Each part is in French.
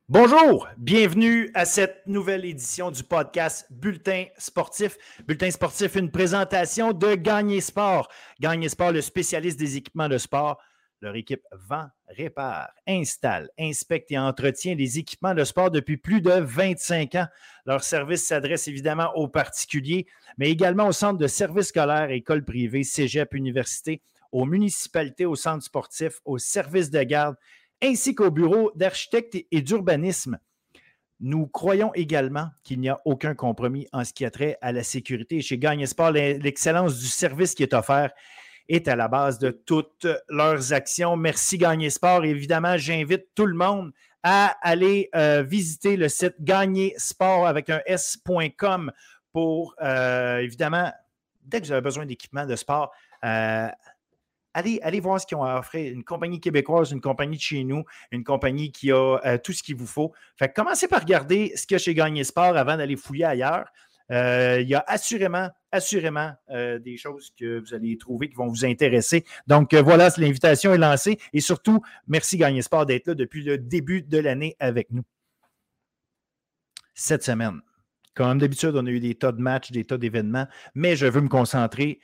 Bonjour, bienvenue à cette nouvelle édition du podcast Bulletin sportif. Bulletin sportif, une présentation de Gagné Sport. Gagné Sport, le spécialiste des équipements de sport. Leur équipe vend, répare, installe, inspecte et entretient les équipements de sport depuis plus de 25 ans. Leur service s'adresse évidemment aux particuliers, mais également aux centres de services scolaires, écoles privées, cégep, universités, aux municipalités, aux centres sportifs, aux services de garde, ainsi qu'au bureau d'architecte et d'urbanisme. Nous croyons également qu'il n'y a aucun compromis en ce qui a trait à la sécurité. Chez Gagné Sport, l'excellence du service qui est offert est à la base de toutes leurs actions. Merci Gagné Sport. Évidemment, j'invite tout le monde à aller visiter le site gagnésport avec un s.com pour, évidemment, dès que vous avez besoin d'équipement de sport, Allez voir ce qu'ils ont à offrir. Une compagnie québécoise, une compagnie de chez nous, une compagnie qui a tout ce qu'il vous faut. Fait que commencez par regarder ce qu'il y a chez Gagné Sport avant d'aller fouiller ailleurs. Il y a assurément des choses que vous allez trouver qui vont vous intéresser. Donc voilà, l'invitation est lancée. Et surtout, merci Gagné Sport d'être là depuis le début de l'année avec nous. Cette semaine, comme d'habitude, on a eu des tas de matchs, des tas d'événements, mais je veux me concentrer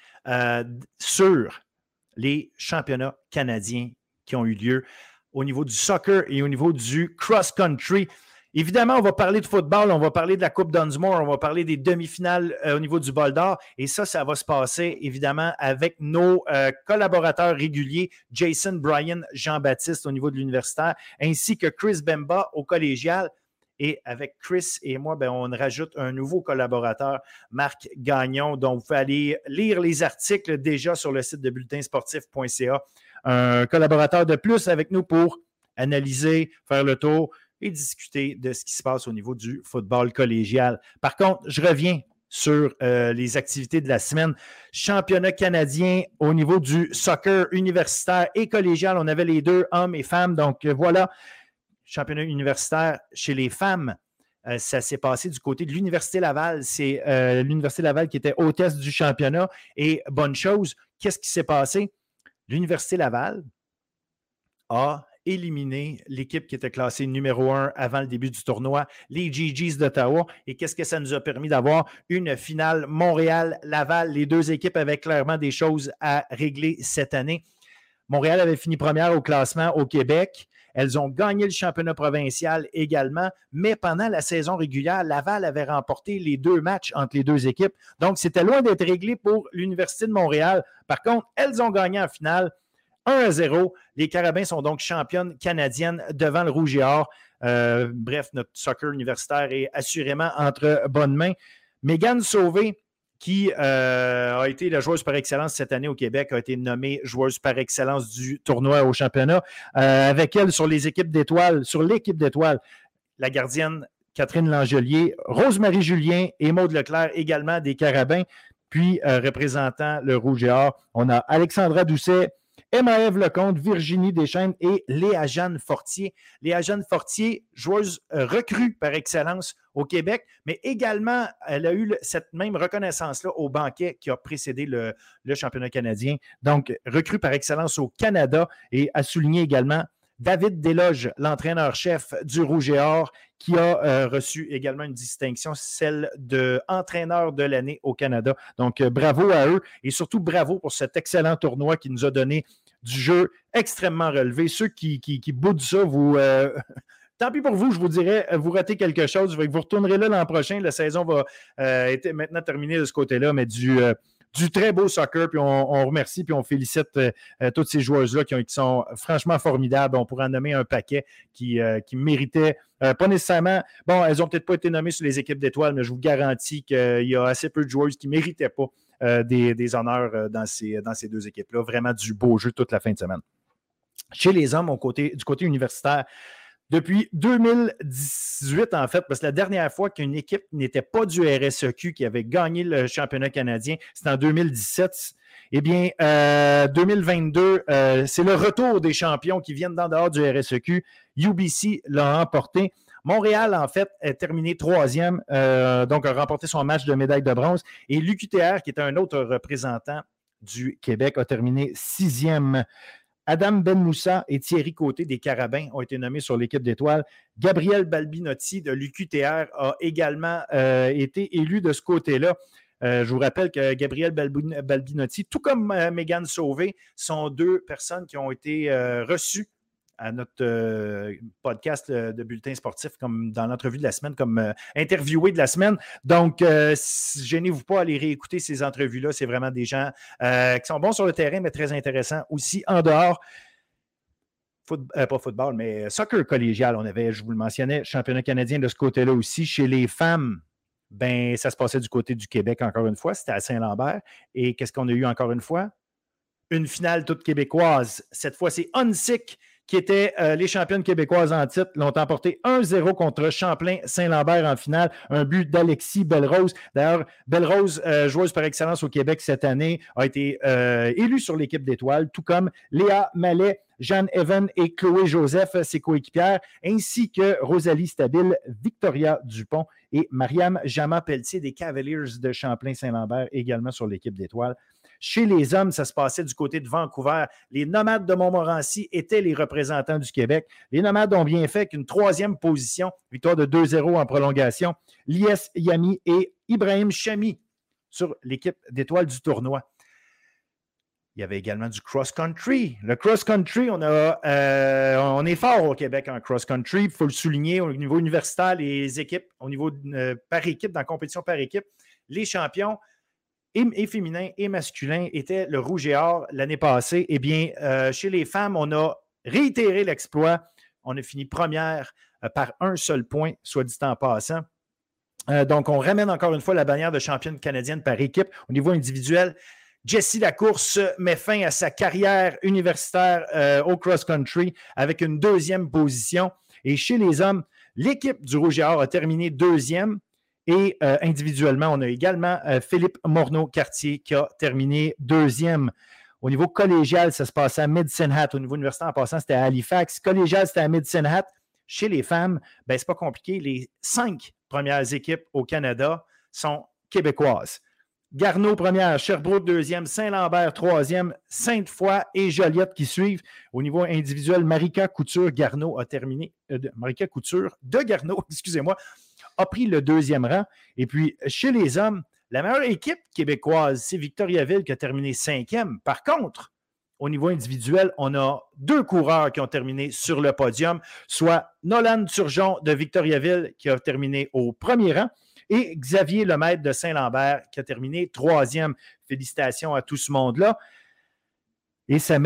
sur les championnats canadiens qui ont eu lieu au niveau du soccer et au niveau du cross-country. Évidemment, on va parler de football, on va parler de la Coupe Dunsmore, on va parler des demi-finales au niveau du bol d'or. Et ça va se passer évidemment avec nos collaborateurs réguliers, Jason, Brian, Jean-Baptiste au niveau de l'universitaire, ainsi que Chris Bemba au collégial. Et avec Chris et moi, on rajoute un nouveau collaborateur, Marc Gagnon, dont vous pouvez aller lire les articles déjà sur le site de bulletinsportif.ca. Un collaborateur de plus avec nous pour analyser, faire le tour et discuter de ce qui se passe au niveau du football collégial. Par contre, je reviens sur les activités de la semaine. Championnat canadien au niveau du soccer universitaire et collégial. On avait les deux, hommes et femmes. Donc voilà. Championnat universitaire chez les femmes, ça s'est passé du côté de l'Université Laval. C'est l'Université Laval qui était hôtesse du championnat. Et bonne chose, qu'est-ce qui s'est passé? L'Université Laval a éliminé l'équipe qui était classée numéro 1 avant le début du tournoi, les GGs d'Ottawa. Et qu'est-ce que ça nous a permis d'avoir? Une finale Montréal-Laval. Les deux équipes avaient clairement des choses à régler cette année. Montréal avait fini première au classement au Québec. Elles ont gagné le championnat provincial également, mais pendant la saison régulière, Laval avait remporté les deux matchs entre les deux équipes. Donc, c'était loin d'être réglé pour l'Université de Montréal. Par contre, elles ont gagné en finale 1-0. Les Carabins sont donc championnes canadiennes devant le Rouge et Or. Bref, notre soccer universitaire est assurément entre bonnes mains. Mégane Sauvé, qui a été la joueuse par excellence cette année au Québec, a été nommée joueuse par excellence du tournoi au championnat. Avec elle, sur l'équipe d'étoiles, la gardienne Catherine Langelier, Rose-Marie Julien et Maude Leclerc, également des Carabins. Puis, représentant le Rouge et Or, on a Alexandra Doucet, Emma-Ève Lecomte, Virginie Deschaines et Léa-Jeanne Fortier. Léa-Jeanne Fortier, joueuse recrue par excellence au Québec, mais également, elle a eu cette même reconnaissance-là au banquet qui a précédé le championnat canadien. Donc, recrue par excellence au Canada et a souligné également David Desloges, l'entraîneur-chef du Rouge et Or, qui a reçu également une distinction, celle d'entraîneur de l'année au Canada. Donc, bravo à eux et surtout bravo pour cet excellent tournoi qui nous a donné du jeu extrêmement relevé. Ceux qui boudent ça, vous... tant pis pour vous, je vous dirais, vous ratez quelque chose. Vous retournerez là l'an prochain. La saison va être maintenant terminée de ce côté-là, mais du très beau soccer, puis on remercie, puis on félicite toutes ces joueuses-là qui sont franchement formidables. On pourrait en nommer un paquet qui méritaient, pas nécessairement, bon, elles n'ont peut-être pas été nommées sur les équipes d'étoiles, mais je vous garantis qu'il y a assez peu de joueuses qui ne méritaient pas des honneurs dans ces deux équipes-là. Vraiment du beau jeu toute la fin de semaine. Chez les hommes, du côté universitaire, depuis 2018, en fait, parce que la dernière fois qu'une équipe n'était pas du RSEQ qui avait gagné le championnat canadien, c'était en 2017. Eh bien, 2022, c'est le retour des champions qui viennent d'en dehors du RSEQ. UBC l'a remporté. Montréal, en fait, est terminé troisième, donc a remporté son match de médaille de bronze. Et l'UQTR, qui était un autre représentant du Québec, a terminé sixième. Adam Ben Moussa et Thierry Côté des Carabins ont été nommés sur l'équipe d'étoiles. Gabriel Balbinotti de l'UQTR a également été élu de ce côté-là. Je vous rappelle que Gabriel Balbinotti, tout comme Mégane Sauvé, sont deux personnes qui ont été reçues à notre podcast de bulletin sportif, comme dans l'entrevue de la semaine, comme interviewé de la semaine. Donc, gênez-vous pas à aller réécouter ces entrevues-là. C'est vraiment des gens qui sont bons sur le terrain, mais très intéressants aussi en dehors. Pas football, mais soccer collégial. On avait, je vous le mentionnais, championnat canadien de ce côté-là aussi. Chez les femmes, ben, ça se passait du côté du Québec encore une fois. C'était à Saint-Lambert. Et qu'est-ce qu'on a eu encore une fois? Une finale toute québécoise. Cette fois, c'est Hunsick qui étaient les championnes québécoises en titre, l'ont emporté 1-0 contre Champlain-Saint-Lambert en finale. Un but d'Alexis Belrose. D'ailleurs, Belrose, joueuse par excellence au Québec cette année, a été élue sur l'équipe d'étoiles, tout comme Léa Mallet, Jeanne Evan et Chloé Joseph, ses coéquipières, ainsi que Rosalie Stabile, Victoria Dupont et Mariam Jama-Pelletier des Cavaliers de Champlain-Saint-Lambert, également sur l'équipe d'étoiles. Chez les hommes, ça se passait du côté de Vancouver. Les Nomades de Montmorency étaient les représentants du Québec. Les Nomades ont bien fait qu'une troisième position, victoire de 2-0 en prolongation. Lies Yami et Ibrahim Chami sur l'équipe d'étoiles du tournoi. Il y avait également du cross-country. Le cross-country, on est fort au Québec en cross-country. Il faut le souligner au niveau universitaire, les équipes, au niveau par équipe, dans la compétition par équipe, les champions et féminins et masculins étaient le rouge et or l'année passée. Eh bien, chez les femmes, on a réitéré l'exploit. On a fini première par un seul point, soit dit en passant. Donc, on ramène encore une fois la bannière de championne canadienne par équipe. Au niveau individuel, Jessie Lacourse met fin à sa carrière universitaire au cross-country avec une deuxième position. Et chez les hommes, l'équipe du rouge et or a terminé deuxième. Et individuellement, on a également Philippe Morneau-Cartier qui a terminé deuxième. Au niveau collégial, ça se passait à Medicine Hat. Au niveau universitaire, en passant, c'était à Halifax. Collégial, c'était à Medicine Hat. Chez les femmes, ben, c'est pas compliqué. Les 5 premières équipes au Canada sont québécoises. Garneau, première, Sherbrooke, deuxième, Saint-Lambert, troisième, Sainte-Foy et Joliette qui suivent. Au niveau individuel, Marika Couture-Garneau a terminé. Marika Couture de Garneau, excusez-moi, a pris le deuxième rang. Et puis, chez les hommes, la meilleure équipe québécoise, c'est Victoriaville qui a terminé cinquième. Par contre, au niveau individuel, on a 2 coureurs qui ont terminé sur le podium, soit Nolan Turgeon de Victoriaville qui a terminé au premier rang et Xavier Lemaître de Saint-Lambert qui a terminé troisième. Félicitations à tout ce monde-là. Et ça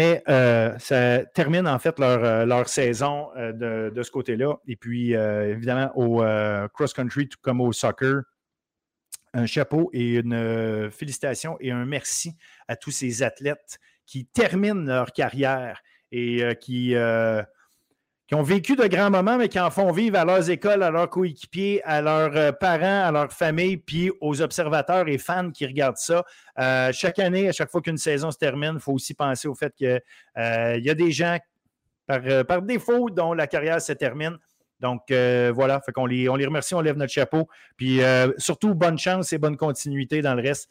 termine en fait leur saison de ce côté-là. Et puis, évidemment, au cross-country, tout comme au soccer, un chapeau et une félicitation et un merci à tous ces athlètes qui terminent leur carrière et qui ont vécu de grands moments, mais qui en font vivre à leurs écoles, à leurs coéquipiers, à leurs parents, à leurs familles, puis aux observateurs et fans qui regardent ça. Chaque année, à chaque fois qu'une saison se termine, il faut aussi penser au fait qu'il y a des gens, par défaut, dont la carrière se termine. Donc, voilà, fait qu'on les remercie, on lève notre chapeau. Puis, surtout, bonne chance et bonne continuité dans le reste.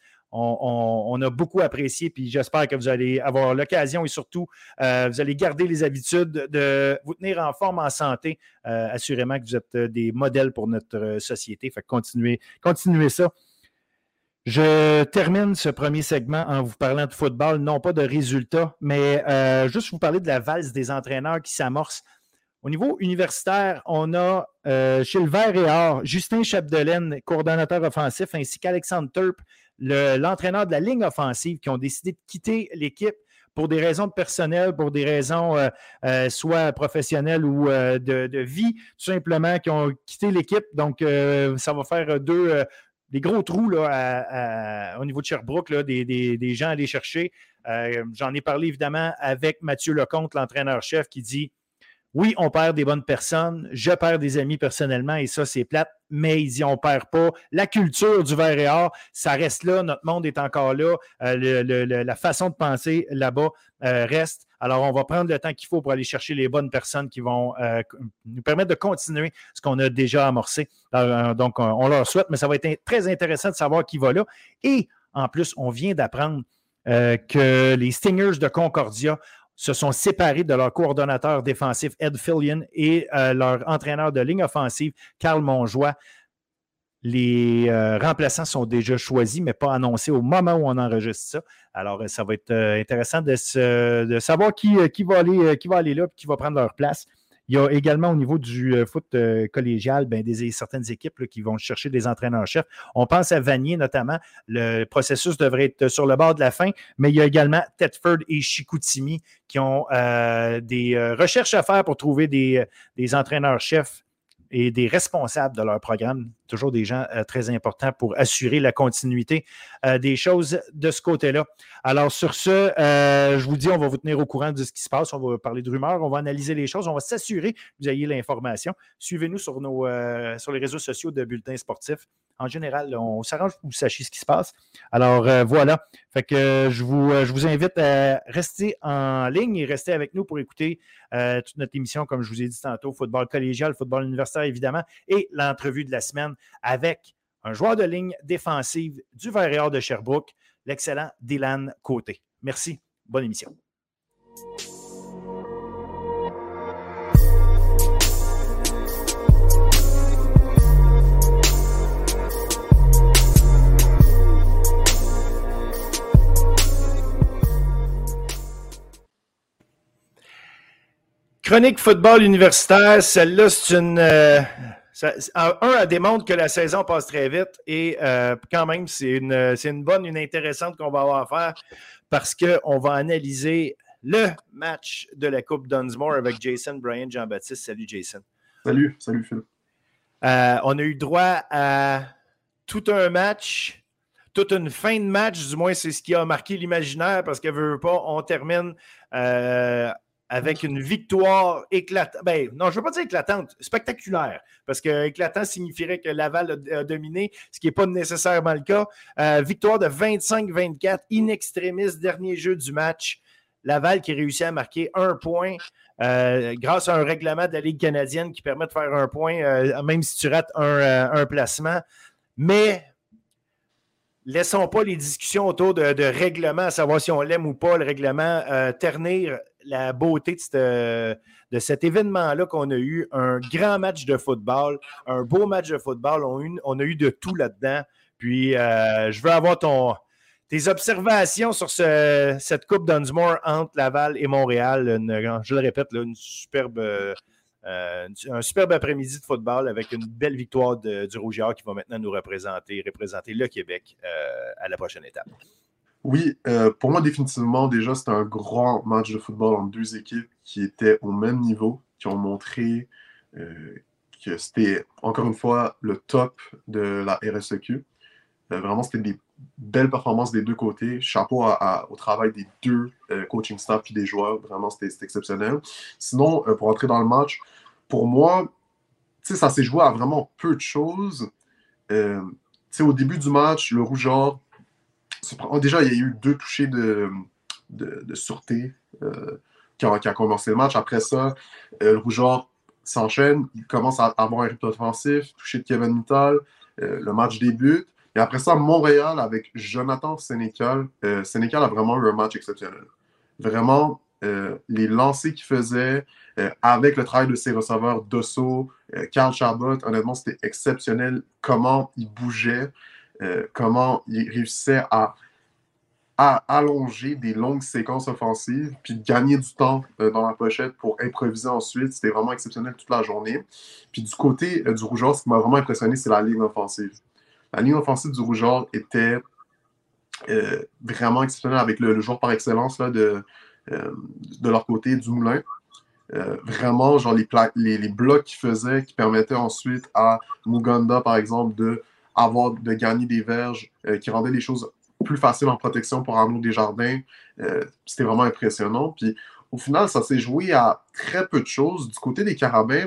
On a beaucoup apprécié, puis j'espère que vous allez avoir l'occasion et surtout, vous allez garder les habitudes de vous tenir en forme, en santé. Assurément que vous êtes des modèles pour notre société. Fait que continuez ça. Je termine ce premier segment en vous parlant de football, non pas de résultats, mais juste vous parler de la valse des entraîneurs qui s'amorce. Au niveau universitaire, on a chez le Vert et Or, Justin Chapdelaine, coordonnateur offensif, ainsi qu'Alexandre Turp, l'entraîneur de la ligne offensive, qui ont décidé de quitter l'équipe pour des raisons de personnel, pour des raisons soit professionnelles ou de vie, tout simplement, qui ont quitté l'équipe. Donc, ça va faire des gros trous là, au niveau de Sherbrooke, là, des gens à aller chercher. J'en ai parlé évidemment avec Mathieu Lecomte, l'entraîneur-chef, qui dit oui, on perd des bonnes personnes, je perds des amis personnellement et ça, c'est plate, mais il dit on ne perd pas. La culture du Vert et Or, ça reste là, notre monde est encore là, la façon de penser là-bas reste. Alors, on va prendre le temps qu'il faut pour aller chercher les bonnes personnes qui vont nous permettre de continuer ce qu'on a déjà amorcé. Donc, on leur souhaite, mais ça va être très intéressant de savoir qui va là. Et en plus, on vient d'apprendre que les Stingers de Concordia se sont séparés de leur coordonnateur défensif Ed Fillion et leur entraîneur de ligne offensive, Carl Monjoie. Les remplaçants sont déjà choisis, mais pas annoncés au moment où on enregistre ça. Alors, ça va être intéressant de savoir qui va aller là et qui va prendre leur place. Il y a également au niveau du foot collégial certaines équipes là, qui vont chercher des entraîneurs-chefs. On pense à Vanier notamment. Le processus devrait être sur le bord de la fin, mais il y a également Thetford et Chicoutimi qui ont des recherches à faire pour trouver des entraîneurs-chefs et des responsables de leur programme, toujours des gens très importants pour assurer la continuité des choses de ce côté-là. Alors, sur ce, je vous dis, on va vous tenir au courant de ce qui se passe. On va parler de rumeurs, on va analyser les choses, on va s'assurer que vous ayez l'information. Suivez-nous sur les réseaux sociaux de Bulletins sportifs. En général, on s'arrange pour que vous sachiez ce qui se passe. Alors, voilà. Fait que je vous invite à rester en ligne et rester avec nous pour écouter toute notre émission, comme je vous ai dit tantôt, football collégial, football universitaire, évidemment, et l'entrevue de la semaine avec un joueur de ligne défensive du Vert et Or de Sherbrooke, l'excellent Dylan Côté. Merci. Bonne émission. Chronique football universitaire, celle-là, c'est une... elle démontre que la saison passe très vite et quand même, c'est une bonne, une intéressante qu'on va avoir à faire parce qu'on va analyser le match de la Coupe Dunsmore avec Jason Bryant Jean-Baptiste. Salut Jason. Salut Phil. On a eu droit à tout un match, toute une fin de match, du moins c'est ce qui a marqué l'imaginaire parce que veut pas, on termine... avec une victoire éclatante. Non, je ne veux pas dire éclatante, spectaculaire, parce que éclatant signifierait que Laval a dominé, ce qui n'est pas nécessairement le cas. Victoire de 25-24, in extremis, dernier jeu du match. Laval qui réussit à marquer 1 point grâce à un règlement de la Ligue canadienne qui permet de faire 1 point, même si tu rates un placement. Mais laissons pas les discussions autour de règlement, à savoir si on l'aime ou pas, le règlement, ternir la beauté de cet événement-là qu'on a eu. Un grand match de football, un beau match de football. On a eu de tout là-dedans. Puis, je veux avoir tes observations sur cette Coupe Dunsmore entre Laval et Montréal. Je le répète, là, un superbe après-midi de football avec une belle victoire du Rouge et Or qui va maintenant nous représenter le Québec à la prochaine étape. Oui, pour moi, définitivement, déjà, c'était un grand match de football entre deux équipes qui étaient au même niveau, qui ont montré que c'était, encore une fois, le top de la RSEQ. Vraiment, c'était des belles performances des deux côtés. Chapeau au travail des deux coaching staff et des joueurs. Vraiment, c'était exceptionnel. Sinon, pour entrer dans le match, pour moi, ça s'est joué à vraiment peu de choses. Au début du match, le Rouge Or, déjà, il y a eu 2 touchés de sûreté qui ont commencé le match. Après ça, le Rouge Or s'enchaîne. Il commence à avoir un rythme offensif, touché de Kevin Mittal. Le match débute. Et après ça, Montréal avec Jonathan Sénécal. Sénécal a vraiment eu un match exceptionnel. Vraiment, les lancers qu'il faisait avec le travail de ses receveurs, Dosso, Carl Chabot, honnêtement, c'était exceptionnel comment il bougeait, comment il réussissait à allonger des longues séquences offensives puis de gagner du temps dans la pochette pour improviser ensuite. C'était vraiment exceptionnel toute la journée. Puis du côté du Rouge Or, ce qui m'a vraiment impressionné, c'est la ligne offensive. La ligne offensive du Rouge Or était vraiment exceptionnelle avec le joueur par excellence là, de leur côté, Dumoulin. Vraiment, genre les blocs qu'il faisait qui permettaient ensuite à Muganda, par exemple, de gagner des verges, qui rendaient les choses plus faciles en protection pour Arnaud Desjardins. C'était vraiment impressionnant. Puis au final, ça s'est joué à très peu de choses. Du côté des Carabins,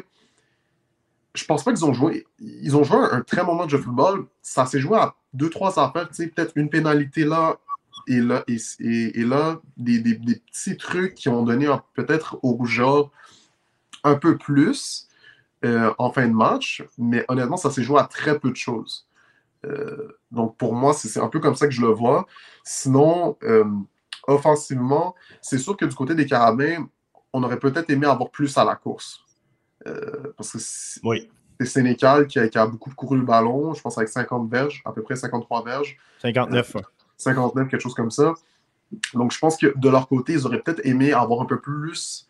je pense pas qu'ils ont joué. Ils ont joué un très bon match de football. Ça s'est joué à 2-3 affaires. Peut-être une pénalité là et là, des petits trucs qui ont donné peut-être au Rouge Or un peu plus en fin de match. Mais honnêtement, ça s'est joué à très peu de choses. Donc pour moi, c'est un peu comme ça que je le vois. Sinon, offensivement, c'est sûr que du côté des Carabins, on aurait peut-être aimé avoir plus à la course. Parce que Oui. c'est Sénécal qui a beaucoup couru le ballon, je pense avec 50 verges, à peu près 53 verges. 59. 59, quelque chose comme ça. Donc, je pense que de leur côté, ils auraient peut-être aimé avoir un peu plus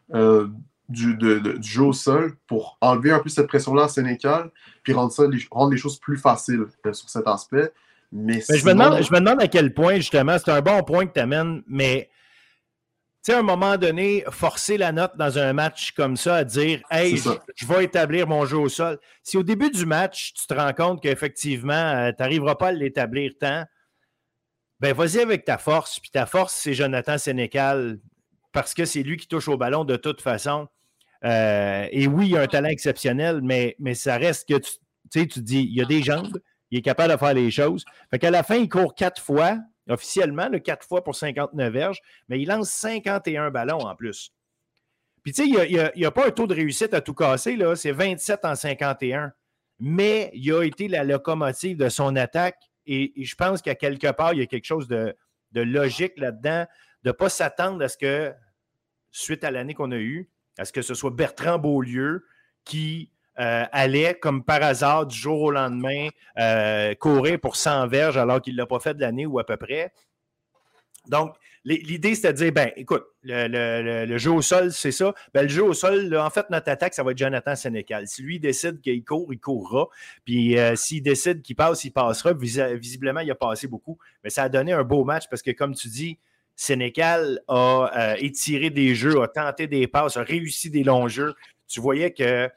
du jeu au sol pour enlever un peu cette pression-là à Sénécal, puis rendre les choses plus faciles sur cet aspect. Mais je sinon... me demande à quel point, justement, c'est un bon point que tu amènes, mais tu sais, à un moment donné, forcer la note dans un match comme ça à dire « Hey, je vais établir mon jeu au sol ». Si au début du match, tu te rends compte qu'effectivement, tu n'arriveras pas à l'établir tant, ben vas-y avec ta force. Puis ta force, c'est Jonathan Sénécal, parce que c'est lui qui touche au ballon de toute façon. Et oui, il a un talent exceptionnel, mais ça reste que tu te dis, il a des jambes, il est capable de faire les choses. Fait qu'à la fin, il court 4 fois, officiellement, 4 fois pour 59 verges, mais il lance 51 ballons en plus. Puis tu sais, il n'y a pas un taux de réussite à tout casser, là, c'est 27 en 51. Mais il a été la locomotive de son attaque et je pense qu'à quelque part, il y a quelque chose de logique là-dedans, de ne pas s'attendre à ce que, suite à l'année qu'on a eue, à ce que ce soit Bertrand Beaulieu qui allait, comme par hasard, du jour au lendemain, courir pour 100 verges alors qu'il ne l'a pas fait de l'année ou à peu près. Donc, l'idée, c'est de dire, ben, écoute, le jeu au sol, c'est ça. Ben, le jeu au sol, là, en fait, notre attaque, ça va être Jonathan Sénécal. Si lui décide qu'il court, il courra. Puis s'il décide qu'il passe, il passera. Visiblement, il a passé beaucoup. Mais ça a donné un beau match parce que, comme tu dis, Sénécal a étiré des jeux, a tenté des passes, a réussi des longs jeux. Tu voyais qu'il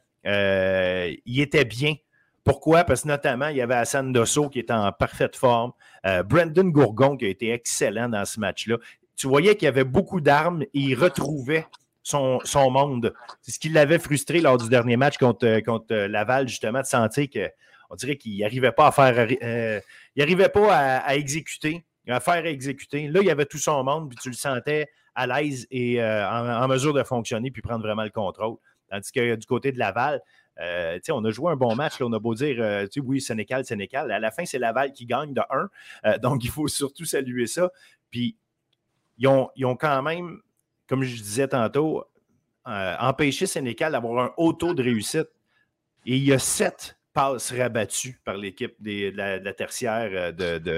était bien. Pourquoi? Parce que notamment, il y avait Hassan Dosso qui était en parfaite forme. Brandon Gourgon qui a été excellent dans ce match-là. Tu voyais qu'il y avait beaucoup d'armes et il retrouvait son monde. C'est ce qui l'avait frustré lors du dernier match contre Laval, justement, de sentir qu'on dirait qu'il n'arrivait pas à faire... il n'arrivait pas à exécuter, à faire exécuter. Là, il y avait tout son monde, puis tu le sentais à l'aise et en mesure de fonctionner puis prendre vraiment le contrôle. Tandis que du côté de Laval, on a joué un bon match. Là, on a beau dire, oui, Sénécal. À la fin, c'est Laval qui gagne de 1. Donc, il faut surtout saluer ça. Puis, ils ont quand même, comme je disais tantôt, empêché Sénécal d'avoir un haut taux de réussite. Et il y a 7 passes rabattues par l'équipe de la tertiaire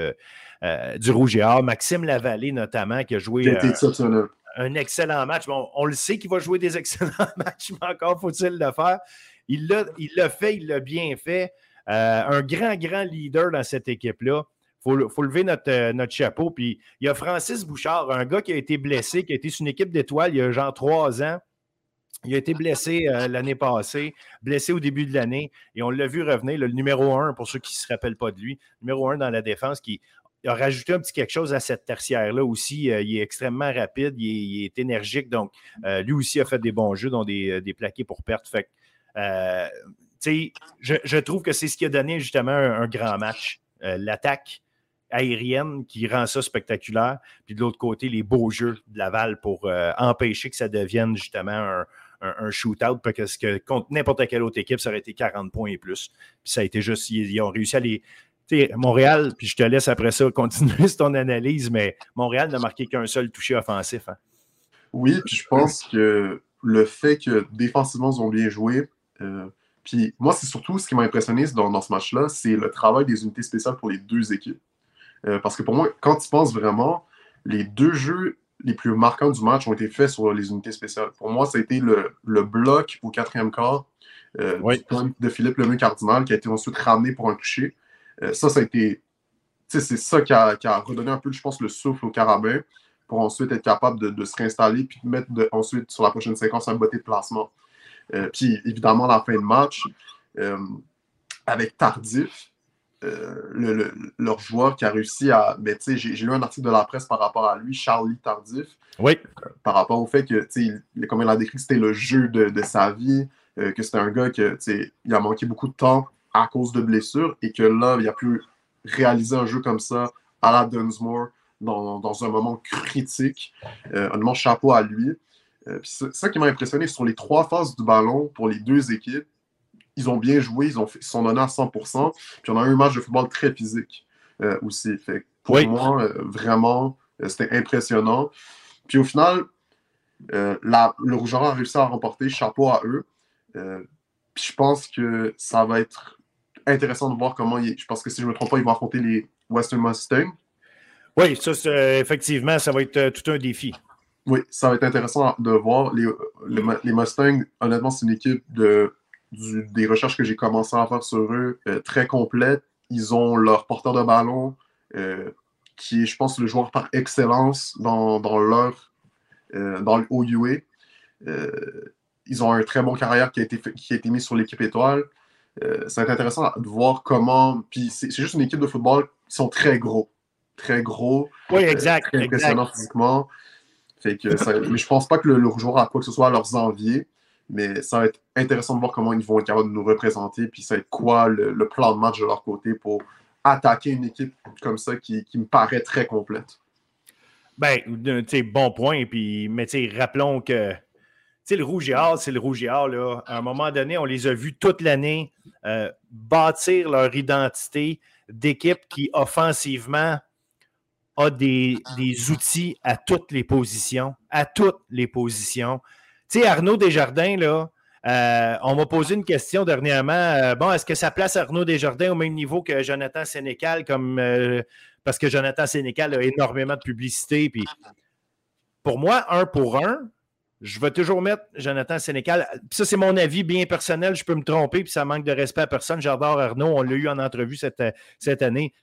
du Rouge et Or. Maxime Lavallée, notamment, qui a joué un excellent match. Bon, on le sait qu'il va jouer des excellents matchs, mais encore faut-il le faire. Il l'a fait, il l'a bien fait. Un grand leader dans cette équipe-là. Il faut lever notre chapeau. Puis il y a Francis Bouchard, un gars qui a été blessé, qui a été sur une équipe d'étoiles il y a genre 3 ans. Il a été blessé l'année passée, blessé au début de l'année, et on l'a vu revenir, le numéro 1, pour ceux qui ne se rappellent pas de lui, numéro 1 dans la défense, qui a rajouté un petit quelque chose à cette tertiaire-là aussi. Il est extrêmement rapide, il est énergique, donc lui aussi a fait des bons jeux, dont des plaqués pour perte. Fait je trouve que c'est ce qui a donné justement un grand match. L'attaque aérienne qui rend ça spectaculaire, puis de l'autre côté, les beaux jeux de Laval pour empêcher que ça devienne justement un shootout, parce que contre n'importe quelle autre équipe, ça aurait été 40 points et plus. Puis ça a été juste, ils ont réussi à les... Montréal, puis je te laisse après ça continuer ton analyse, mais Montréal n'a marqué qu'un seul touché offensif. Hein. Oui, puis je pense que le fait que défensivement, ils ont bien joué, puis moi, c'est surtout ce qui m'a impressionné dans ce match-là, c'est le travail des unités spéciales pour les deux équipes. Parce que pour moi, quand tu penses vraiment, les 2 jeux les plus marquants du match ont été faits sur les unités spéciales. Pour moi, ça a été le bloc au 4e quart du point de Philippe Lemieux-Cardinal qui a été ensuite ramené pour un toucher. Ça a été... C'est ça qui a redonné un peu, je pense, le souffle au Carabin pour ensuite être capable de se réinstaller puis de mettre ensuite sur la prochaine séquence un botté de placement. Puis évidemment, à la fin de match, avec Tardif, leur joueur qui a réussi à... Ben, j'ai lu un article de la presse par rapport à lui, Charlie Tardif, par rapport au fait que, comme il a décrit, c'était le jeu de sa vie, que c'était un gars il a manqué beaucoup de temps à cause de blessures et que là, il a pu réaliser un jeu comme ça à la Dunsmore dans un moment critique. Honnêtement, chapeau à lui. C'est ça qui m'a impressionné sur les 3 phases du ballon pour les 2 équipes. Ils ont bien joué, ils sont donnés à 100%. Puis on a eu un match de football très physique aussi. Fait pour moi, vraiment, C'était impressionnant. Puis au final, le Rouge Or a réussi à remporter. Chapeau à eux. Puis je pense que ça va être intéressant de voir comment je pense que si je ne me trompe pas, ils vont affronter les Western Mustangs. Oui, ça, effectivement, ça va être tout un défi. Oui, ça va être intéressant de voir. Les Mustangs, honnêtement, c'est une équipe des recherches que j'ai commencé à faire sur eux, très complète. Ils ont leur porteur de ballon, qui est, je pense, le joueur par excellence dans le OUA. Ils ont un très bon carrière qui a été mis sur l'équipe étoile. Ça va être intéressant de voir comment. Puis c'est juste une équipe de football qui sont très gros. Très gros. Oui, exact. Très impressionnant physiquement. Fait que mais je pense pas que le joueur a quoi que ce soit à leur envier. Mais ça va être intéressant de voir comment ils vont être capables de nous représenter. Puis ça va être quoi le plan de match de leur côté pour attaquer une équipe comme ça qui me paraît très complète. Ben, tu sais, bon point. Puis, mais tu sais, rappelons que le Rouge et Or, c'est le Rouge et Or. Là. À un moment donné, on les a vus toute l'année bâtir leur identité d'équipe qui, offensivement, a des outils à toutes les positions. À toutes les positions. Tu sais, Arnaud Desjardins, là, on m'a posé une question dernièrement. Bon, est-ce que ça place Arnaud Desjardins au même niveau que Jonathan Sénécal, parce que Jonathan Sénécal a énormément de publicité. Puis pour moi, 1 pour 1, je vais toujours mettre Jonathan Sénécal. Puis ça, c'est mon avis bien personnel. Je peux me tromper, puis ça manque de respect à personne. J'adore Arnaud. On l'a eu en entrevue cette année.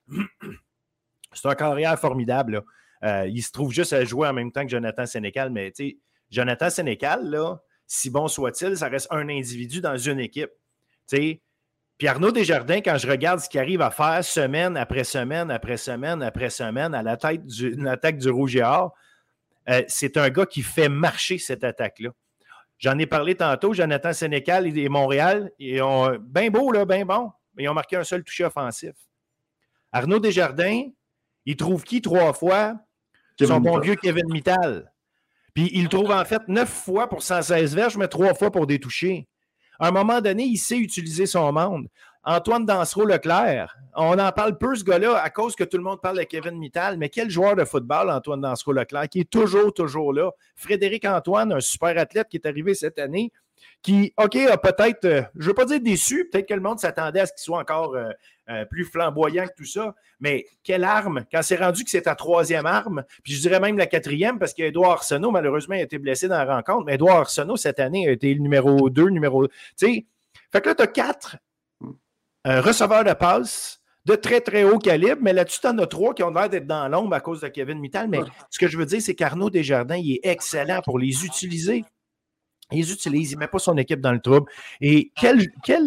C'est un carrière formidable. Il se trouve juste à jouer en même temps que Jonathan Sénécal. Mais tu sais, Jonathan Sénécal, là, si bon soit-il, ça reste un individu dans une équipe. Tu sais. Puis Arnaud Desjardins, quand je regarde ce qu'il arrive à faire semaine après semaine après semaine après semaine à la tête d'une attaque du Rouge et Or, c'est un gars qui fait marcher cette attaque-là. J'en ai parlé tantôt, Jonathan Sénécal et Montréal, ils ont bien beau, là, bien bon, mais ils ont marqué un seul touché offensif. Arnaud Desjardins, il trouve qui 3 fois? Son bon vieux Kevin Mittal. Puis il le trouve en fait 9 fois pour 116 verges, mais 3 fois pour des touchés. À un moment donné, il sait utiliser son monde. Antoine Dansereau-Leclerc, on en parle peu, ce gars-là, à cause que tout le monde parle de Kevin Mittal, mais quel joueur de football, Antoine Dansereau-Leclerc, qui est toujours là. Frédéric Antoine, un super athlète qui est arrivé cette année, qui, OK, a peut-être, je ne veux pas dire déçu, peut-être que le monde s'attendait à ce qu'il soit encore plus flamboyant que tout ça, mais quelle arme, quand c'est rendu que c'est ta 3e arme, puis je dirais même la 4e, parce qu'Edouard Arsenault, malheureusement, a été blessé dans la rencontre, mais Edouard Arsenault, cette année, a été le numéro 2, tu sais, fait que là, tu as 4 receveurs de passe de très, très haut calibre, mais là-dessus, tu en as 3 qui ont l'air d'être dans l'ombre à cause de Kevin Mittal, mais ce que je veux dire, c'est qu'Arnaud Desjardins, il est excellent pour les utiliser. Il les utilise, il ne met pas son équipe dans le trouble. Et quel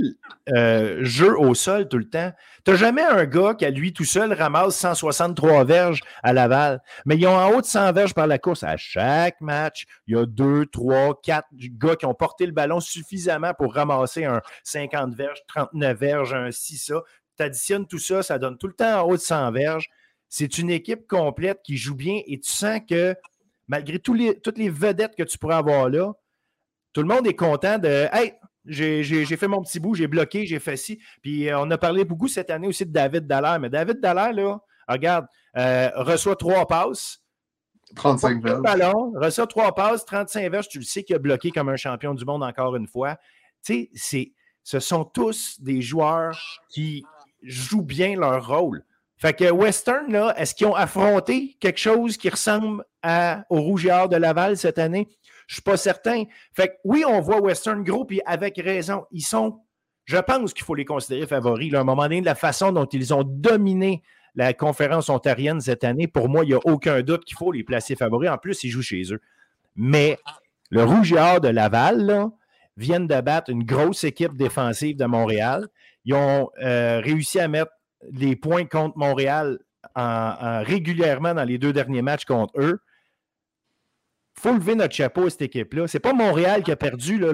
jeu au sol tout le temps. Tu n'as jamais un gars qui, à lui tout seul, ramasse 163 verges à Laval. Mais ils ont en haut de 100 verges par la course. À chaque match, il y a 2, 3, 4 gars qui ont porté le ballon suffisamment pour ramasser un 50 verges, 39 verges, un 6, ça. Tu additionnes tout ça, ça donne tout le temps en haut de 100 verges. C'est une équipe complète qui joue bien et tu sens que, malgré toutes les vedettes que tu pourrais avoir là, tout le monde est content de « Hey, j'ai fait mon petit bout, j'ai bloqué, j'ai fait ci. » Puis on a parlé beaucoup cette année aussi de David Dallaire. Mais David Dallaire, là, regarde, reçoit 3 passes. 35 verges. Ballon, reçoit 3 passes, 35 verges. Tu le sais qu'il a bloqué comme un champion du monde encore une fois. Tu sais, ce sont tous des joueurs qui jouent bien leur rôle. Fait que Western, là, est-ce qu'ils ont affronté quelque chose qui ressemble au Rouge et Or de Laval cette année? Je ne suis pas certain. Fait que oui, on voit Western gros, puis avec raison. Ils sont, je pense qu'il faut les considérer favoris. Là, à un moment donné, de la façon dont ils ont dominé la conférence ontarienne cette année, pour moi, il n'y a aucun doute qu'il faut les placer favoris. En plus, ils jouent chez eux. Mais le Rouge et Or de Laval, là, viennent de battre une grosse équipe défensive de Montréal. Ils ont réussi à mettre les points contre Montréal régulièrement dans les 2 derniers matchs contre eux. Il faut lever notre chapeau à cette équipe-là. Ce n'est pas Montréal qui a perdu là,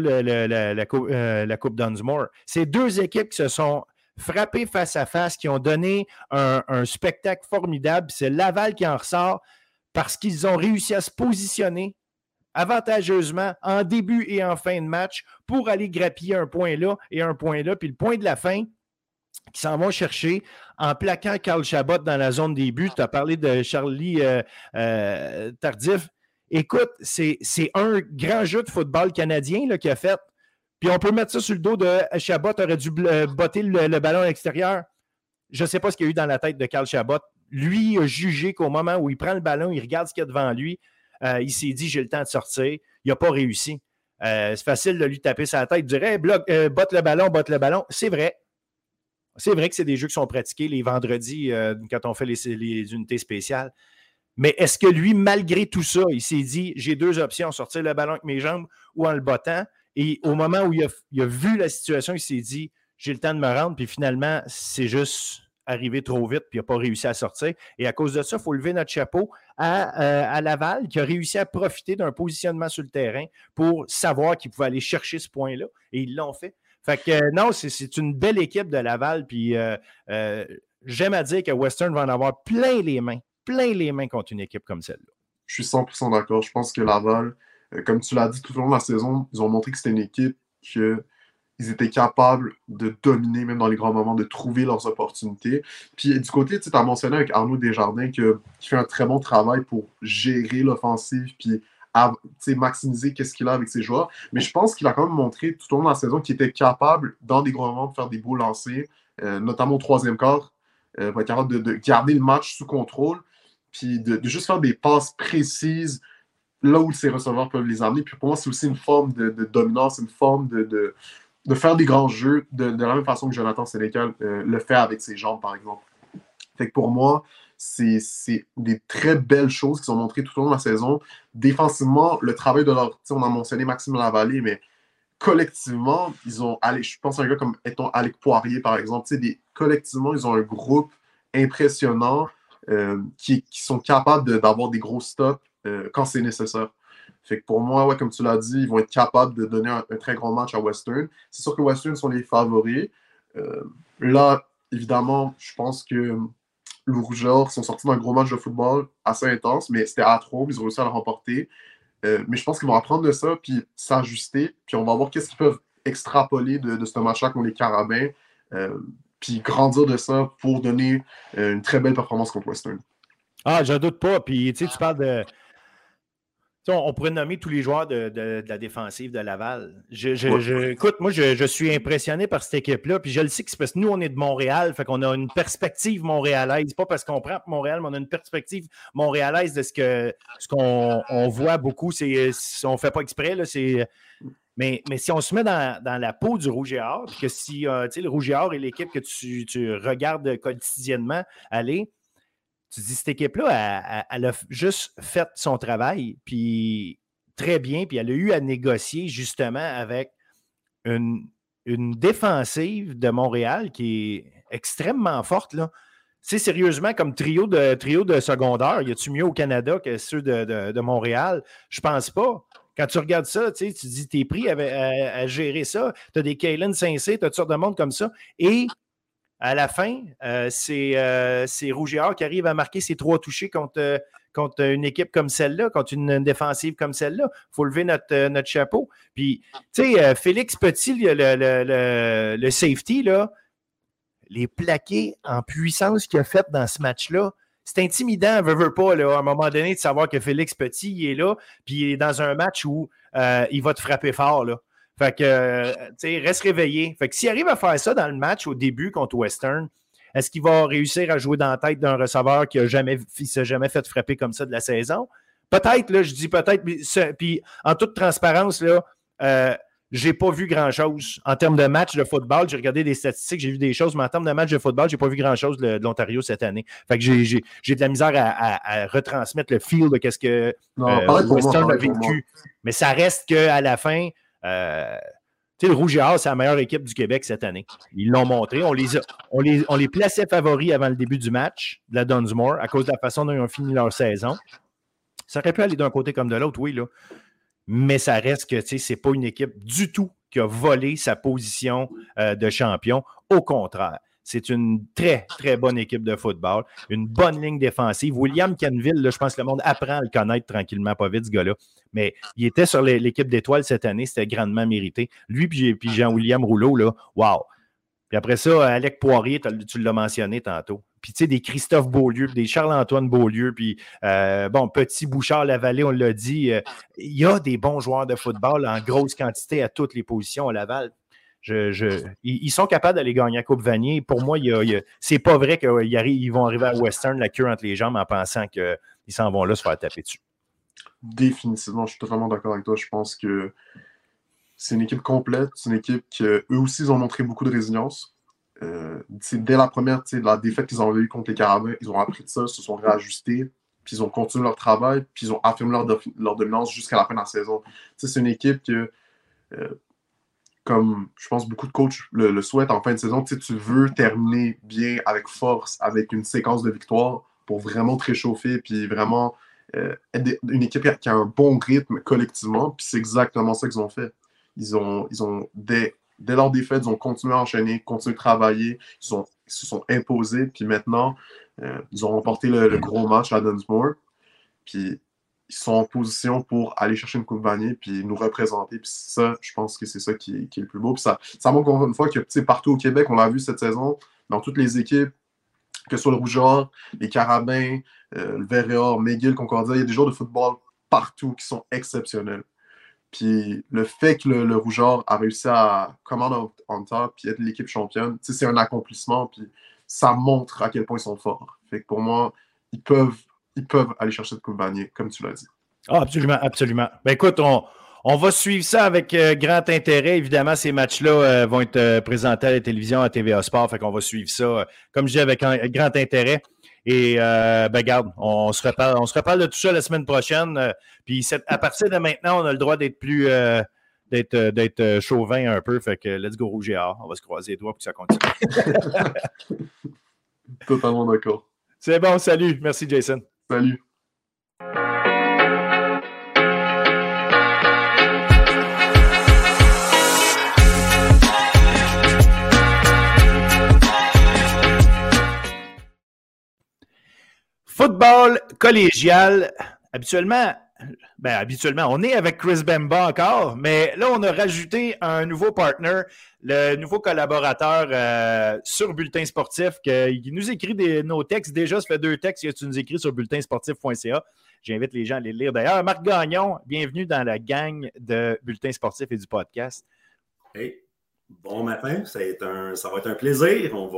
la Coupe Dunsmore. C'est 2 équipes qui se sont frappées face à face, qui ont donné un spectacle formidable. C'est Laval qui en ressort parce qu'ils ont réussi à se positionner avantageusement en début et en fin de match pour aller grappiller un point là et un point là. Puis le point de la fin, qui s'en vont chercher en plaquant Carl Chabot dans la zone des buts. Tu as parlé de Charlie Tardif. Écoute, c'est un grand jeu de football canadien qu'il a fait. Puis on peut mettre ça sur le dos de Chabot, aurait dû botter le ballon à l'extérieur. Je ne sais pas ce qu'il y a eu dans la tête de Carl Chabot. Lui a jugé qu'au moment où il prend le ballon, il regarde ce qu'il y a devant lui, il s'est dit « j'ai le temps de sortir ». Il n'a pas réussi. C'est facile de lui taper sa tête, de dire hey, botte le ballon. C'est vrai. C'est vrai que c'est des jeux qui sont pratiqués les vendredis quand on fait les unités spéciales. Mais est-ce que lui, malgré tout ça, il s'est dit j'ai deux options, sortir le ballon avec mes jambes ou en le bottant? Et au moment où il a vu la situation, il s'est dit j'ai le temps de me rendre, puis finalement, c'est juste arrivé trop vite, puis il n'a pas réussi à sortir. Et à cause de ça, il faut lever notre chapeau à Laval, qui a réussi à profiter d'un positionnement sur le terrain pour savoir qu'il pouvait aller chercher ce point-là. Et ils l'ont fait. Fait que non, c'est une belle équipe de Laval, puis j'aime à dire que Western va en avoir plein les mains contre une équipe comme celle-là. Je suis 100% d'accord. Je pense que Laval, comme tu l'as dit tout au long de la saison, ils ont montré que c'était une équipe qu'ils étaient capables de dominer, même dans les grands moments, de trouver leurs opportunités. Puis du côté, tu as mentionné avec Arnaud Desjardins qui fait un très bon travail pour gérer l'offensive, puis maximiser qu'est-ce qu'il a avec ses joueurs. Mais je pense qu'il a quand même montré tout au long de la saison qu'il était capable, dans des grands moments, de faire des beaux lancers, notamment au troisième quart, va être capable de garder le match sous contrôle, puis de juste faire des passes précises là où ses receveurs peuvent les amener. Puis pour moi, c'est aussi une forme de dominance, une forme de faire des grands jeux de la même façon que Jonathan Sénécal le fait avec ses jambes, par exemple. Fait que pour moi, c'est des très belles choses qu'ils ont montrées tout au long de la saison. Défensivement, le travail de leur... On a mentionné Maxime Lavallée, mais collectivement, ils ont... je pense à un gars comme Alec Poirier, par exemple. Collectivement, ils ont un groupe impressionnant qui sont capables d'avoir des gros stops quand c'est nécessaire. Fait que pour moi, comme tu l'as dit, ils vont être capables de donner un très grand match à Western. C'est sûr que Western sont les favoris. Là, évidemment, je pense que les Rougeurs sont sortis d'un gros match de football assez intense, mais c'était à trop, ils ont réussi à le remporter. Mais je pense qu'ils vont apprendre de ça, puis s'ajuster, puis on va voir qu'est-ce qu'ils peuvent extrapoler de ce match-là contre les Carabins, puis grandir de ça pour donner une très belle performance contre Western. Ah, je doute pas. Puis tu parles de... On pourrait nommer tous les joueurs de la défensive de Laval. Écoute, moi, je suis impressionné par cette équipe-là. Puis je le sais que c'est parce que nous, on est de Montréal. Fait qu'on a une perspective montréalaise. Pas parce qu'on prend Montréal, mais on a une perspective montréalaise de ce qu'on voit beaucoup. On ne fait pas exprès. Là, mais si on se met dans la peau du Rouge et Or, puis que si le Rouge et Or est l'équipe que tu regardes quotidiennement aller, tu dis, cette équipe-là, elle a juste fait son travail, puis très bien, puis elle a eu à négocier justement avec une défensive de Montréal qui est extrêmement forte, là. Tu sais, sérieusement, comme trio de secondaire, y a-tu mieux au Canada que ceux de Montréal? Je pense pas. Quand tu regardes ça, tu dis, t'es pris à gérer ça. Tu as des Kalen Saint-Cyr, tu as toutes sortes de monde comme ça. Et à la fin, c'est Rouge et Or qui arrive à marquer ses 3 touchés contre une équipe comme celle-là, contre une défensive comme celle-là. Il faut lever notre chapeau. Puis, tu sais, Félix Petit, le safety, là, les plaqués en puissance qu'il a fait dans ce match-là, c'est intimidant, veut pas, là, à un moment donné, de savoir que Félix Petit, il est là, puis il est dans un match où il va te frapper fort, là. Fait que, tu sais, reste réveillé. Fait que s'il arrive à faire ça dans le match au début contre Western, est-ce qu'il va réussir à jouer dans la tête d'un receveur qui ne s'est jamais fait frapper comme ça de la saison? Peut-être, là, je dis peut-être, puis en toute transparence, là, j'ai pas vu grand-chose. En termes de match de football, j'ai regardé des statistiques, j'ai vu des choses, mais en termes de match de football, j'ai pas vu grand-chose de l'Ontario cette année. Fait que j'ai de la misère à retransmettre le feel de qu'est-ce que Western a vécu. Mais ça reste qu'à la fin, le Rouge et Or, c'est la meilleure équipe du Québec cette année. Ils l'ont montré. On les plaçait favoris avant le début du match de la Dunsmore à cause de la façon dont ils ont fini leur saison. Ça aurait pu aller d'un côté comme de l'autre, oui, là. Mais ça reste que c'est pas une équipe du tout qui a volé sa position de champion. Au contraire, c'est une très, très bonne équipe de football, une bonne ligne défensive. William Canville, là, je pense que le monde apprend à le connaître tranquillement, pas vite, ce gars-là. Mais il était sur l'équipe d'étoiles cette année, c'était grandement mérité. Lui puis Jean-William Rouleau, là, wow! Puis après ça, Alec Poirier, tu l'as mentionné tantôt. Puis tu sais, des Christophe Beaulieu, des Charles-Antoine Beaulieu, puis Petit Bouchard-Lavallée, on l'a dit. Il y a des bons joueurs de football en grosse quantité à toutes les positions à Laval. Ils sont capables d'aller gagner la Coupe Vanier. Pour moi, c'est pas vrai qu'ils vont arriver à Western, la queue entre les jambes, en pensant qu'ils s'en vont là se faire taper dessus. Définitivement, je suis totalement d'accord avec toi. Je pense que c'est une équipe complète. C'est une équipe qu'eux aussi, ils ont montré beaucoup de résilience. Dès la première, la défaite qu'ils ont eue contre les Carabins, ils ont appris de ça, se sont réajustés, puis ils ont continué leur travail, puis ils ont affirmé leur dominance jusqu'à la fin de la saison. C'est une équipe que, comme je pense beaucoup de coachs le souhaitent en fin de saison, tu veux terminer bien, avec force, avec une séquence de victoires pour vraiment te réchauffer, puis vraiment être une équipe qui a un bon rythme collectivement, puis c'est exactement ça qu'ils ont fait. Ils ont dès leur défaite, ils ont continué à enchaîner, continué à travailler, ils se sont imposés, puis maintenant, ils ont remporté le gros match à Dunsmore, puis ils sont en position pour aller chercher une Coupe Vanier, puis nous représenter, puis ça, je pense que c'est ça qui est le plus beau, puis ça montre encore une fois que partout au Québec, on l'a vu cette saison, dans toutes les équipes, que ce soit le Rougeard, les Carabins, le Vert-et-Or, McGill, Concordia, il y a des joueurs de football partout qui sont exceptionnels. Puis le fait que le Rougeard a réussi à commander en top puis être l'équipe championne, c'est un accomplissement. Puis ça montre à quel point ils sont forts. Fait que pour moi, ils peuvent aller chercher cette Coupe Vanier, comme tu l'as dit. Ah, absolument, absolument. Ben écoute, on va suivre ça avec grand intérêt. Évidemment, ces matchs-là vont être présentés à la télévision, à TVA Sport. Fait qu'on va suivre ça, comme je dis, avec grand intérêt. Et garde, on se reparle de tout ça la semaine prochaine. Puis à partir de maintenant, on a le droit d'être plus d'être chauvin un peu. Fait que let's go Rouge et Or. On va se croiser les doigts pour que ça continue. Totalement d'accord. C'est bon, salut. Merci, Jason. Salut. Football collégial, habituellement, on est avec Chris Bemba encore, mais là, on a rajouté un nouveau partner, le nouveau collaborateur sur Bulletin Sportif, qui nous écrit nos textes. Déjà, ça fait 2 textes que tu nous écris sur bulletinsportif.ca. J'invite les gens à les lire. D'ailleurs, Marc Gagnon, bienvenue dans la gang de Bulletin Sportif et du podcast. Hey, bon matin, ça va être un plaisir. On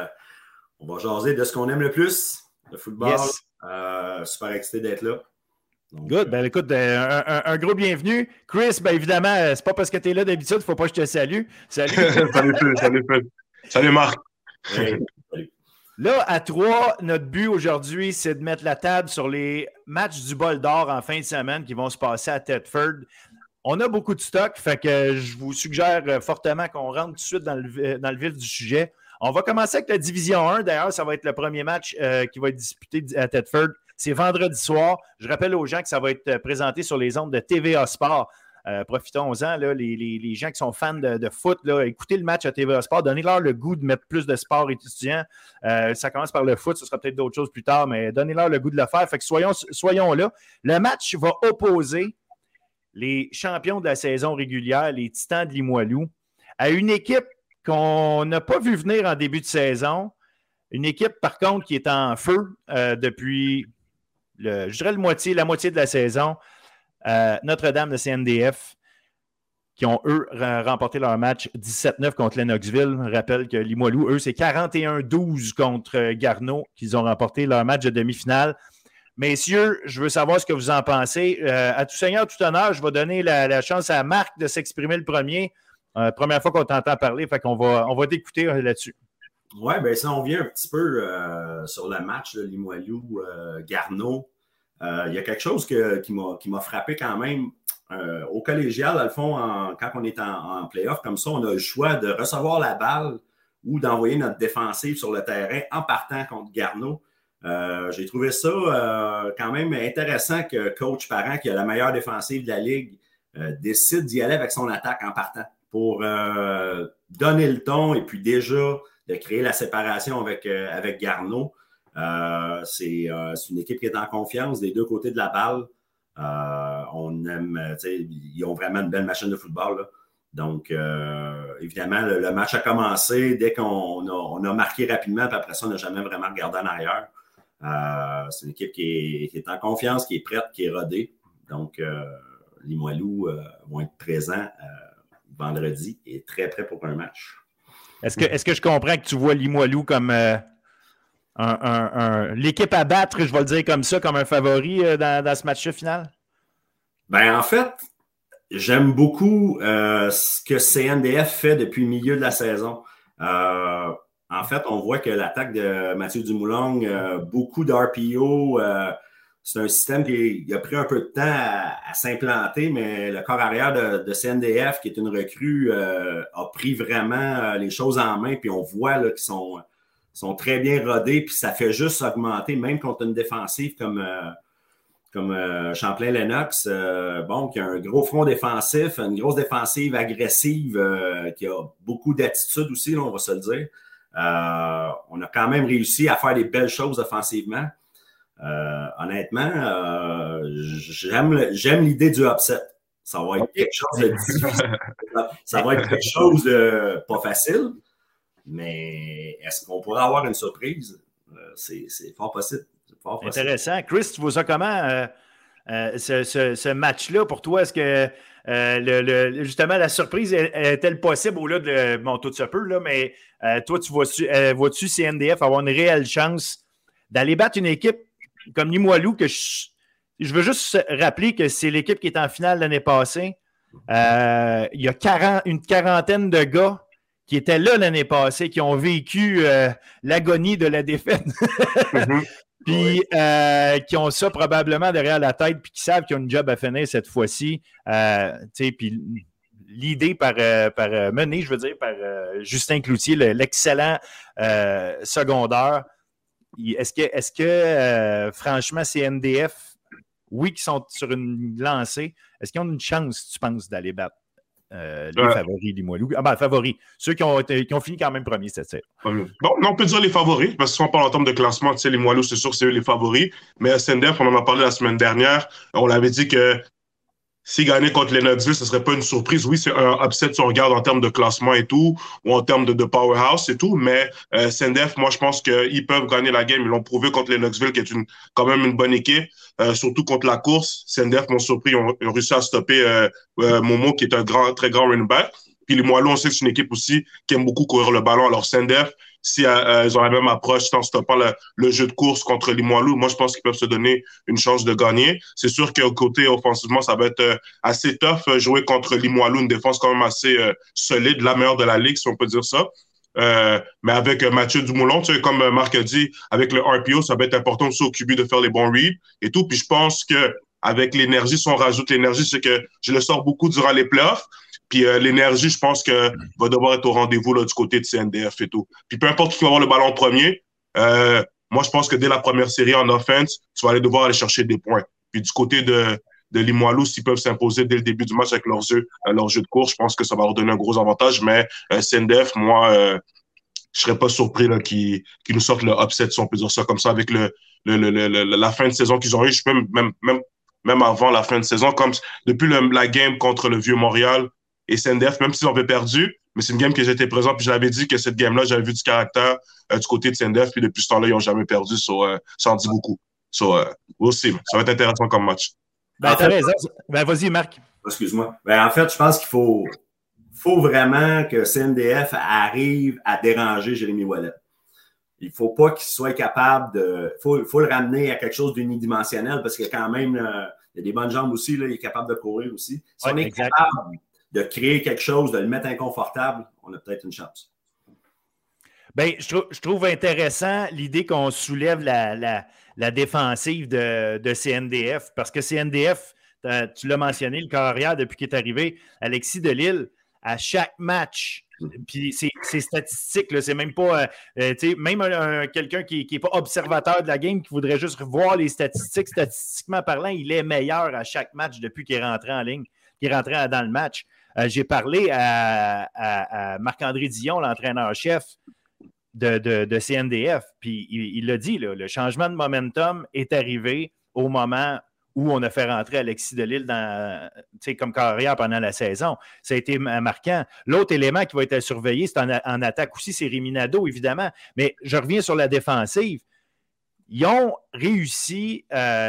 va jaser de ce qu'on aime le plus. Le football, yes. Super excité d'être là. Donc, good. Ben écoute, un gros bienvenue. Chris, ben évidemment, c'est pas parce que tu es là d'habitude, il ne faut pas que je te salue. Salut. Salut, Phil. Salut, Marc. Hey, salut. Là, à 3, notre but aujourd'hui, c'est de mettre la table sur les matchs du bol d'or en fin de semaine qui vont se passer à Thetford. On a beaucoup de stock, fait que je vous suggère fortement qu'on rentre tout de suite dans le vif du sujet. On va commencer avec la Division 1. D'ailleurs, ça va être le premier match qui va être disputé à Thetford. C'est vendredi soir. Je rappelle aux gens que ça va être présenté sur les ondes de TVA Sport. Profitons-en, là, les gens qui sont fans de foot, là, écoutez le match à TVA Sport. Donnez-leur le goût de mettre plus de sport étudiant. Ça commence par le foot, ce sera peut-être d'autres choses plus tard, mais donnez-leur le goût de le faire. Fait que soyons là. Le match va opposer les champions de la saison régulière, les Titans de Limoilou, à une équipe qu'on n'a pas vu venir en début de saison. Une équipe, par contre, qui est en feu depuis, la moitié de la saison. Notre-Dame de CNDF, qui ont, eux, remporté leur match 17-9 contre Lennoxville. Je rappelle que Limoilou, eux, c'est 41-12 contre Garneau qu'ils ont remporté leur match de demi-finale. Messieurs, je veux savoir ce que vous en pensez. À tout seigneur, tout honneur, je vais donner la chance à Marc de s'exprimer le premier. Première fois qu'on t'entend parler, fait qu'on va t'écouter là-dessus. Oui, bien, si on vient un petit peu sur le match de Limoilou-Garneau, il y a quelque chose qui m'a frappé quand même. Au collégial, dans le fond, quand on est en play-off comme ça, on a le choix de recevoir la balle ou d'envoyer notre défensive sur le terrain en partant contre Garneau. J'ai trouvé ça quand même intéressant que coach Parent, qui a la meilleure défensive de la Ligue, décide d'y aller avec son attaque en partant pour donner le ton et puis déjà de créer la séparation avec Garneau. C'est une équipe qui est en confiance des deux côtés de la balle. On aime, ils ont vraiment une belle machine de football, là. Donc, évidemment, le match a commencé dès qu'on a marqué rapidement, puis après ça, on n'a jamais vraiment regardé en arrière. C'est une équipe qui est en confiance, qui est prête, qui est rodée. Donc, Limoilou vont être présents vendredi et très prêts pour un match. Est-ce que je comprends que tu vois Limoilou comme l'équipe à battre, je vais le dire comme ça, comme un favori dans ce match-là final? Ben, en fait, j'aime beaucoup ce que CNDF fait depuis le milieu de la saison. En fait, on voit que l'attaque de Mathieu Dumoulin, beaucoup d'RPO, c'est un système qui a pris un peu de temps à s'implanter, mais le corps arrière de CNDF, qui est une recrue, a pris vraiment les choses en main, puis on voit là, qu'ils sont très bien rodés, puis ça fait juste augmenter, même contre une défensive comme Champlain-Lennox, qui a un gros front défensif, une grosse défensive agressive, qui a beaucoup d'attitude aussi, là, on va se le dire. On a quand même réussi à faire des belles choses offensivement. Honnêtement, j'aime l'idée du upset. Ça va être quelque chose de difficile. Ça va être quelque chose de pas facile, mais est-ce qu'on pourrait avoir une surprise? C'est fort possible. Intéressant. Chris, tu vois ça comment, ce match-là pour toi? Est-ce que justement la surprise est-elle possible au-delà de tout se peut, là, mais toi, vois-tu CNDF avoir une réelle chance d'aller battre une équipe comme Limoilou, que je veux juste rappeler que c'est l'équipe qui est en finale l'année passée. Il y a une quarantaine de gars qui étaient là l'année passée, qui ont vécu l'agonie de la défaite. Puis qui ont ça probablement derrière la tête, puis qui savent qu'ils ont une job à finir cette fois-ci. Puis l'idée menée, je veux dire, par Justin Cloutier, l'excellent secondaire. Est-ce que franchement, CNDF, oui, qui sont sur une lancée, est-ce qu'ils ont une chance, tu penses, d'aller battre les favoris Limoilou? Favoris. Ceux qui ont fini quand même premiers cette série. Non, on peut dire les favoris, parce que si on parle en termes de classement, tu sais, Limoilou, c'est sûr que c'est eux les favoris. Mais CNDF, on en a parlé la semaine dernière. On l'avait dit que s'ils gagnaient contre Lennoxville, ce ne serait pas une surprise. Oui, c'est un upset si on regarde en termes de classement et tout, ou en termes de powerhouse et tout, mais CNDF, moi, je pense qu'ils peuvent gagner la game. Ils l'ont prouvé contre Lennoxville, qui est quand même une bonne équipe, surtout contre la course. CNDF m'ont surpris, ils ont réussi à stopper Momo, qui est un très grand running back. Puis les Moileaux, on sait que c'est une équipe aussi qui aime beaucoup courir le ballon. Alors CNDF, si ils ont la même approche en stoppant le jeu de course contre les Limoilou, moi, je pense qu'ils peuvent se donner une chance de gagner. C'est sûr qu'au côté offensivement, ça va être assez tough jouer contre Limoilou, une défense quand même assez solide, la meilleure de la ligue, si on peut dire ça. Mais avec Mathieu Dumoulin, tu sais, comme Marc a dit, avec le RPO, ça va être important aussi au QB de faire les bons reads et tout. Puis je pense que avec l'énergie, si on rajoute l'énergie, c'est que je le sors beaucoup durant les playoffs. Puis l'énergie, je pense que va devoir être au rendez-vous là, du côté de CNDF et tout. Puis peu importe qui va avoir le ballon en premier, moi, je pense que dès la première série en offense, tu vas devoir aller chercher des points. Puis du côté de Limoilou, s'ils peuvent s'imposer dès le début du match avec leur jeu de course, je pense que ça va leur donner un gros avantage. Mais CNDF, moi, je serais pas surpris là, qu'ils nous sortent le upset, si on peut dire ça comme ça, avec la fin de saison qu'ils ont eu. Je peux même avant la fin de saison, comme depuis la game contre le Vieux-Montréal et CNDF, même s'ils avaient perdu, mais c'est une game que j'étais présent, puis je l'avais dit que cette game-là, j'avais vu du caractère du côté de CNDF, puis depuis ce temps-là, ils n'ont jamais perdu, ça en dit beaucoup. Aussi, ça va être intéressant comme match. T'as raison. Vas-y, Marc. Excuse-moi. En fait, je pense qu'il faut vraiment que CNDF arrive à déranger Jérémy Ouellet. Il ne faut pas qu'il soit capable de... Il faut le ramener à quelque chose d'unidimensionnel parce que quand même, il y a des bonnes jambes aussi, là, il est capable de courir aussi. Si on est capable de créer quelque chose, de le mettre inconfortable, on a peut-être une chance. Bien, je trouve intéressant l'idée qu'on soulève la défensive de CNDF parce que CNDF, tu l'as mentionné, le corps arrière depuis qu'il est arrivé, Alexis Delisle, à chaque match, puis c'est statistique, là, c'est même pas, même quelqu'un qui n'est pas observateur de la game, qui voudrait juste voir les statistiques, statistiquement parlant, il est meilleur à chaque match depuis qu'il est rentré en ligne, qu'il est rentré dans le match. J'ai parlé à Marc-André Dion, l'entraîneur-chef de CNDF, puis il l'a dit, là, le changement de momentum est arrivé au moment où on a fait rentrer Alexis Delisle comme carrière pendant la saison. Ça a été marquant. L'autre élément qui va être à surveiller, c'est en attaque aussi, c'est Rémi Nadeau, évidemment. Mais je reviens sur la défensive. Ils ont réussi,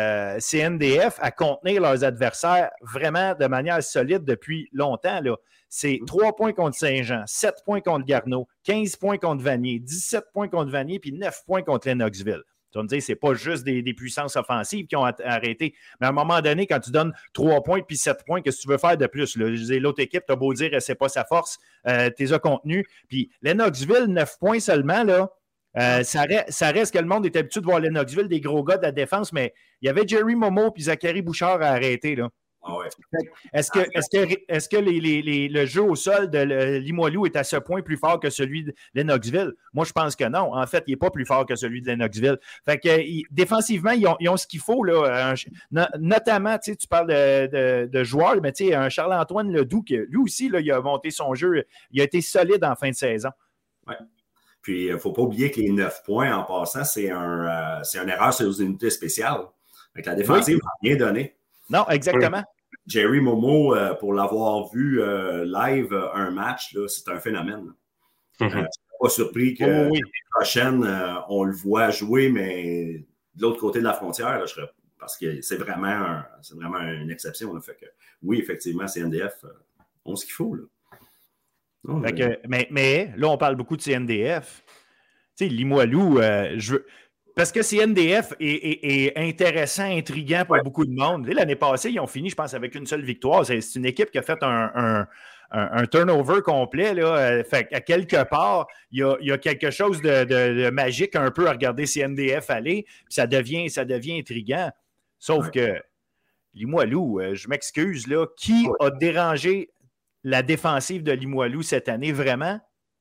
CNDF, à contenir leurs adversaires vraiment de manière solide depuis longtemps. Là. C'est 3 points contre Saint-Jean, 7 points contre Garneau, 15 points contre Vanier, 17 points contre Vanier, puis 9 points contre Lennoxville. Tu vas me dire, c'est pas juste des puissances offensives qui ont arrêté. Mais à un moment donné, quand tu donnes 3 points puis 7 points, qu'est-ce que tu veux faire de plus? Là? Je disais, l'autre équipe, tu as beau dire, c'est pas sa force, tu les as contenus. Puis Lennoxville, 9 points seulement, là. Ça reste que le monde est habitué de voir Lennoxville, des gros gars de la défense, mais il y avait Jerry Momo puis Zachary Bouchard à arrêter. Là. Ah ouais. Est-ce que le jeu au sol de Limoilou est à ce point plus fort que celui de Lennoxville? Moi, je pense que non. En fait, il n'est pas plus fort que celui de Lennoxville. Fait que défensivement, ils ont ce qu'il faut. Là, notamment, tu parles de joueurs, mais un Charles-Antoine Ledoux, lui aussi, là, il a monté son jeu. Il a été solide en fin de saison. Oui. Puis, il ne faut pas oublier que les 9 points, en passant, c'est une erreur sur les unités spéciales. Fait que la défensive n'a rien donné. Non, exactement. Oui. Jerry Momo, pour l'avoir vu live un match, là, c'est un phénomène. Je ne suis pas surpris que l'année prochaine, on le voit jouer, mais de l'autre côté de la frontière, là, parce que c'est vraiment une exception. Là. Fait que, oui, effectivement, CNDF ont ce qu'il faut. Là. Non, mais là, on parle beaucoup de CNDF. Tu sais, Limoilou, parce que CNDF est intéressant, intriguant pour beaucoup de monde. L'année passée, ils ont fini, je pense, avec une seule victoire. C'est une équipe qui a fait un turnover complet. Là. Fait à quelque part, il y a quelque chose de magique un peu à regarder CNDF aller. Puis ça devient intriguant. Sauf que Limoilou, je m'excuse, là, qui a dérangé la défensive de Limoilou cette année, vraiment?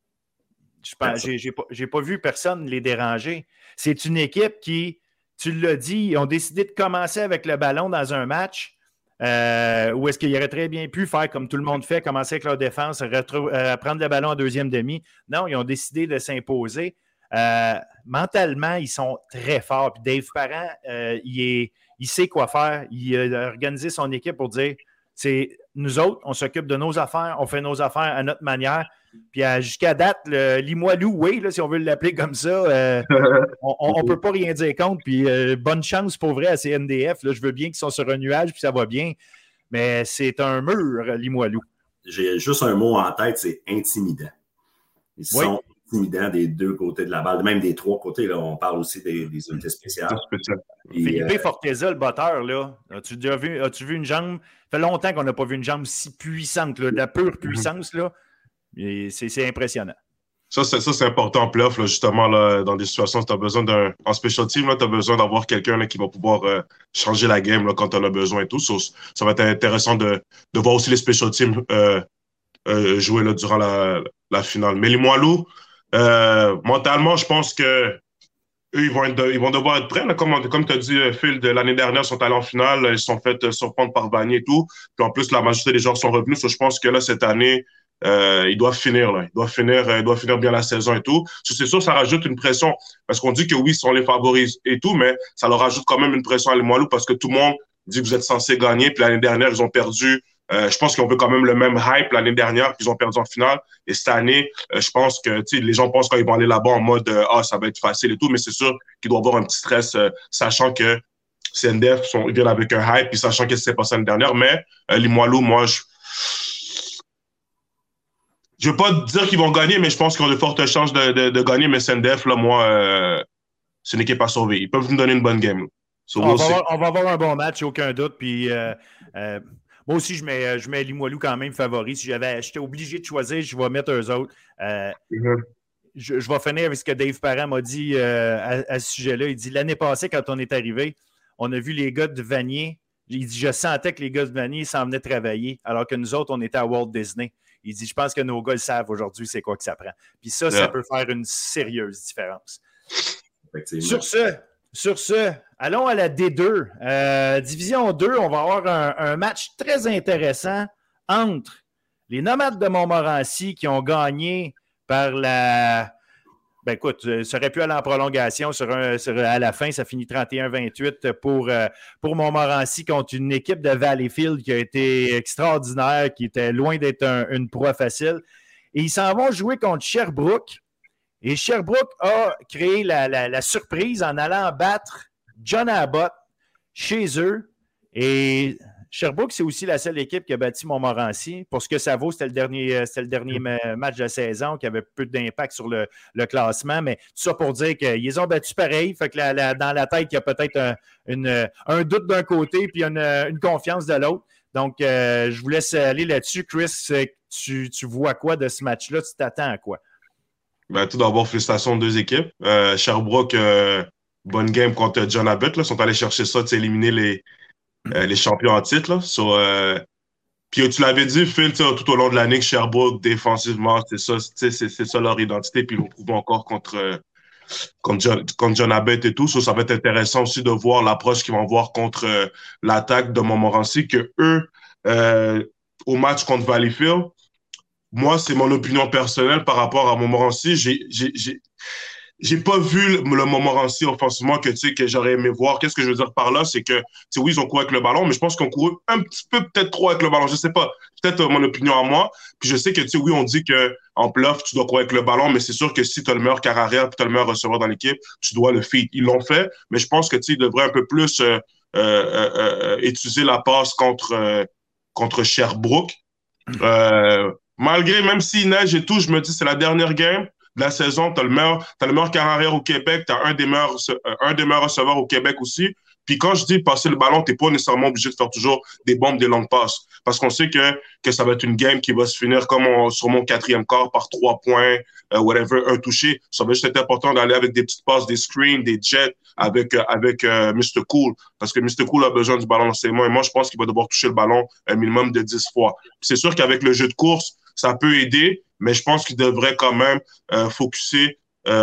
J'ai pas vu personne les déranger. C'est une équipe qui, tu l'as dit, ils ont décidé de commencer avec le ballon dans un match où est-ce qu'ils auraient très bien pu faire comme tout le monde fait, commencer avec leur défense, prendre le ballon en deuxième demi. Non, ils ont décidé de s'imposer. Mentalement, ils sont très forts. Puis Dave Parent, il sait quoi faire. Il a organisé son équipe pour dire c'est nous autres, on s'occupe de nos affaires, on fait nos affaires à notre manière. Puis jusqu'à date, le Limoilou, oui, là, si on veut l'appeler comme ça, on ne peut pas rien dire contre. Puis bonne chance pour vrai à CNDF. Là, je veux bien qu'ils sont sur un nuage, puis ça va bien. Mais c'est un mur, Limoilou. J'ai juste un mot en tête, c'est intimidant. Ils sont intimidants des deux côtés de la balle, même des trois côtés. Là, on parle aussi des unités spéciales. Philippe Forteza, le batteur, là, as-tu vu une jambe? Ça fait longtemps qu'on n'a pas vu une jambe si puissante, là, de la pure puissance. Là. C'est impressionnant. Ça, c'est important en playoff, là, justement, là, dans des situations où tu as besoin en special team, tu as besoin d'avoir quelqu'un là, qui va pouvoir changer la game là, quand tu en as besoin et tout. Ça va être intéressant de voir aussi les special teams jouer là, durant la finale. Mais les Limoilou, mentalement, je pense que eux, ils vont devoir être prêts. Là, comme tu as dit, Phil, de l'année dernière, ils sont allés en finale, ils se sont fait surprendre par Vanier et tout. Puis en plus, la majorité des joueurs sont revenus. Je pense que là, cette année, ils doivent finir. Là. Ils doivent finir bien la saison et tout. C'est sûr, ça rajoute une pression. Parce qu'on dit que oui, ils sont les favoris et tout, mais ça leur rajoute quand même une pression à Limoilou parce que tout le monde dit que vous êtes censés gagner. Puis l'année dernière, ils ont perdu. Je pense qu'ils ont vu quand même le même hype l'année dernière qu'ils ont perdu en finale. Et cette année, je pense que les gens pensent qu'ils vont aller là-bas en mode ça va être facile et tout, mais c'est sûr qu'ils doivent avoir un petit stress, sachant que CNDF ils viennent avec un hype, puis sachant que c'est passé l'année dernière. Mais Limoilou, moi, je veux pas dire qu'ils vont gagner, mais je pense qu'ils ont de fortes chances de gagner. Mais CNDF, là, moi, c'est une équipe à sauver. Ils peuvent nous donner une bonne game. On va avoir un bon match, aucun doute. Puis moi aussi, je mets Limoilou quand même favori. Si j'étais obligé de choisir, je vais mettre eux autres. Je vais finir avec ce que Dave Parent m'a dit à ce sujet-là. Il dit, l'année passée, quand on est arrivé, on a vu les gars de Vanier. Il dit, je sentais que les gars de Vanier s'en venaient travailler, alors que nous autres, on était à Walt Disney. Il dit, je pense que nos gars le savent aujourd'hui, c'est quoi que ça prend. Puis ça peut faire une sérieuse différence. Sur ce, allons à la D2. Division 2, on va avoir un match très intéressant entre les Nomades de Montmorency qui ont gagné par la Ben écoute, ça aurait pu aller en prolongation à la fin. Ça finit 31-28 pour Montmorency contre une équipe de Valleyfield qui a été extraordinaire, qui était loin d'être une proie facile. Et ils s'en vont jouer contre Sherbrooke. Et Sherbrooke a créé la surprise en allant battre John Abbott chez eux. Et Sherbrooke, c'est aussi la seule équipe qui a battu Montmorency. Pour ce que ça vaut, c'était le dernier match de la saison qui avait peu d'impact sur le classement. Mais tout ça pour dire qu'ils ont battu pareil. Fait que dans la tête, il y a peut-être un doute d'un côté puis une confiance de l'autre. Donc, je vous laisse aller là-dessus. Chris, tu vois quoi de ce match-là? Tu t'attends à quoi? Ben, tout d'abord, félicitations aux deux équipes. Sherbrooke, bonne game contre John Abbott. Ils sont allés chercher ça, éliminer les champions en titre. Puis tu l'avais dit, Phil, tout au long de l'année que Sherbrooke, défensivement, c'est ça leur identité. Puis ils l'ont prouvé encore contre John Abbott et tout. Ça va être intéressant aussi de voir l'approche qu'ils vont voir contre l'attaque de Montmorency, que eux, au match contre Valleyfield, moi, c'est mon opinion personnelle par rapport à Montmorency. J'ai pas vu le Montmorency offensivement que j'aurais aimé voir. Qu'est-ce que je veux dire par là? C'est que, oui, ils ont couru avec le ballon, mais je pense qu'ils ont couru un petit peu, peut-être trop avec le ballon. Je sais pas. Peut-être mon opinion à moi. Puis je sais que, oui, on dit qu'en playoff, tu dois courir avec le ballon, mais c'est sûr que si tu as le meilleur quart arrière et tu as le meilleur receveur dans l'équipe, tu dois le feed. Ils l'ont fait, mais je pense que, ils devraient un peu plus utiliser la passe contre Sherbrooke. Malgré, même s'il neige et tout, je me dis c'est la dernière game de la saison. Tu as le meilleur quart arrière au Québec, tu as un des meilleurs receveurs au Québec aussi. Puis quand je dis passer le ballon, tu n'es pas nécessairement obligé de faire toujours des bombes, des longues passes. Parce qu'on sait que ça va être une game qui va se finir comme sur mon 4e quart par 3 points, whatever, un touché. Ça va juste être important d'aller avec des petites passes, des screens, des jets avec Mr. Cool. Parce que Mr. Cool a besoin du ballon dans ses mains. Et moi, je pense qu'il va devoir toucher le ballon un minimum de 10 fois. Puis c'est sûr qu'avec le jeu de course, ça peut aider, mais je pense qu'il devrait quand même focusser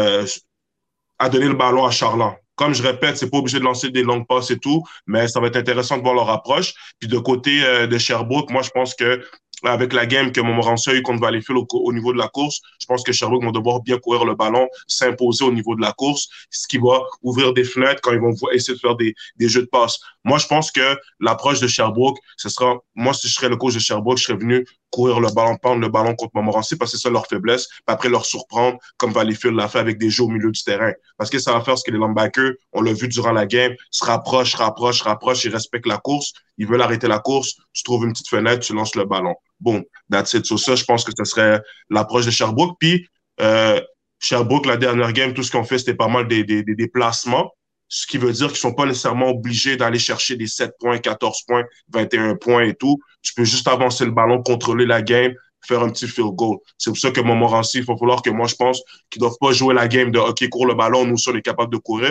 à donner le ballon à Charland. Comme je répète, c'est pas obligé de lancer des longues passes et tout, mais ça va être intéressant de voir leur approche. Puis de côté de Sherbrooke, moi, je pense que avec la game que Montmorency a eu contre Valleyfield au niveau de la course, je pense que Sherbrooke vont devoir bien courir le ballon, s'imposer au niveau de la course, ce qui va ouvrir des fenêtres quand ils vont essayer de faire des jeux de passe. Moi, je pense que l'approche de Sherbrooke, moi, si je serais le coach de Sherbrooke, je serais venu courir le ballon, prendre le ballon contre Montmorency parce que c'est ça leur faiblesse, puis après leur surprendre comme Valleyfield l'a fait avec des jeux au milieu du terrain. Parce que ça va faire ce que les linebackers, on l'a vu durant la game, se rapprochent, ils respectent la course, ils veulent arrêter la course, tu trouves une petite fenêtre, tu lances le ballon. Bon, that's it. Sur ça, je pense que ce serait l'approche de Sherbrooke. Puis, Sherbrooke, la dernière game, tout ce qu'on fait, c'était pas mal des déplacements, ce qui veut dire qu'ils sont pas nécessairement obligés d'aller chercher des 7 points, 14 points, 21 points et tout. Tu peux juste avancer le ballon, contrôler la game, faire un petit field goal. C'est pour ça que Montmorency, il va falloir que moi, je pense qu'ils doivent pas jouer la game de OK, cours le ballon, nous, si on est capable de courir.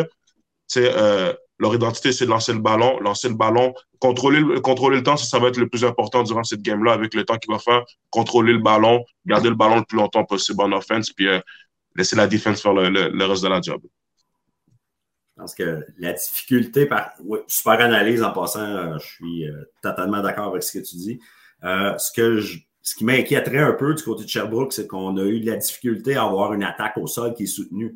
Leur identité, c'est de lancer le ballon, contrôler le temps, ça va être le plus important durant cette game-là, avec le temps qu'il va faire, contrôler le ballon, garder le ballon le plus longtemps possible en offense, puis laisser la défense faire le reste de la job. Je pense que la difficulté, super analyse en passant, je suis totalement d'accord avec ce que tu dis. Ce qui m'inquiéterait un peu du côté de Sherbrooke, c'est qu'on a eu de la difficulté à avoir une attaque au sol qui est soutenue.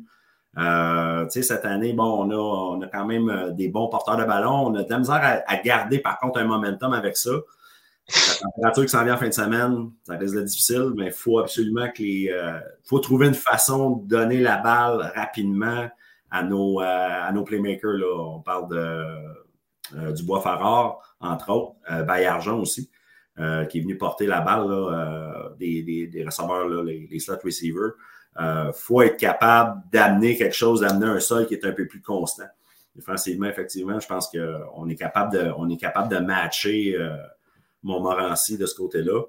Cette année, on a quand même des bons porteurs de ballon. On a de la misère à garder, par contre, un momentum avec ça. La température qui s'en vient en fin de semaine, ça risque d'être difficile, mais il faut absolument faut trouver une façon de donner la balle rapidement à nos playmakers. Là. On parle du Bois-Farrar, entre autres, Baillargeon aussi, qui est venu porter la balle là, des receveurs, là, les slot receivers. Faut être capable d'amener quelque chose, d'amener un sol qui est un peu plus constant. Défensivement, effectivement, je pense qu'on est capable de matcher Montmorency de ce côté-là.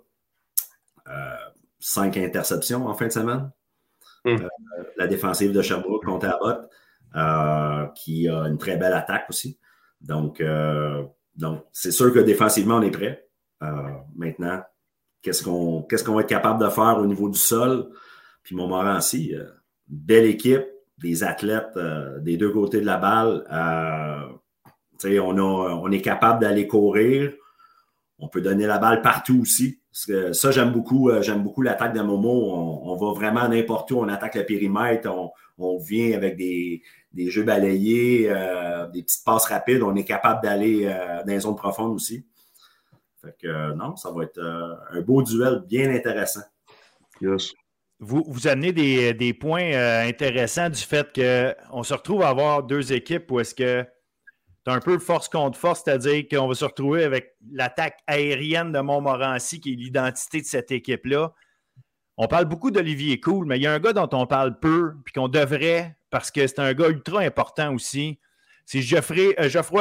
5 interceptions en fin de semaine. La défensive de Sherbrooke contre Abbott, qui a une très belle attaque aussi. Donc c'est sûr que défensivement, on est prêt. Maintenant, qu'est-ce qu'on va être capable de faire au niveau du sol? Puis Montmorency, belle équipe, des athlètes des deux côtés de la balle. On est capable d'aller courir. On peut donner la balle partout aussi. Parce que ça, j'aime beaucoup l'attaque de Momo. On va vraiment n'importe où, on attaque le périmètre, on vient avec des jeux balayés, des petites passes rapides. On est capable d'aller dans les zones profondes aussi. Fait que non, ça va être un beau duel bien intéressant. Yes. Vous amenez des points intéressants du fait qu'on se retrouve à avoir deux équipes où est-ce que tu as un peu force contre force, c'est-à-dire qu'on va se retrouver avec l'attaque aérienne de Montmorency qui est l'identité de cette équipe-là. On parle beaucoup d'Olivier Cool, mais il y a un gars dont on parle peu puis qu'on devrait, parce que c'est un gars ultra important aussi, c'est Geoffrey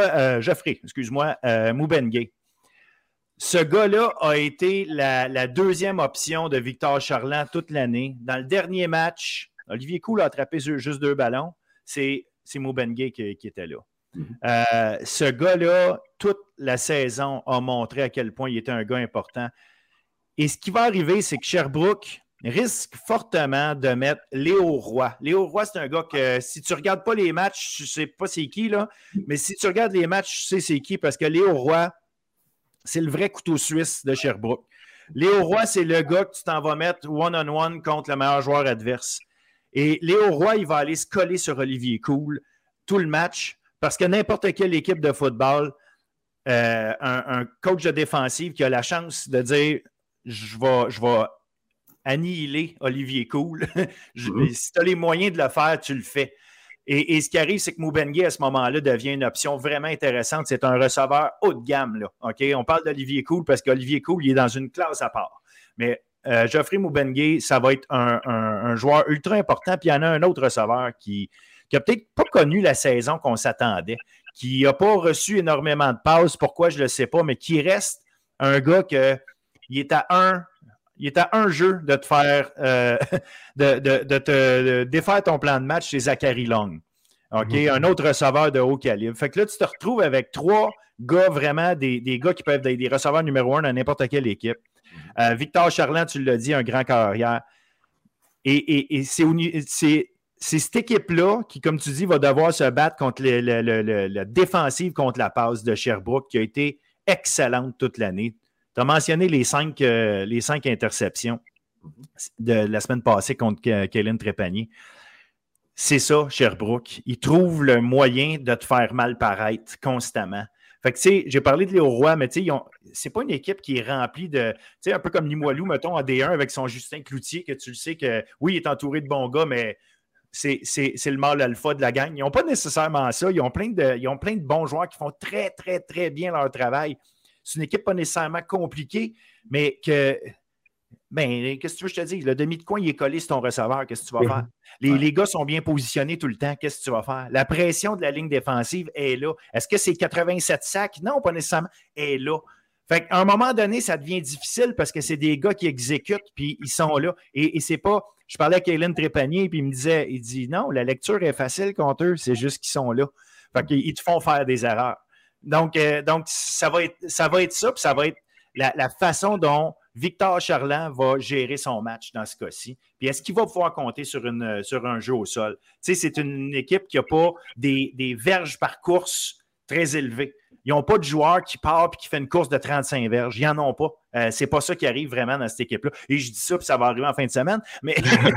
Mubenga. Ce gars-là a été la deuxième option de Victor Charland toute l'année. Dans le dernier match, Olivier Cool a attrapé juste 2 ballons. C'est Mubenga qui était là. Ce gars-là, toute la saison, a montré à quel point il était un gars important. Et ce qui va arriver, c'est que Sherbrooke risque fortement de mettre Léo Roy. Léo Roy, c'est un gars que si tu ne regardes pas les matchs, tu ne sais pas c'est qui, là, mais si tu regardes les matchs, tu sais c'est qui, parce que Léo Roy, c'est le vrai couteau suisse de Sherbrooke. Léo Roy, c'est le gars que tu t'en vas mettre one-on-one contre le meilleur joueur adverse. Et Léo Roy, il va aller se coller sur Olivier Cool tout le match, parce que n'importe quelle équipe de football, un coach de défensive qui a la chance de dire « Je vais annihiler Olivier Cool. Si tu as les moyens de le faire, tu le fais. » Et ce qui arrive, c'est que Mubenga, à ce moment-là, devient une option vraiment intéressante. C'est un receveur haut de gamme, là. Okay? On parle d'Olivier Cool parce qu'Olivier Cool, il est dans une classe à part. Mais Geoffrey Mubenga, ça va être un joueur ultra important. Puis il y en a un autre receveur qui n'a peut-être pas connu la saison qu'on s'attendait, qui n'a pas reçu énormément de passes. Pourquoi, je ne le sais pas, mais qui reste un gars il est à un jeu de te faire de défaire ton plan de match chez Zachary Long. OK? Un autre receveur de haut calibre. Fait que là, tu te retrouves avec 3 gars vraiment, des gars qui peuvent être des receveurs numéro 1 dans n'importe quelle équipe. Victor Charland, tu l'as dit, un grand carrière. Et c'est cette équipe-là qui, comme tu dis, va devoir se battre contre la défensive contre la passe de Sherbrooke qui a été excellente toute l'année. Tu as mentionné les 5 interceptions de la semaine passée contre Kellen Trépanier. C'est ça, Sherbrooke. Ils trouvent le moyen de te faire mal paraître constamment. Fait que, tu sais, j'ai parlé de Léo Roy, mais tu sais, c'est pas une équipe qui est remplie de, tu sais, un peu comme Limoilou, mettons, en D1 avec son Justin Cloutier, que tu le sais que, oui, il est entouré de bons gars, mais c'est le mâle alpha de la gang. Ils n'ont pas nécessairement ça. Ils ont plein de bons joueurs qui font très, très, très bien leur travail. C'est une équipe pas nécessairement compliquée, mais que, qu'est-ce que tu veux que je te dise? Le demi de coin, il est collé sur ton receveur. Qu'est-ce que tu vas faire? Les gars sont bien positionnés tout le temps. Qu'est-ce que tu vas faire? La pression de la ligne défensive est là. Est-ce que c'est 87 sacs? Non, pas nécessairement. Elle est là. Fait qu'à un moment donné, ça devient difficile parce que c'est des gars qui exécutent, puis ils sont là. Et c'est pas... Je parlais à Kellen Trépanier, puis il dit non, la lecture est facile contre eux, c'est juste qu'ils sont là. Fait qu'ils te font faire des erreurs. Donc ça va être ça, puis ça va être la façon dont Victor Charland va gérer son match dans ce cas-ci. Puis est-ce qu'il va pouvoir compter sur un jeu au sol? Tu sais, c'est une équipe qui n'a pas des verges par course très élevées. Ils n'ont pas de joueur qui part et qui fait une course de 35 verges. Ils n'en ont pas. C'est pas ça qui arrive vraiment dans cette équipe-là. Et je dis ça, puis ça va arriver en fin de semaine, mais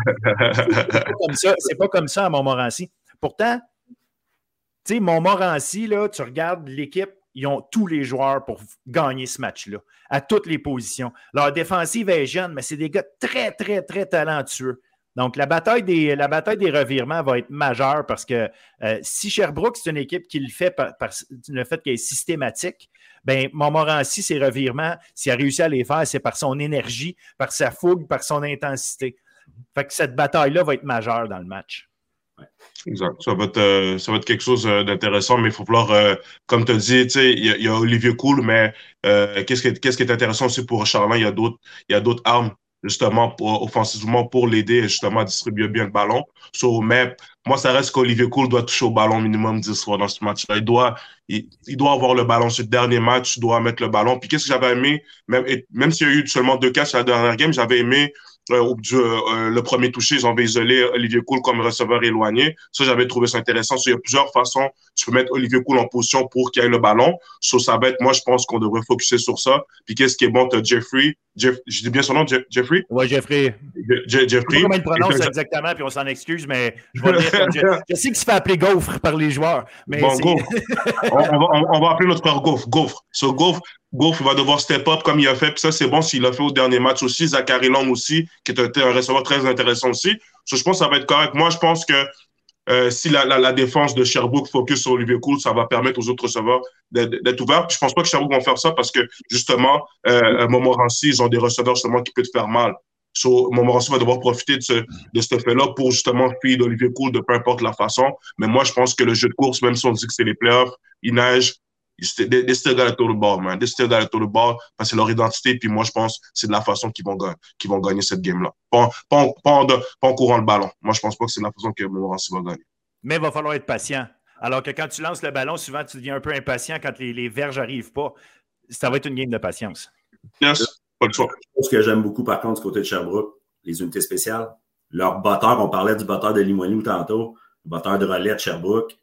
c'est pas comme ça à Montmorency. Pourtant, tu sais, Montmorency, là, tu regardes l'équipe, ils ont tous les joueurs pour gagner ce match-là, à toutes les positions. Leur défensive est jeune, mais c'est des gars très, très, très talentueux. Donc, la bataille des revirements va être majeure parce que si Sherbrooke, c'est une équipe qui le fait par le fait qu'elle est systématique, bien, Montmorency, ses revirements, s'il a réussi à les faire, c'est par son énergie, par sa fougue, par son intensité. Fait que cette bataille-là va être majeure dans le match. Exact. Ça va être quelque chose d'intéressant, mais il faut falloir, comme tu as dit, il y a Olivier Cool, mais qu'est-ce qui est intéressant aussi pour Charland, il y a d'autres armes, justement, offensivement, pour l'aider, justement, à distribuer bien le ballon. Mais moi, ça reste qu'Olivier Cool doit toucher au ballon minimum 10 fois dans ce match-là. Il doit avoir le ballon sur le dernier match, il doit mettre le ballon. Puis qu'est-ce que j'avais aimé, même s'il y a eu seulement 2 catchs à la dernière game, j'avais aimé le premier touché, ils ont isolé Olivier Coul comme receveur éloigné. Ça, j'avais trouvé ça intéressant. Il y a plusieurs façons. Tu peux mettre Olivier Coul en position pour qu'il ait le ballon. Ça va être, moi, je pense qu'on devrait focuser sur ça. Puis qu'est-ce qui est bon, tu as Jeffrey. Je dis bien son nom, Jeffrey? Oui, Jeffrey. Jeffrey. Je sais pas comment il prononce exactement, puis on s'en excuse, mais je vais dire je sais qu'il se fait appeler Gaufre par les joueurs. Mais bon, Gaufre. on va appeler notre frère Gaufre. So, Gaufre va devoir step up comme il a fait. Puis ça, c'est bon s'il l'a fait au dernier match aussi. Zachary Long aussi, qui était un receveur très intéressant aussi. So, je pense que ça va être correct. Moi, je pense que si la défense de Sherbrooke focus sur Olivier Coul, ça va permettre aux autres receveurs d'être ouverts. Puis je pense pas que Sherbrooke vont faire ça parce que, justement, Montmorency, ils ont des receveurs justement qui peuvent te faire mal. So, Montmorency va devoir profiter de ce fait-là pour justement feed Olivier Coul de peu importe la façon. Mais moi, je pense que le jeu de course, même si on dit que c'est les playoffs, il neige, they still gotta throw the ball, man. They still gotta throw the ball parce que c'est leur identité. Puis moi, je pense que c'est de la façon qu'ils vont gagner cette game-là. Pas en courant le ballon. Moi, je pense pas que c'est de la façon que Montmorency va gagner. Mais il va falloir être patient. Alors que quand tu lances le ballon, souvent, tu deviens un peu impatient quand les verges n'arrivent pas. Ça va être une game de patience. Yes. Pas le choix. Ce que j'aime beaucoup, par contre, du côté de Sherbrooke, les unités spéciales, leur botteur, on parlait du botteur de Limoilou tantôt, le botteur de relais de Sherbrooke,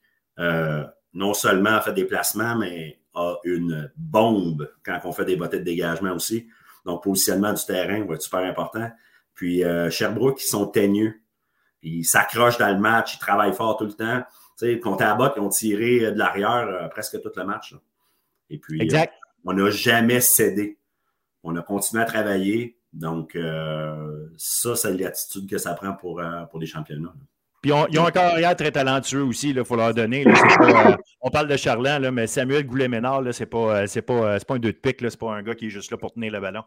non seulement a fait des placements, mais a une bombe quand on fait des bottées de dégagement aussi. Donc, positionnement du terrain va être super important. Puis, Sherbrooke, ils sont teigneux. Ils s'accrochent dans le match, ils travaillent fort tout le temps. Tu sais, contre Abbott, ils ont tiré de l'arrière presque tout le match. Là. Et puis, on n'a jamais cédé. On a continué à travailler. Donc, ça, c'est l'attitude que ça prend pour les championnats. Puis, ils ont un carrière très talentueux aussi, il faut leur donner. Là, pas, on parle de Charland, là, mais Samuel Goulet-Ménard, c'est pas un 2 de pique, c'est pas un gars qui est juste là pour tenir le ballon.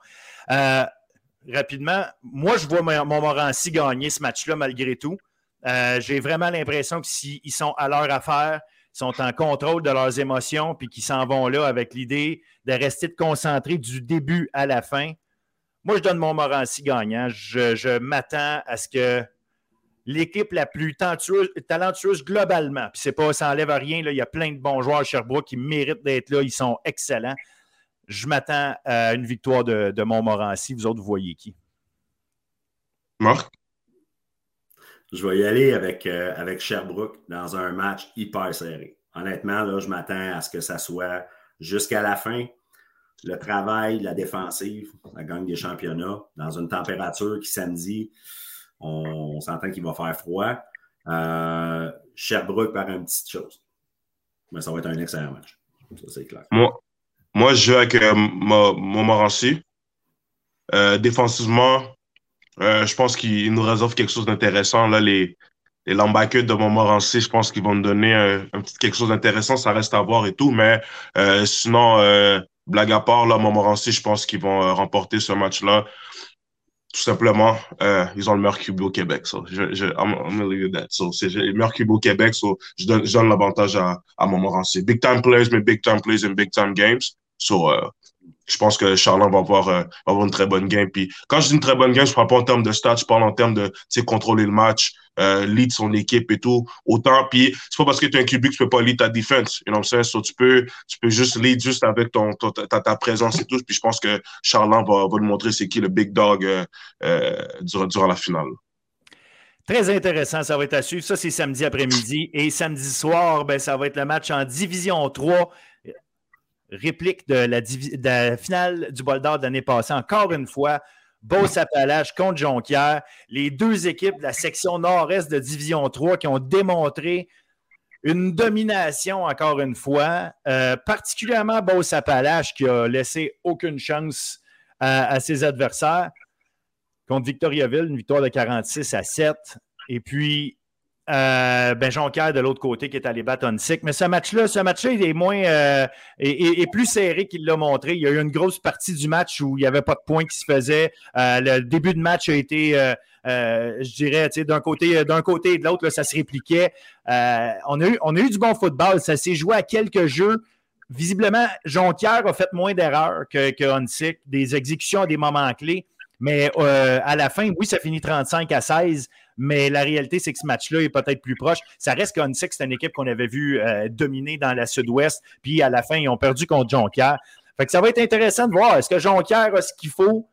Rapidement, moi, je vois Montmorency gagner ce match-là malgré tout. J'ai vraiment l'impression que s'ils sont à leur affaire, ils sont en contrôle de leurs émotions, puis qu'ils s'en vont là avec l'idée de rester concentrés du début à la fin. Moi, je donne Montmorency gagnant. Je m'attends à ce que l'équipe la plus talentueuse globalement, puis ça n'enlève à rien, là, il y a plein de bons joueurs à Sherbrooke qui méritent d'être là, ils sont excellents. Je m'attends à une victoire de Montmorency. Vous autres, vous voyez qui? Marc? Je vais y aller avec Sherbrooke dans un match hyper serré. Honnêtement, là, je m'attends à ce que ça soit jusqu'à la fin. Le travail, la défensive, la gagne des championnats dans une température qui, samedi, on s'entend qu'il va faire froid. Sherbrooke par une petite chose. Mais ça va être un excellent match. Ça, c'est clair. Moi, je joue avec Montmorency. Défensivement, je pense qu'il nous réserve quelque chose d'intéressant. Là, les linebackers de Montmorency, je pense qu'ils vont nous donner quelque chose d'intéressant. Ça reste à voir et tout. Mais sinon, blague à part, là, Montmorency, je pense qu'ils vont remporter ce match-là. Tout simplement, ils ont le meilleur QB au Québec. So, I'm gonna leave it that. So, c'est le meilleur QB au Québec. So, je donne l'avantage à Montmorency. Big time players, mais big time plays in big time games. So, je pense que Charland va avoir une très bonne game. Puis, quand je dis une très bonne game, je ne parle pas en termes de stats, je parle en termes de contrôler le match, lead son équipe et tout. Autant, puis c'est pas parce que tu es un QB que tu peux pas lead ta defense. You know what I'm saying? So, tu peux juste lead juste avec ta présence et tout. Puis je pense que Charland va nous montrer c'est qui le big dog durant la finale. Très intéressant, ça va être à suivre. Ça, c'est samedi après-midi. Et samedi soir, ben, ça va être le match en Division 3. Réplique de la finale du Bol d'Or de l'année passée. Encore une fois, Beauce-Appalaches contre Jonquière. Les deux équipes de la section nord-est de Division 3 qui ont démontré une domination, encore une fois. Particulièrement Beauce-Appalaches qui a laissé aucune chance à ses adversaires. Contre Victoriaville, une victoire de 46-7. Et puis, Jonquière de l'autre côté qui est allé battre Huntsic. Mais ce match-là est moins est plus serré qu'il l'a montré. Il y a eu une grosse partie du match où il n'y avait pas de points qui se faisaient. Le début de match a été, je dirais, d'un côté et de l'autre, là, ça se répliquait. On a eu du bon football. Ça s'est joué à quelques jeux. Visiblement, Jonquière a fait moins d'erreurs que Huntsic, des exécutions à des moments clés. Mais à la fin, oui, ça finit 35-16. Mais la réalité, c'est que ce match-là est peut-être plus proche. Ça reste qu'Huntsic, c'est une équipe qu'on avait vu dominer dans la Sud-Ouest. Puis à la fin, ils ont perdu contre Jonquière. Fait que ça va être intéressant de voir. Est-ce que Jonquière a ce qu'il faut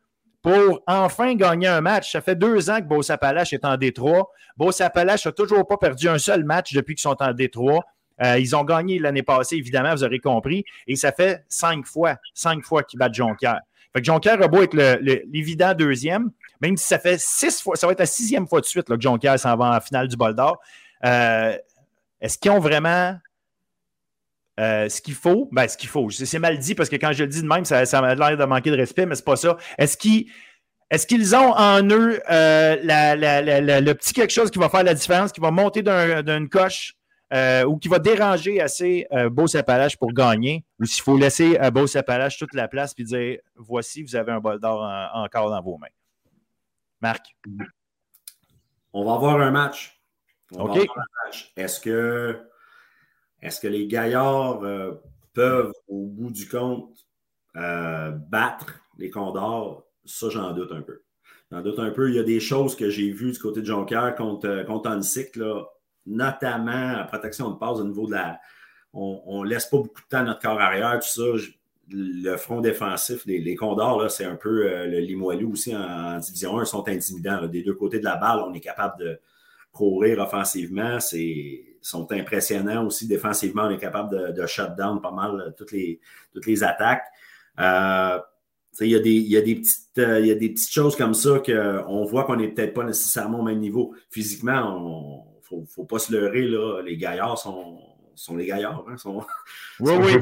pour enfin gagner un match. Ça fait 2 ans que Beauce-Appalaches est en Détroit. Beauce-Appalaches n'a toujours pas perdu un seul match depuis qu'ils sont en Détroit. Ils ont gagné l'année passée, évidemment, vous aurez compris. Et ça fait 5 fois qu'ils battent Jonquière. Fait que Jonquière a beau être l'évident deuxième, même si ça fait 6 fois, ça va être la 6e fois de suite là, que Jonquière s'en va en finale du Bol d'Or. Est-ce qu'ils ont vraiment ce qu'il faut? Ben, ce qu'il faut. C'est mal dit parce que quand je le dis de même, ça a l'air de manquer de respect, mais c'est pas ça. Est-ce qu'ils ont en eux le petit quelque chose qui va faire la différence, qui va monter d'une coche ou qui va déranger assez Beauce-Appalaches pour gagner, ou s'il faut laisser à Beauce-Appalaches toute la place et dire voici, vous avez un bol d'or encore dans vos mains. Marc? On va avoir un match. OK. Est-ce que les Gaillards peuvent, au bout du compte, battre les Condors? Ça, j'en doute un peu. Il y a des choses que j'ai vues du côté de Jonquière contre Onsic, là, notamment en protection de passe au niveau de la... On ne laisse pas beaucoup de temps à notre corps arrière, tout ça. Le front défensif, les Condors, là, c'est un peu le Limoilou aussi en Division 1, ils sont intimidants. Là. Des deux côtés de la balle, on est capable de courir offensivement. Ils sont impressionnants aussi. Défensivement, on est capable de shut down pas mal toutes les attaques. Il y a des petites choses comme ça qu'on voit qu'on n'est peut-être pas nécessairement au même niveau. Physiquement, faut pas se leurrer, là. Les Gaillards sont les Gaillards. Hein, Oui.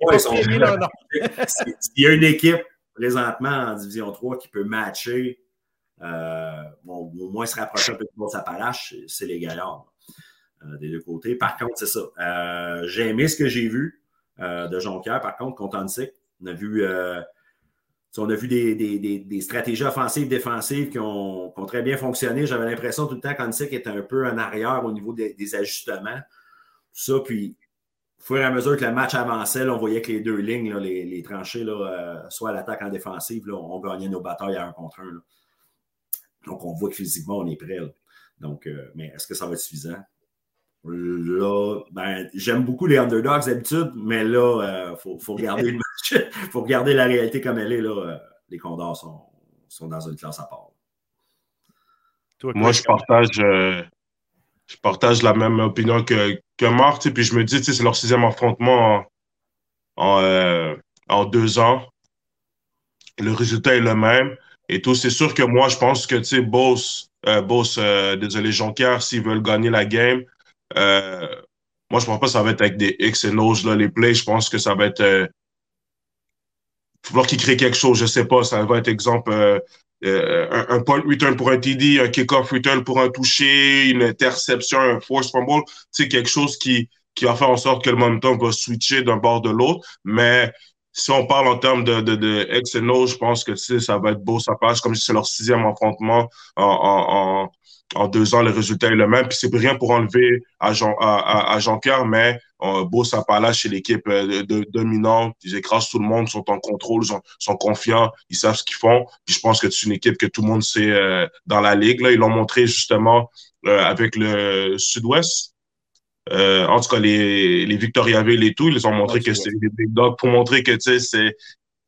S'il y a une équipe présentement en Division 3 qui peut matcher, au moins se rapprocher un peu de Beauce-Appalaches, c'est les Gaillards des deux côtés. Par contre, c'est ça. J'ai aimé ce que j'ai vu de Jonquière, par contre, contre Onsic. On a vu des stratégies offensives, défensives qui ont très bien fonctionné. J'avais l'impression tout le temps qu'Onsic était un peu en arrière au niveau des ajustements. Tout ça, puis au fur et à mesure que le match avançait, là, on voyait que les deux lignes, là, les tranchées, là, soit à l'attaque en défensive, là, on gagnait nos batailles à 1 contre 1. Là. Donc, on voit que physiquement, on est prêt. Là. Donc, mais est-ce que ça va être suffisant? Là, j'aime beaucoup les underdogs d'habitude, mais là, faut regarder le match. Il faut regarder la réalité comme elle est. Là. Les Condors sont dans une classe à part. Moi, je partage la même opinion que Marc, puis je me dis, c'est leur 6e affrontement en 2 ans. Le résultat est le même. Et tout, c'est sûr que moi, je pense que, désolé, Jonquière, s'ils veulent gagner la game, moi, je pense pas que ça va être avec des X et O's, là, les plays. Je pense que ça va être... il va falloir qu'ils créent quelque chose, je sais pas. Ça va être, exemple, un point return pour un TD, un kick-off return pour un toucher, une interception, un force fumble. Tu sais, quelque chose qui va faire en sorte que le momentum va switcher d'un bord de l'autre. Mais si on parle en termes de X et O, je pense que ça va être beau, ça passe. Comme c'est leur 6e affrontement en 2 ans, le résultat est le même. Puis c'est rien pour enlever à Jonquière, mais Beauce-Appalaches, c'est l'équipe dominante. Ils écrasent tout le monde, sont en contrôle, sont confiants, ils savent ce qu'ils font. Puis je pense que c'est une équipe que tout le monde sait dans la ligue. Là, ils l'ont montré justement avec le Sud-Ouest. En tout cas, les Victoriaville et tout, ils les ont montré que c'est des big dogs pour montrer que, tu sais, c'est...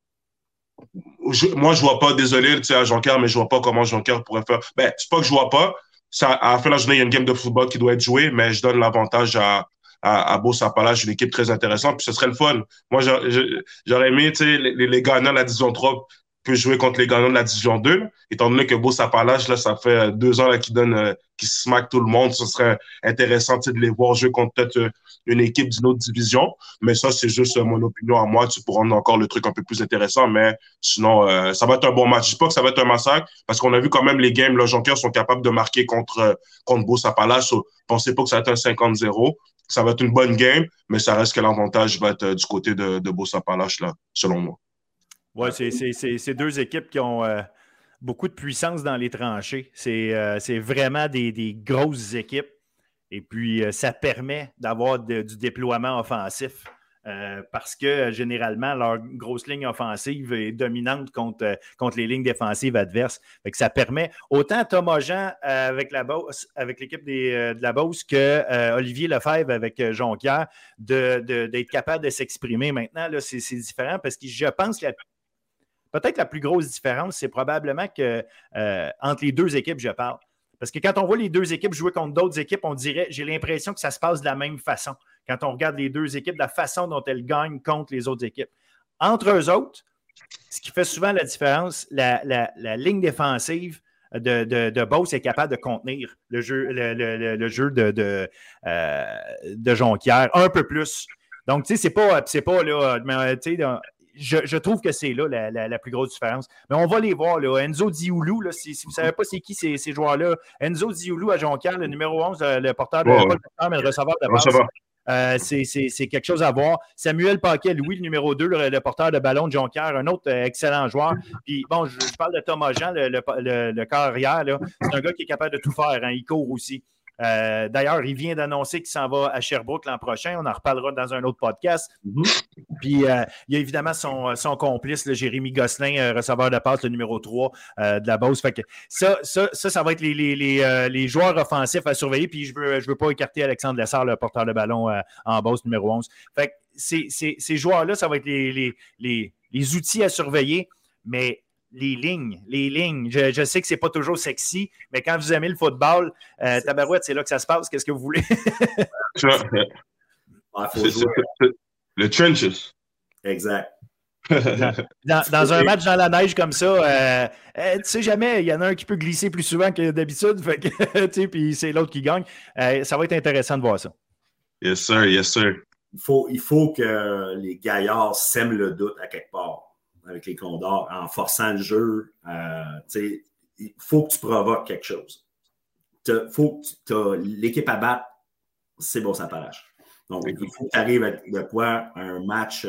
Moi, je vois pas, désolé, tu sais, à Jonquière, mais je vois pas comment Jonquière pourrait faire. Ben, c'est pas que je vois pas. À la fin de la journée, il y a une game de football qui doit être jouée, mais je donne l'avantage à Beauce-Appalaches, une équipe très intéressante, puis ce serait le fun. Moi, j'aurais aimé, tu sais, les gagnants de la Division 3 peuvent jouer contre les gagnants de la Division 2, là, étant donné que Beauce-Appalaches, là, ça fait 2 ans là, qu'ils smackent tout le monde. Ce serait intéressant, tu sais, de les voir jouer contre peut-être une équipe d'une autre division. Mais ça, c'est juste mon opinion à moi. Tu pourras rendre encore le truc un peu plus intéressant, mais sinon, ça va être un bon match. Je dis pas que ça va être un massacre, parce qu'on a vu quand même les games, là, Jonquière sont capables de marquer contre Beauce-Appalaches. Pensez pas que ça va être un 50-0. Ça va être une bonne game, mais ça reste que l'avantage va être du côté de Beauce-Appalaches, là, selon moi. Oui, c'est 2 équipes qui ont beaucoup de puissance dans les tranchées. C'est vraiment des grosses équipes. Et puis, ça permet d'avoir du déploiement offensif parce que généralement, leur grosse ligne offensive est dominante contre les lignes défensives adverses. Fait que ça permet autant Thomas Jean avec l'équipe de la Beauce que Olivier Lefebvre avec Jonquière d'être capable de s'exprimer. Maintenant, là, c'est différent parce que je pense que peut-être la plus grosse différence, c'est probablement que entre les deux équipes, je parle. Parce que quand on voit les deux équipes jouer contre d'autres équipes, on dirait, j'ai l'impression que ça se passe de la même façon. Quand on regarde les deux équipes, la façon dont elles gagnent contre les autres équipes. Entre eux autres, ce qui fait souvent la différence, la ligne défensive de Beauce est capable de contenir le jeu de Jonquière un peu plus. Donc, tu sais, c'est pas là, mais, tu sais, je trouve que c'est là la plus grosse différence. Mais on va les voir, là. Enzo Dioulou, là, si vous ne savez pas c'est qui ces joueurs-là, Enzo Dioulou à Jonquière, le numéro 11, le porteur de pas le porteur, mais le receveur de passe. C'est quelque chose à voir. Samuel Paquet-Louis, le numéro 2, le porteur de ballon de Jonquière, un autre excellent joueur. Puis bon, je parle de Thomas Jean, le corps arrière. C'est un gars qui est capable de tout faire. Hein. Il court aussi. D'ailleurs, il vient d'annoncer qu'il s'en va à Sherbrooke l'an prochain. On en reparlera dans un autre podcast. Puis, il y a évidemment son complice, Jérémy Gosselin, receveur de passe, le numéro 3 de la Beauce. Fait que ça va être les joueurs offensifs à surveiller. Puis, je veux pas écarter Alexandre Lessard, le porteur de ballon en Beauce, numéro 11. Fait que ces joueurs-là, ça va être les outils à surveiller. Mais les lignes. Je sais que c'est pas toujours sexy, mais quand vous aimez le football, tabarouette, c'est là que ça se passe. Qu'est-ce que vous voulez? Le trenches. Exact. Dans un match dans la neige comme ça, tu sais jamais, il y en a un qui peut glisser plus souvent que d'habitude, puis c'est l'autre qui gagne. Ça va être intéressant de voir ça. Yes, sir. Yes, sir. Il faut que les gaillards sèment le doute à quelque part avec les Condors en forçant le jeu. Il faut que tu provoques quelque chose. Faut que tu as l'équipe à battre, c'est bon, ça parache. Donc, il faut que tu arrives avec de quoi un match,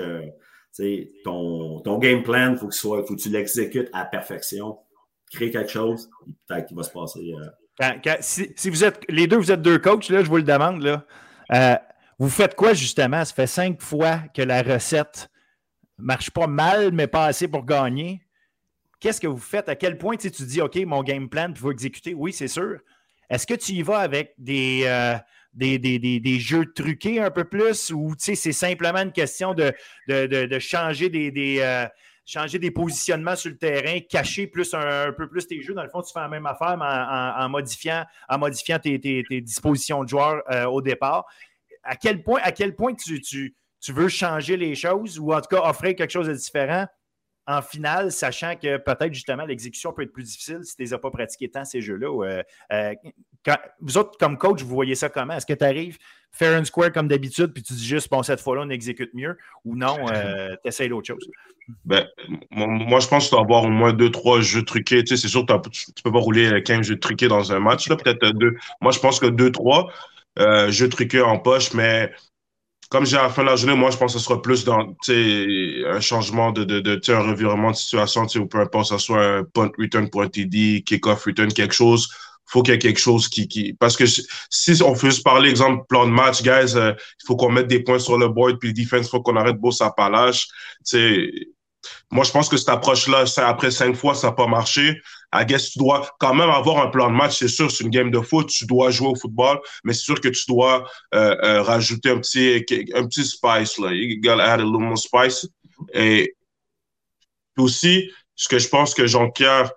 ton game plan, faut que tu l'exécutes à la perfection. Crée quelque chose, peut-être qu'il va se passer. Si vous êtes les deux, vous êtes deux coachs, là, je vous le demande, là. Vous faites quoi justement? Ça fait 5 fois que la recette marche pas mal, mais pas assez pour gagner. Qu'est-ce que vous faites? À quel point tu dis, OK, mon game plan, il faut exécuter? Oui, c'est sûr. Est-ce que tu y vas avec des jeux truqués un peu plus ou c'est simplement une question de changer changer des positionnements sur le terrain, cacher un peu plus tes jeux? Dans le fond, tu fais la même affaire, mais en modifiant tes dispositions de joueurs au départ. À quel point tu veux changer les choses ou en tout cas offrir quelque chose de différent en finale, sachant que peut-être justement l'exécution peut être plus difficile si tu ne les as pas pratiqués tant ces jeux-là. Vous autres, comme coach, vous voyez ça comment? Est-ce que tu arrives fair and square comme d'habitude puis tu dis juste, bon, cette fois-là, on exécute mieux ou non, tu essaies d'autre chose? Moi, je pense que tu dois avoir au moins 2-3 jeux truqués. Tu sais, c'est sûr que tu ne peux pas rouler 15 jeux truqués dans un match. Là, peut-être 2. Moi, je pense que 2-3 jeux truqués en poche, mais comme j'ai à la fin de la journée, moi, je pense que ce sera plus dans un changement un revirement de situation, ou peu importe, que ce soit un punt return pour un TD, kick-off return, quelque chose. Faut qu'il y ait quelque chose qui... Parce que si on fait juste parler, exemple, plan de match, guys, il faut qu'on mette des points sur le board, puis le defense, il faut qu'on arrête beau sa palage. Moi, je pense que cette approche-là, après 5 fois, ça n'a pas marché. I guess tu dois quand même avoir un plan de match. C'est sûr, c'est une game de foot. Tu dois jouer au football, mais c'est sûr que tu dois rajouter un petit spice. Là. You gotta add a little more spice. Et aussi, ce que je pense que Jean-Pierre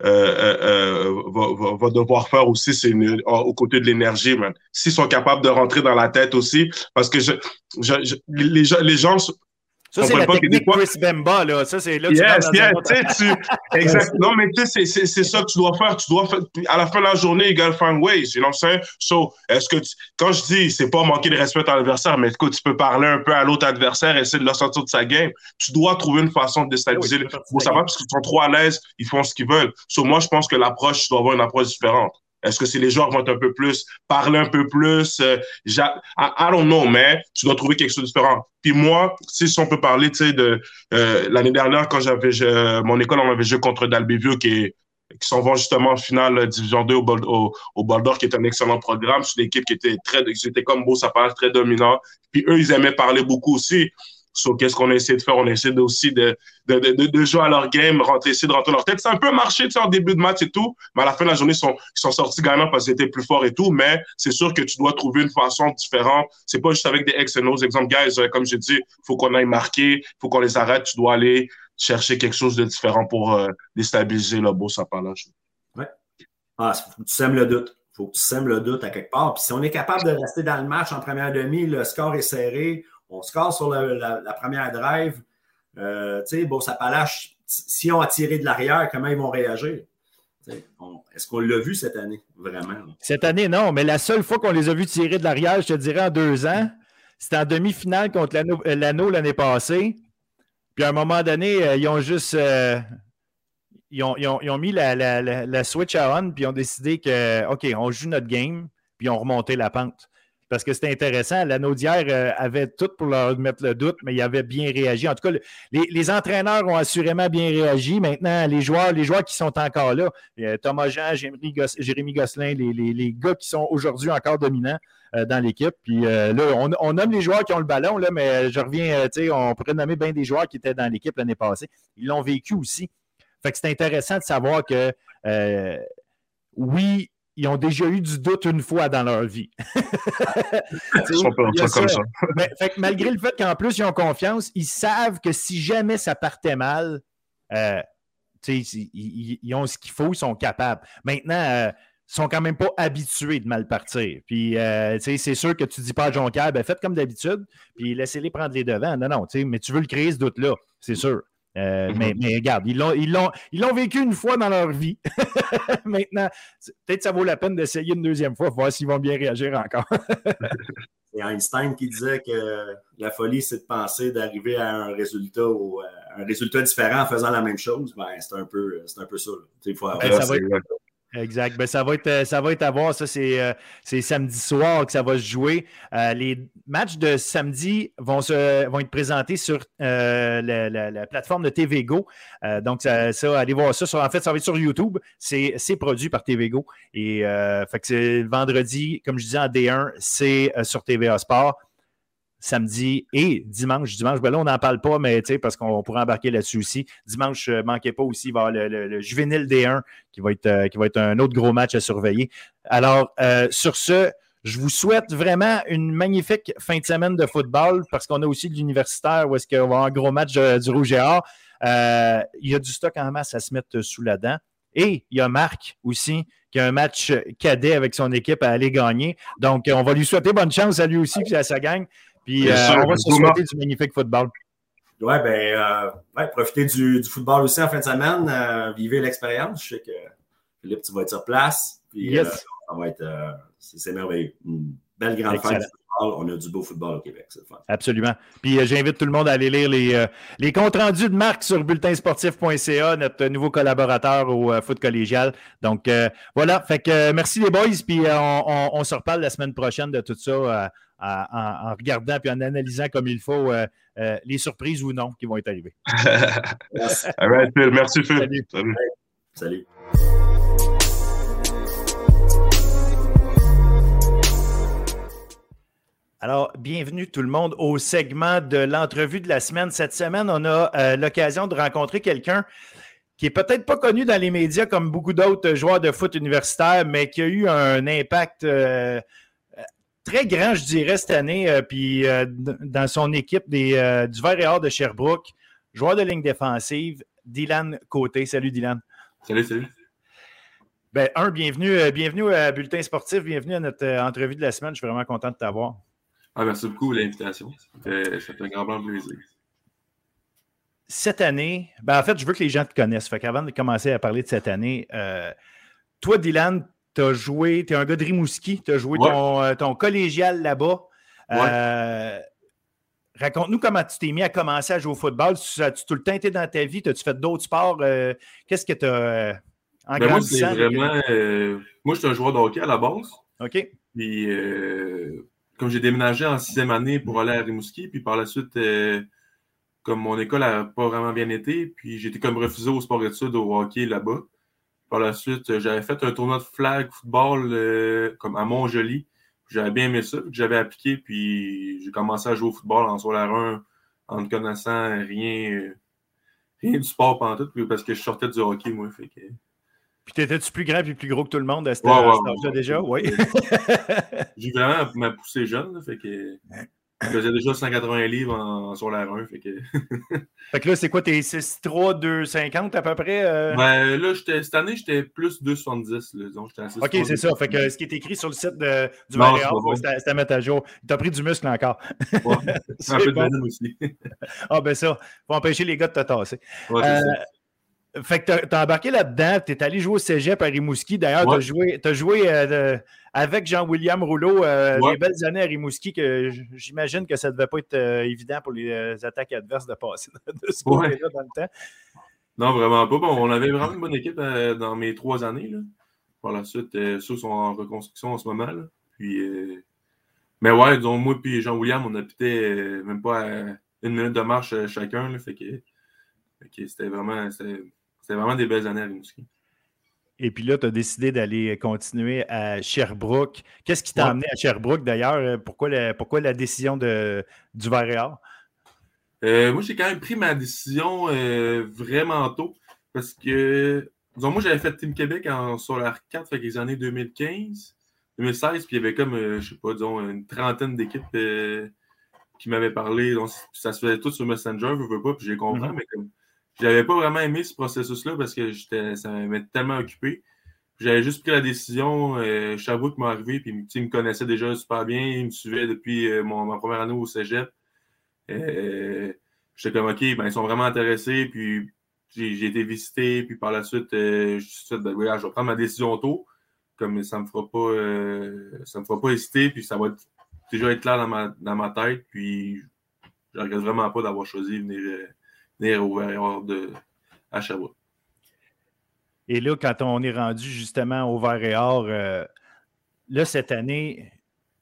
va devoir faire aussi, c'est aux côtés de l'énergie, man. S'ils sont capables de rentrer dans la tête aussi, parce que les gens ça, c'est la technique Chris Bemba, là. Ça, c'est là que exact. Non, mais tu sais, c'est ça que tu dois faire. À la fin de la journée, you gotta find ways, you know what I'm saying? So, quand je dis, c'est pas manquer de respect à l'adversaire, mais écoute, tu peux parler un peu à l'autre adversaire, essayer de le sortir de sa game. Tu dois trouver une façon de déstabiliser les ça va parce qu'ils sont trop à l'aise, ils font ce qu'ils veulent. So, moi, je pense que tu dois avoir une approche différente. Est-ce que c'est les joueurs vont être un peu plus, parler un peu plus? I don't know, mais tu dois trouver quelque chose de différent. Puis moi, si on peut parler, tu sais, de l'année dernière, quand mon école, on avait joué contre Dalbévieux qui s'en vont justement en finale Division 2 au Bol d'Or, qui est un excellent programme. C'est une équipe qui était comme beau, ça paraît très dominant. Puis eux, ils aimaient parler beaucoup aussi. So, qu'est-ce qu'on a essayé de faire? On a essayé aussi de jouer à leur game, essayer de rentrer dans leur tête. Ça a un peu marché, tu sais, en début de match et tout, mais à la fin de la journée, ils sont sortis gagnants parce qu'ils étaient plus forts et tout, mais c'est sûr que tu dois trouver une façon différente. C'est pas juste avec des X and O's. Exemple, guys, comme j'ai dit, faut qu'on aille marquer, faut qu'on les arrête, tu dois aller chercher quelque chose de différent pour déstabiliser le beau Appalaches. Ouais. Ah, faut que tu sèmes le doute. Faut que tu sèmes le doute à quelque part. Puis si on est capable de rester dans le match en première demi, le score est serré, on score sur la première drive. Tu sais, Beauce-Appalaches, si on a tiré de l'arrière, comment ils vont réagir? Est-ce qu'on l'a vu cette année, vraiment? Cette année, non, mais la seule fois qu'on les a vus tirer de l'arrière, je te dirais en 2 ans, c'était en demi-finale contre l'Anneau l'année passée. Puis à un moment donné, ils ont juste ils ont mis la switch à on, puis ils ont décidé que, OK, on joue notre game, puis ils ont remonté la pente. Parce que c'était intéressant. L'Anneau d'hier avait tout pour leur mettre le doute, mais ils avaient bien réagi. En tout cas, les entraîneurs ont assurément bien réagi. Maintenant, les joueurs qui sont encore là, Thomas Jean, Jérémy Gosselin, les gars qui sont aujourd'hui encore dominants dans l'équipe. Puis là, on nomme les joueurs qui ont le ballon, là, mais je reviens, on pourrait nommer bien des joueurs qui étaient dans l'équipe l'année passée. Ils l'ont vécu aussi. Fait que c'est intéressant de savoir que oui, ils ont déjà eu du doute une fois dans leur vie. Comme ça. Mais, fait que malgré le fait qu'en plus, ils ont confiance, ils savent que si jamais ça partait mal, ils ont ce qu'il faut, ils sont capables. Maintenant, ils sont quand même pas habitués de mal partir. Puis, c'est sûr que tu dis pas à Jonquière, faites comme d'habitude, puis laissez-les prendre les devants. Non, mais tu veux le créer, ce doute-là, c'est sûr. Mais regarde, ils l'ont vécu une fois dans leur vie. Maintenant, peut-être ça vaut la peine d'essayer une deuxième fois, voir s'ils vont bien réagir encore. C'est Einstein qui disait que la folie, c'est de penser d'arriver à un résultat ou un résultat différent en faisant la même chose. C'est un peu ça. Il faut Exact. Ça va être à voir. Ça, c'est samedi soir que ça va se jouer. Les matchs de samedi vont être présentés sur la plateforme de TVGO. Donc, allez voir ça. En fait, ça va être sur YouTube. C'est produit par TVGO. Et fait que c'est le vendredi, comme je disais, en D1, c'est sur TVA Sport. Samedi et dimanche. Là, on n'en parle pas, mais parce qu'on pourrait embarquer là-dessus aussi. Dimanche, manquez pas aussi, il va y avoir le Juvénile D1 qui va être un autre gros match à surveiller. Alors, sur ce, je vous souhaite vraiment une magnifique fin de semaine de football parce qu'on a aussi de l'universitaire où est-ce qu'on va avoir un gros match du Rouge et Or. Il y a du stock en masse à se mettre sous la dent. Et il y a Marc aussi qui a un match cadet avec son équipe à aller gagner. Donc, on va lui souhaiter bonne chance à lui aussi puis à sa gang. Puis on va se souhaiter du magnifique football. Oui, profitez du football aussi en fin de semaine. Vivez l'expérience. Je sais que Philippe, tu vas être sur place. Puis yes. Ça va être c'est merveilleux. Une belle grande fête de football. On a du beau football au Québec. C'est le fun. Absolument. Puis j'invite tout le monde à aller lire les comptes rendus de Marc sur bulletinsportif.ca, notre nouveau collaborateur au foot collégial. Donc voilà. Fait que merci les boys. Puis on se reparle la semaine prochaine de tout ça. En regardant et en analysant comme il faut les surprises ou non qui vont être arrivées. Merci. All right, Phil. Merci, Phil. Salut. Alors, bienvenue tout le monde au segment de l'entrevue de la semaine. Cette semaine, on a l'occasion de rencontrer quelqu'un qui est peut-être pas connu dans les médias comme beaucoup d'autres joueurs de foot universitaires, mais qui a eu un impact très grand, je dirais, cette année, puis dans son équipe du Vert et Or de Sherbrooke, joueur de ligne défensive, Dylan Côté. Salut, Dylan. Salut. Bienvenue à Bulletin Sportif, bienvenue à notre entrevue de la semaine. Je suis vraiment content de t'avoir. Merci beaucoup pour l'invitation. Ça fait un grand plaisir. Cette année, en fait, je veux que les gens te connaissent. Fait qu'avant de commencer à parler de cette année, toi, Dylan, tu as joué, tu es un gars de Rimouski, tu as joué ton collégial là-bas. Ouais. Raconte-nous comment tu t'es mis à commencer à jouer au football. As-tu tout le temps été dans ta vie? As-tu fait d'autres sports? Qu'est-ce que tu as en grandissant? Moi, je suis un joueur de hockey à la base. OK. Puis, comme j'ai déménagé en 6e année pour aller à Rimouski, puis par la suite, comme mon école n'a pas vraiment bien été, puis j'ai été comme refusé au sport-études au hockey là-bas. Par la suite, j'avais fait un tournoi de flag football comme à Montjoli. J'avais bien aimé ça, j'avais appliqué, puis j'ai commencé à jouer au football en secondaire 1 en ne connaissant rien du sport pantoute, parce que je sortais du hockey, moi. Fait que... Puis t'étais-tu plus grand et plus gros que tout le monde à cet âge-là déjà? Oui. J'ai vraiment poussé jeune, là, fait que... Je faisais déjà 180 livres sur l'air 1. Fait que là, c'est quoi, t'es 6'3", 250 à peu près? Ben là, cette année, j'étais plus 2,70. Donc, j'étais à 6'3". OK, c'est ça. Fait que ce qui est écrit sur le site du Varéor, c'est à mettre à jour. T'as pris du muscle encore. Ouais. Un peu de venin aussi. Ah, ben ça, faut empêcher les gars de te tasser. Ouais, c'est ça. Fait que t'as embarqué là-dedans, t'es allé jouer au cégep à Rimouski. D'ailleurs, t'as joué avec Jean-William Rouleau des belles années à Rimouski que j'imagine que ça ne devait pas être évident pour les attaques adverses de passer de ce côté-là dans le temps. Non, vraiment pas. Bon, on avait vraiment une bonne équipe dans mes 3 années. Là. Par la suite, ceux sont en reconstruction en ce moment. Là. Puis, mais ouais, disons, moi et Jean-William, on habitait même pas à 1 minute de marche chacun. Là, fait que c'était vraiment des belles années à Rimouski. Et puis là, tu as décidé d'aller continuer à Sherbrooke. Qu'est-ce qui t'a amené à Sherbrooke d'ailleurs? Pourquoi la décision du Varéor? Moi, j'ai quand même pris ma décision vraiment tôt parce que, disons, moi, j'avais fait Team Québec sur l'R4, fait que les années 2015, 2016, puis il y avait comme, je sais pas, disons, une trentaine d'équipes qui m'avaient parlé. Donc, ça se faisait tout sur Messenger, je veux pas, puis j'ai compris, mais comme, j'avais pas vraiment aimé ce processus-là parce que ça m'avait tellement occupé. J'avais juste pris la décision, Sherbrooke m'est arrivé, puis il me connaissait déjà super bien, il me suivait depuis ma première année au cégep. J'étais comme, OK, ben, ils sont vraiment intéressés, puis j'ai été visité, puis par la suite, je vais prendre ma décision tôt, comme ça me fera pas hésiter, puis ça va déjà être clair dans ma tête, puis je regrette vraiment pas d'avoir choisi de venir au Varéor à Sherbrooke. Et là, quand on est rendu justement au Varéor, là, cette année,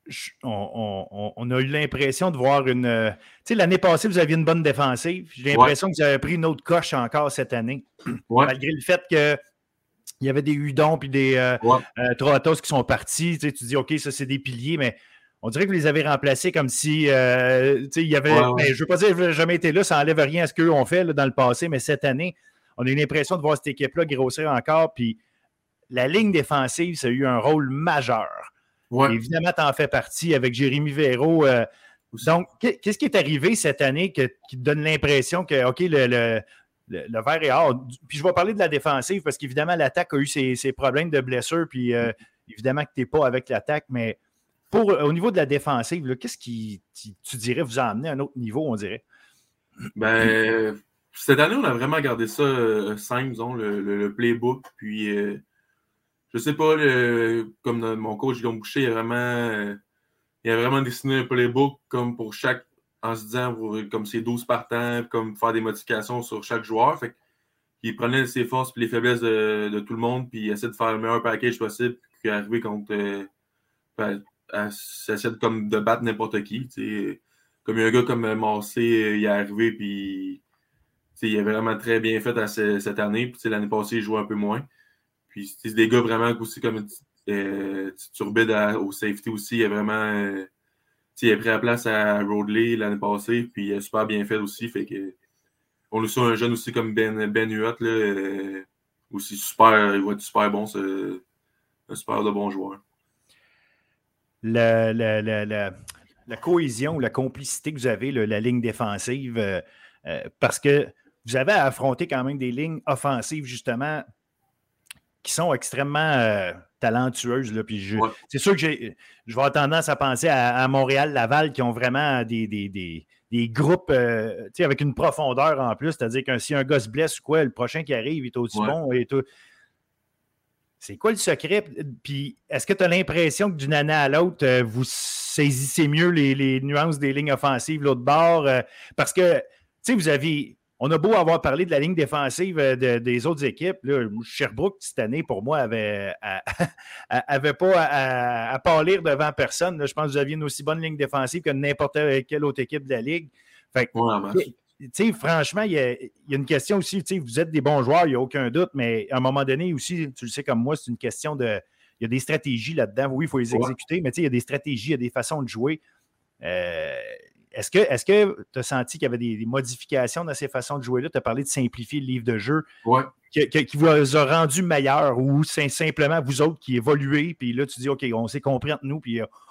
on a eu l'impression de voir une... tu sais, l'année passée, vous aviez une bonne défensive. J'ai l'impression que vous avez pris une autre coche encore cette année. Malgré le fait qu'il y avait des Hudon puis des Troatos qui sont partis. Tu sais, tu dis, OK, ça, c'est des piliers, mais on dirait que vous les avez remplacés comme si... tu sais, il y avait... Mais je ne veux pas dire que vous n'avez jamais été là, ça n'enlève rien à ce qu'eux ont fait là, dans le passé, mais cette année, on a eu l'impression de voir cette équipe-là grossir encore. Puis la ligne défensive, ça a eu un rôle majeur. Ouais. Évidemment, tu en fais partie avec Jérémy Véraud. Donc, qu'est-ce qui est arrivé cette année qui te donne l'impression que, OK, le Varéor, puis je vais parler de la défensive parce qu'évidemment, l'attaque a eu ses problèmes de blessure, puis évidemment que tu n'es pas avec l'attaque, mais au niveau de la défensive, là, qu'est-ce qui, tu dirais, vous a amené à un autre niveau, on dirait? Ben, cette année, on a vraiment gardé ça simple, disons, le playbook, puis... je sais pas, comme mon coach Guillaume Boucher, il a vraiment dessiné un playbook comme pour chaque, en se disant comme c'est 12 partants, comme faire des modifications sur chaque joueur. Fait qu'il prenait ses forces et les faiblesses de tout le monde, puis il essaie de faire le meilleur package possible, puis arriver contre essaie de battre n'importe qui. T'sais. Comme il y a un gars comme Massé, il est arrivé, puis il a vraiment très bien fait cette année. Puis l'année passée, il jouait un peu moins. Puis c'est des gars vraiment aussi comme Turbide au safety aussi. Il a vraiment il a pris la place à Rodley l'année passée. Puis il a super bien fait aussi. Fait que on a aussi un jeune aussi comme Ben Huot là, aussi super. Il va être super bon. C'est un super de bon joueur. La cohésion, la complicité que vous avez, la ligne défensive, parce que vous avez à affronter quand même des lignes offensives, justement, qui sont extrêmement talentueuses. Là, puis c'est sûr que je vais avoir tendance à penser à Montréal-Laval qui ont vraiment des groupes avec une profondeur en plus. C'est-à-dire que si un gars se blesse ou quoi, le prochain qui arrive est aussi bon. Et tout. C'est quoi le secret? Puis est-ce que tu as l'impression que d'une année à l'autre, vous saisissez mieux les nuances des lignes offensives l'autre bord? Parce que, vous avez... On a beau avoir parlé de la ligne défensive des autres équipes. Là, Sherbrooke, cette année, pour moi, avait pas à pâlir devant personne. Là, je pense que vous aviez une aussi bonne ligne défensive que n'importe quelle autre équipe de la Ligue. Fait que, franchement, il y a une question aussi. Vous êtes des bons joueurs, il n'y a aucun doute, mais à un moment donné aussi, tu le sais comme moi, c'est une question de... Il y a des stratégies là-dedans. Oui, il faut les exécuter, mais il y a des stratégies, il y a des façons de jouer. Est-ce que tu as senti qu'il y avait des modifications dans ces façons de jouer-là? Tu as parlé de simplifier le livre de jeu qui vous a rendu meilleur ou c'est simplement vous autres qui évoluez, puis là, tu dis, OK, on s'est compris entre nous, puis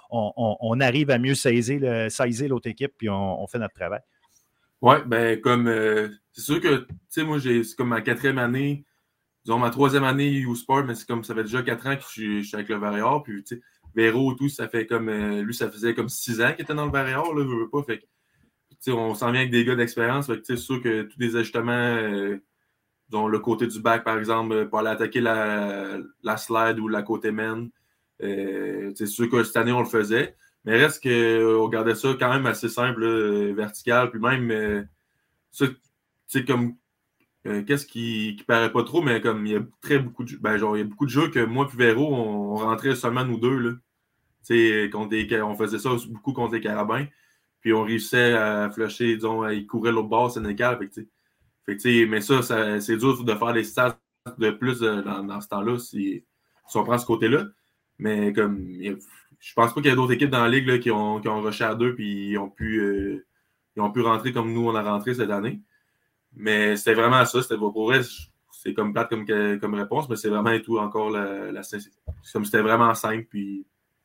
on arrive à mieux saisir l'autre équipe, puis on fait notre travail. Oui, ben comme c'est sûr que, tu sais, moi, c'est comme ma 4e année, disons ma 3e année U-Sport, mais c'est comme ça fait déjà 4 ans que je suis avec le Varéor, puis tu sais, Véro, tout, ça fait comme, lui, ça faisait comme 6 ans qu'il était dans le Varéor, là, je veux pas, fait que, tu sais, on s'en vient avec des gars d'expérience, fait que, tu sais, c'est sûr que tous les ajustements, disons, le côté du back, par exemple, pour aller attaquer la slide ou la côté main, c'est sûr que cette année, on le faisait. Mais reste qu'on gardait ça quand même assez simple, là, vertical. Puis même, ça, tu sais, comme, qu'est-ce qui paraît pas trop, mais comme il y a beaucoup de jeux, ben, genre, il y a beaucoup de jeux que moi et Véro, on rentrait seulement nous deux, là. Tu sais, on faisait ça beaucoup contre les Carabins. Puis on réussissait à flusher, disons, à y courir l'autre bord, Sénégal. Fait que, mais ça, c'est dur de faire des stats de plus dans ce temps-là, si on prend ce côté-là. Mais comme, je pense pas qu'il y a d'autres équipes dans la ligue là, qui ont rushé à 2 puis ils ont pu rentrer comme nous, on a rentré cette année. Mais c'était vraiment ça. C'était pour vrai, c'est comme plate comme réponse, mais c'est vraiment tout encore comme c'était vraiment simple. Puis,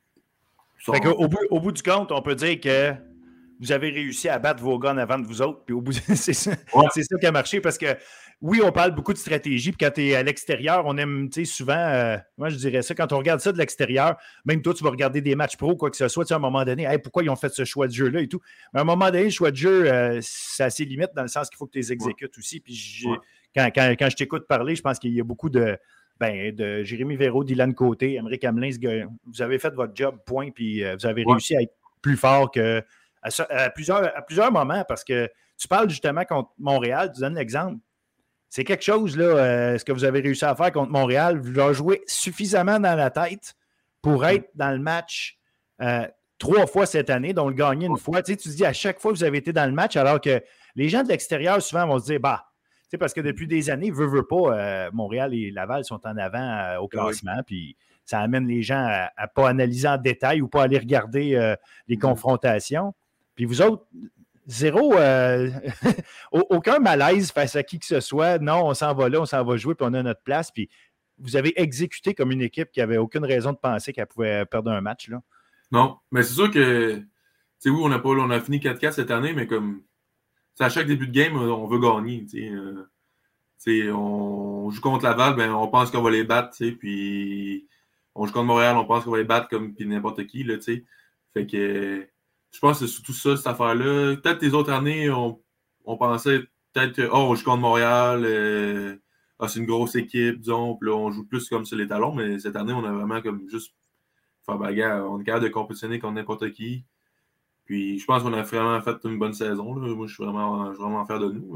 fait au bout du compte, on peut dire que vous avez réussi à battre vos gars avant de vous autres. Puis au bout, c'est ça qui a marché parce que oui, on parle beaucoup de stratégie. Puis quand tu es à l'extérieur, on aime souvent, moi je dirais ça, quand on regarde ça de l'extérieur, même toi, tu vas regarder des matchs pro, quoi que ce soit, à un moment donné, hey, pourquoi ils ont fait ce choix de jeu-là et tout. Mais à un moment donné, le choix de jeu, c'est assez limite dans le sens qu'il faut que tu les exécutes aussi. Puis quand je t'écoute parler, je pense qu'il y a beaucoup de Jérémy Véro, Dylan Côté, Aymeric Hamelin, vous avez fait votre job, point, puis vous avez réussi à être plus fort que à plusieurs moments, parce que tu parles justement contre Montréal, tu donnes l'exemple. C'est quelque chose, là, ce que vous avez réussi à faire contre Montréal. Vous l'avez joué suffisamment dans la tête pour être dans le match 3 fois cette année, dont le gagner une fois. Tu te dis à chaque fois que vous avez été dans le match, alors que les gens de l'extérieur, souvent, vont se dire, parce que depuis des années, veut pas, Montréal et Laval sont en avant au classement, puis ça amène les gens à ne pas analyser en détail ou pas aller regarder les confrontations. Puis vous autres, zéro, aucun malaise face à qui que ce soit. Non, on s'en va là, on s'en va jouer, puis on a notre place. Puis vous avez exécuté comme une équipe qui n'avait aucune raison de penser qu'elle pouvait perdre un match, là. Non, mais c'est sûr que, tu sais, oui, on a fini 4-4 cette année, mais comme, à chaque début de game, on veut gagner, tu sais. On joue contre Laval, ben, on pense qu'on va les battre, tu sais, puis on joue contre Montréal, on pense qu'on va les battre comme puis n'importe qui, là, tu sais. Fait que je pense que c'est surtout ça, cette affaire-là. Peut-être les autres années, on pensait peut-être on joue contre Montréal, c'est une grosse équipe, disons, puis là, on joue plus comme sur les talons, mais cette année, on a vraiment comme juste faire bagarre. On est capable de compétitionner contre n'importe qui. Puis je pense qu'on a vraiment fait une bonne saison, là. Moi, je suis vraiment fier de nous,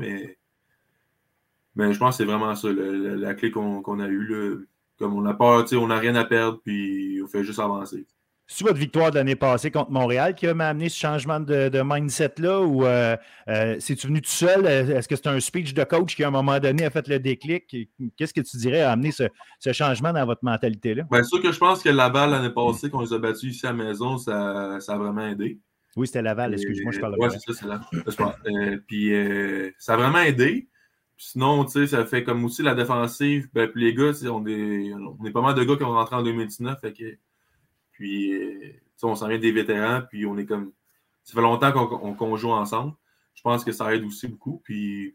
mais je pense que c'est vraiment ça, la clé qu'on a eue, là. Comme on n'a pas, tu sais, on n'a rien à perdre, puis on fait juste avancer. C'est votre victoire de l'année passée contre Montréal qui m'a amené ce changement de mindset-là ou c'est-tu venu tout seul? Est-ce que c'est un speech de coach qui, à un moment donné, a fait le déclic? Qu'est-ce que tu dirais à amener ce changement dans votre mentalité-là? Bien sûr que je pense que Laval, l'année passée, qu'on les a battus ici à la maison, ça a vraiment aidé. Oui, c'était Laval, excuse-moi, je parle de Oui, c'est ça, c'est là. Puis ça a vraiment aidé. Sinon, tu sais, ça fait comme aussi la défensive. Ben, puis les gars, on est pas mal de gars qui ont rentré en 2019. Fait que, puis, on s'en vient des vétérans. Puis on est comme. Ça fait longtemps qu'on joue ensemble. Je pense que ça aide aussi beaucoup. Puis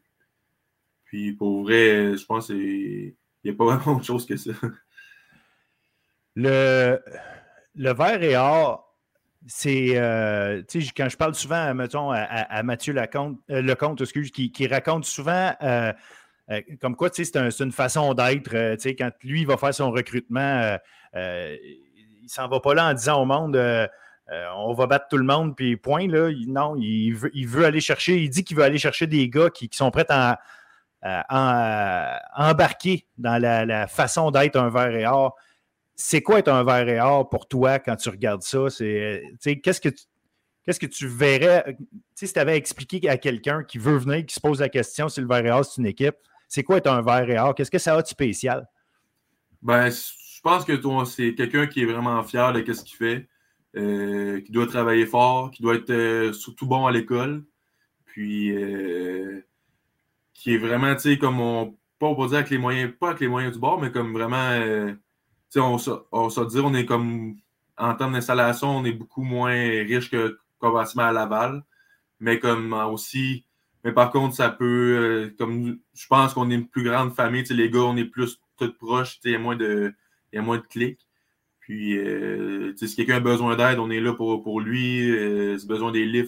pour vrai, je pense qu'il n'y a pas vraiment autre chose que ça. Le vert et or, c'est, tu sais, quand je parle souvent, mettons, à Mathieu Lecomte, excuse, qui raconte souvent comme quoi, tu sais, c'est une façon d'être, tu sais, quand lui, il va faire son recrutement, il s'en va pas là en disant au monde, on va battre tout le monde, puis point, là. Non, il veut aller chercher, il dit qu'il veut aller chercher des gars qui sont prêts à embarquer dans la façon d'être un vert et or. C'est quoi être un vert et or pour toi quand tu regardes ça? Qu'est-ce que tu verrais? Si tu avais expliqué à quelqu'un qui veut venir, qui se pose la question si le vert et or, c'est une équipe, c'est quoi être un vert et or? Qu'est-ce que ça a de spécial? Ben, je pense que c'est quelqu'un qui est vraiment fier de ce qu'il fait, qui doit travailler fort, qui doit être surtout bon à l'école, puis qui est vraiment, tu sais, comme on va dire avec les moyens, pas avec les moyens du bord, mais comme vraiment, tu sais, on se dire, on est comme en termes d'installation, on est beaucoup moins riche que comparativement à Laval. Mais comme aussi, mais par contre, ça peut, comme je pense qu'on est une plus grande famille, les gars, on est plus tous proches, il y a moins de clics. Puis, si quelqu'un a besoin d'aide, on est là pour lui. S'il a besoin des livres,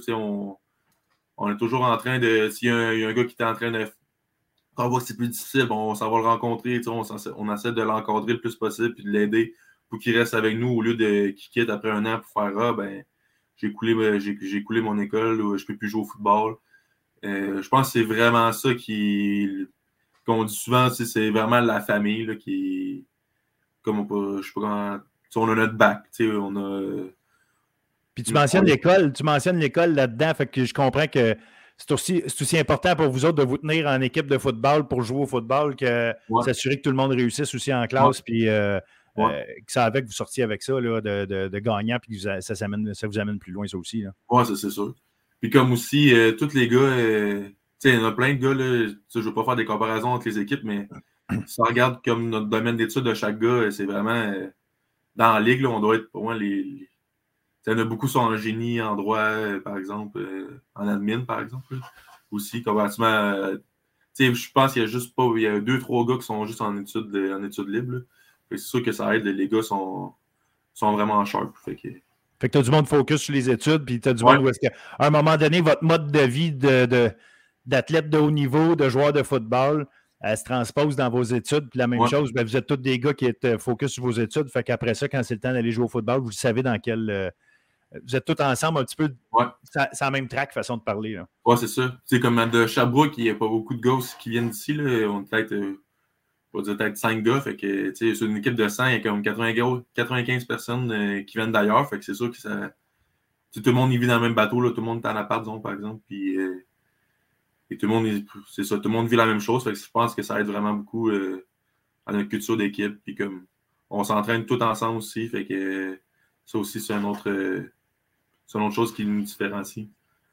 on est toujours en train de. S'il y a un gars qui est en train de. Quand on voit que c'est plus difficile, on s'en va le rencontrer. On essaie de l'encadrer le plus possible puis de l'aider pour qu'il reste avec nous au lieu qu'il quitte après un an pour faire j'ai coulé mon école ou je peux plus jouer au football. Je pense que c'est vraiment ça qu'on dit souvent, c'est vraiment la famille là, qui. Comme je sais pas comment. On a notre bac, on a. Puis tu mentionnes l'école là-dedans, fait que je comprends que c'est aussi important pour vous autres de vous tenir en équipe de football pour jouer au football que s'assurer que tout le monde réussisse aussi en classe, puis que ça avec vous sortiez avec ça là, de gagnant, puis que ça vous amène plus loin, ça aussi. Oui, c'est sûr. Puis comme aussi, tous les gars, il y en a plein de gars, là, je ne veux pas faire des comparaisons entre les équipes, mais si on regarde comme notre domaine d'études de chaque gars, c'est vraiment dans la ligue, là, on doit être pour moi il y en a beaucoup qui sont en génie, en droit, par exemple, en admin, par exemple, là, aussi, comparativement je pense qu'il y a juste pas. Il y a 2-3 gars qui sont juste en études libres. C'est sûr que ça aide, les gars sont vraiment sharp. Fait que tu as du monde focus sur les études, puis tu as du monde où est-ce qu'à un moment donné, votre mode de vie d'athlète de haut niveau, de joueur de football, elle se transpose dans vos études. Puis la même chose, vous êtes tous des gars qui êtes focus sur vos études. Fait qu'après ça, quand c'est le temps d'aller jouer au football, vous savez dans quel. Vous êtes tous ensemble un petit peu. C'est la même track, façon de parler. Oui, c'est ça. C'est comme de Sherbrooke, il n'y a pas beaucoup de gars qui viennent d'ici. Là. On est peut-être 5 gars. Fait que c'est une équipe de 100, il y a comme 95 personnes qui viennent d'ailleurs. Fait que c'est sûr que ça. Tout le monde y vit dans le même bateau. Là. Tout le monde est en appart, disons, par exemple. Puis et tout le monde, c'est ça, tout le monde vit la même chose. Fait que je pense que ça aide vraiment beaucoup à notre culture d'équipe. Puis comme on s'entraîne tous ensemble aussi. Fait que ça aussi, c'est une autre chose qui nous différencie.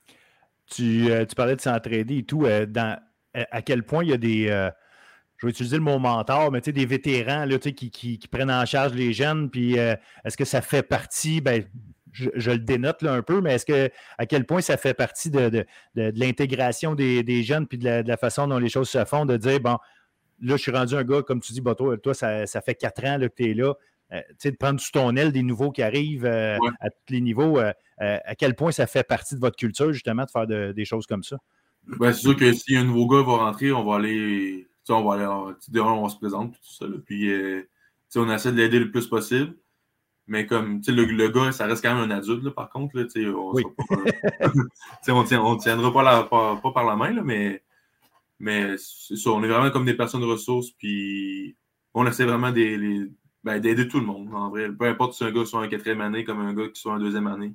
Tu parlais de s'entraider et tout. À quel point il y a des. Je vais utiliser le mot mentor, mais des vétérans là, qui prennent en charge les jeunes. Puis est-ce que ça fait partie. Je le dénote là, un peu, mais à quel point ça fait partie de l'intégration des jeunes puis de la façon dont les choses se font, de dire, bon, là, je suis rendu un gars, comme tu dis, toi, ça fait 4 ans là, que tu es là, de prendre sous ton aile des nouveaux qui arrivent à tous les niveaux, à quel point ça fait partie de votre culture, justement, de faire des choses comme ça? C'est sûr que si un nouveau gars va rentrer, on va aller, on va se présenter, tout ça, là, puis on essaie de l'aider le plus possible. Mais comme, le gars, ça reste quand même un adulte, là, par contre. Là, on tiendra pas par la main, là, mais c'est ça. On est vraiment comme des personnes de ressources, puis on essaie vraiment d'aider tout le monde, en vrai. Peu importe si un gars soit en 4e année, comme un gars qui soit en 2e année.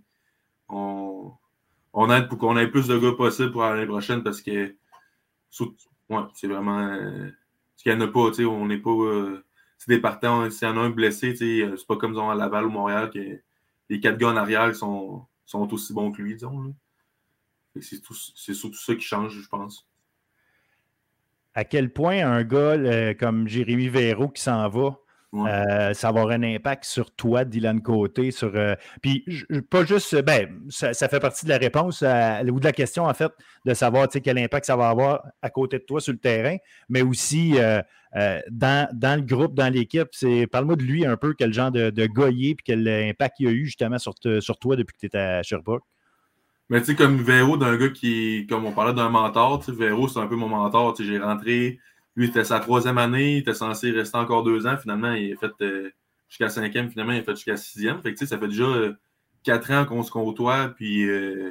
On aide pour qu'on ait plus de gars possible pour l'année prochaine, parce que c'est vraiment... parce qu'il n'y en a pas, on n'est pas... c'est des partants, s'il y en a un blessé, c'est pas comme disons, à Laval ou Montréal que les 4 gars en arrière sont aussi bons que lui, disons. Là. C'est surtout ça qui change, je pense. À quel point un gars comme Jérémy Véraud qui s'en va, ça va avoir un impact sur toi, Dylan Côté, puis pas juste, ça fait partie de la réponse ou de la question, en fait, de savoir quel impact ça va avoir à côté de toi sur le terrain, mais aussi dans le groupe, dans l'équipe. Parle-moi de lui un peu, quel genre de gars il est, puis quel impact il a eu justement sur toi depuis que tu étais à Sherbrooke. Mais tu sais, comme Véro, d'un gars qui, comme on parlait d'un mentor, Véro, c'est un peu mon mentor. J'ai rentré, lui, c'était sa 3e année, il était censé rester encore 2 ans. Finalement, il a fait jusqu'à 5e, finalement, il a fait jusqu'à 6e. Fait que ça fait déjà 4 ans qu'on se côtoie. Puis,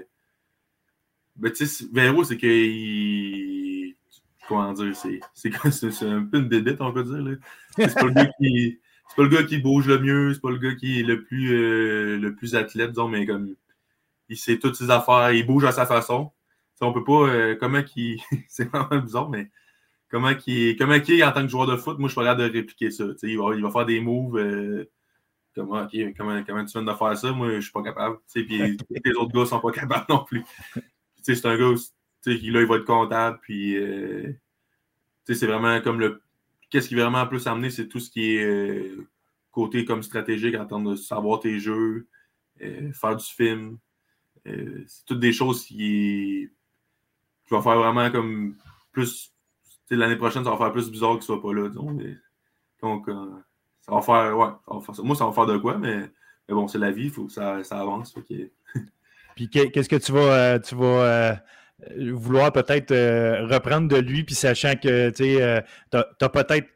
Véro, c'est que comment dire, c'est un peu une bébête, on peut dire. Là. C'est pas le gars qui bouge le mieux, c'est pas le gars qui est le plus athlète, disons, mais comme il sait toutes ses affaires, il bouge à sa façon. On peut pas. Comment qu'il. C'est vraiment bizarre, mais comment qu'il est en tant que joueur de foot, moi je suis pas capable de répliquer ça. Il va faire des moves. Comment tu viens de faire ça? Moi, je suis pas capable. Puis les autres gars sont pas capables non plus. C'est un gars qui là, il va être comptable. Puis c'est vraiment comme qu'est-ce qui est vraiment plus amené, c'est tout ce qui est côté comme stratégique en termes de savoir tes jeux, faire du film. C'est toutes des choses qui vont faire vraiment comme plus. L'année prochaine, ça va faire plus bizarre qu'il ne soit pas là. Disons. Donc, ça va faire. Ouais, moi, ça va faire de quoi, mais bon, c'est la vie, il faut que ça avance. Okay. Puis qu'est-ce que tu vas vouloir peut-être reprendre de lui, puis sachant que tu as peut-être.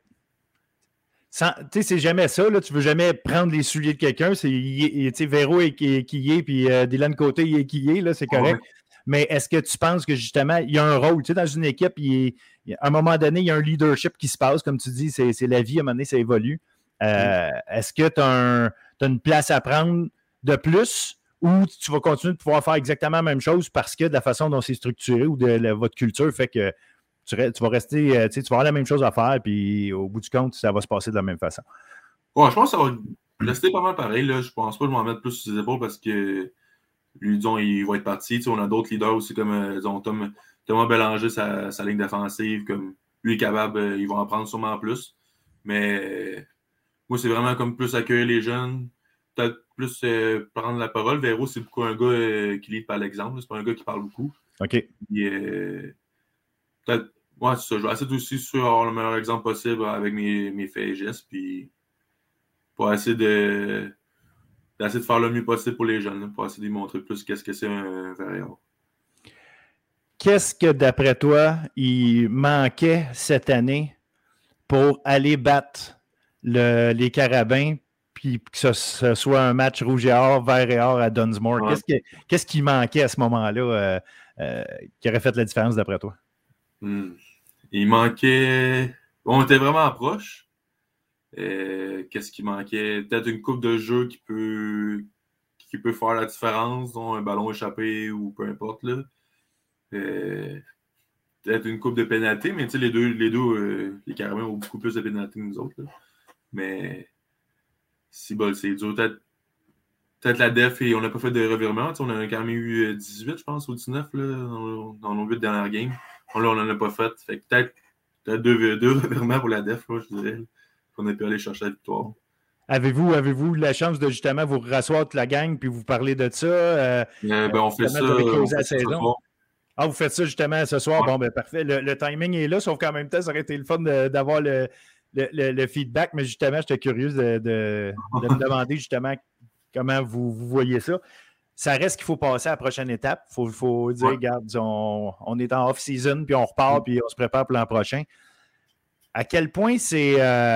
C'est jamais ça, là, tu ne veux jamais prendre les souliers de quelqu'un. Véro est qui est, puis Dylan Côté il est qui est, là, c'est correct. Ouais. Mais est-ce que tu penses que justement, il y a un rôle, dans une équipe, à un moment donné, il y a un leadership qui se passe, comme tu dis, c'est la vie, à un moment donné, ça évolue. Est-ce que tu as une place à prendre de plus ou tu vas continuer de pouvoir faire exactement la même chose parce que de la façon dont c'est structuré ou de votre culture fait que tu vas rester, tu vas avoir la même chose à faire, puis au bout du compte, ça va se passer de la même façon. Ouais, je pense que ça va rester pas mal pareil. Là. Je pense pas que je vais m'en mettre plus sur les épaules parce que lui, disons, il va être parti. On a d'autres leaders aussi comme disons, Thomas Bélanger, sa ligne défensive. Comme lui est capable, il va en prendre sûrement plus. Mais moi, c'est vraiment comme plus accueillir les jeunes, peut-être plus prendre la parole. Véro, c'est beaucoup un gars qui lead par l'exemple. C'est pas un gars qui parle beaucoup. OK. Puis, peut-être, ouais, c'est ça. Je vais essayer aussi sur avoir le meilleur exemple possible avec mes faits et gestes. Puis, pour essayer de faire le mieux possible pour les jeunes, là, pour essayer de montrer plus qu'est-ce que c'est un variable. Qu'est-ce que, d'après toi, il manquait cette année pour aller battre les Carabins puis que ce soit un match rouge et or, vert et or à Dunsmore? Ouais. Qu'est-ce qui manquait à ce moment-là qui aurait fait la différence, d'après toi? Il manquait... On était vraiment proche. Qu'est-ce qui manquait? Peut-être une coupe de jeu qui peut faire la différence, dont un ballon échappé ou peu importe. Là. Peut-être une coupe de pénalité, mais les deux les Carabins ont beaucoup plus de pénalité que nous autres. Là. Mais c'est dur. Peut-être la def, et on n'a pas fait de revirement. On a quand même eu 18, je pense, ou 19 là, dans nos 8 dernières games. Là, on n'en a pas fait. Fait que peut-être deux revirements pour la def, là, je dirais. On a pu aller chercher la victoire. Avez-vous la chance de justement vous rasseoir toute la gang puis vous parler de ça? On fait ça. La saison. Ah, vous faites ça justement ce soir? Ouais. Bon, ben parfait. Le timing est là, sauf qu'en même temps, ça aurait été le fun d'avoir le feedback, mais justement, j'étais curieux de me demander justement comment vous voyez ça. Ça reste qu'il faut passer à la prochaine étape. Il faut dire, regarde, on est en off-season, puis on repart, puis on se prépare pour l'an prochain. À quel point c'est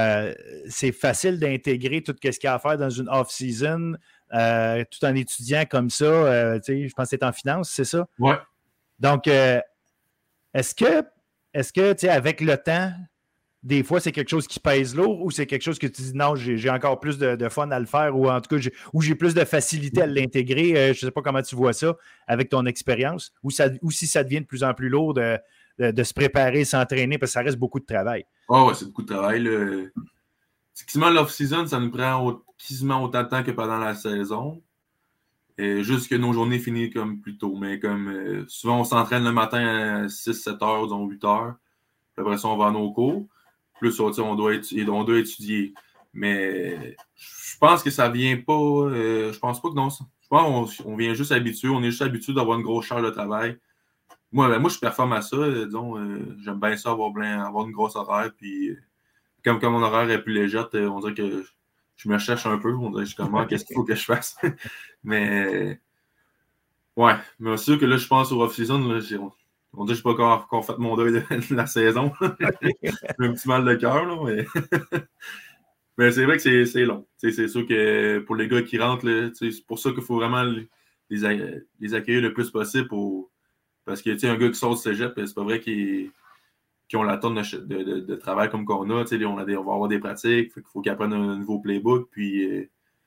facile d'intégrer tout ce qu'il y a à faire dans une off-season tout en étudiant comme ça? Je pense que c'est en finance, c'est ça? Oui. Donc, est-ce que avec le temps, des fois, c'est quelque chose qui pèse lourd ou c'est quelque chose que tu dis non, j'ai encore plus de fun à le faire ou en tout cas, j'ai plus de facilité à l'intégrer? Je ne sais pas comment tu vois ça avec ton expérience ou si ça devient de plus en plus lourd de se préparer, s'entraîner parce que ça reste beaucoup de travail. Oh, ouais, c'est beaucoup de travail. Quasiment l'off-season, ça nous prend quasiment autant de temps que pendant la saison. Juste que nos journées finissent comme plus tôt. Mais comme souvent, on s'entraîne le matin à 6-7 heures, disons 8 heures. Puis après ça, on va à nos cours. Plus, on doit étudier. Mais je pense que ça vient pas... je pense pas que non. Je pense qu'on vient juste habitué. On est juste habitué d'avoir une grosse charge de travail. Moi, je performe à ça. Disons, j'aime bien ça, avoir une grosse horaire. Puis, comme mon horaire est plus légère, on dirait que je me cherche un peu. On dirait que je commence, qu'est-ce qu'il faut que je fasse? Mais, ouais. Mais c'est sûr que là, je pense au off-season. On dirait que je n'ai pas encore fait mon deuil de la saison. J'ai un petit mal de cœur, là, mais... mais c'est vrai que c'est long. C'est sûr que pour les gars qui rentrent, là, c'est pour ça qu'il faut vraiment les accueillir le plus possible parce que un gars qui sort du cégep, c'est pas vrai qu'ils ont la tonne de travail comme qu'on a. On va avoir des pratiques, il faut qu'ils apprennent un nouveau playbook. Puis,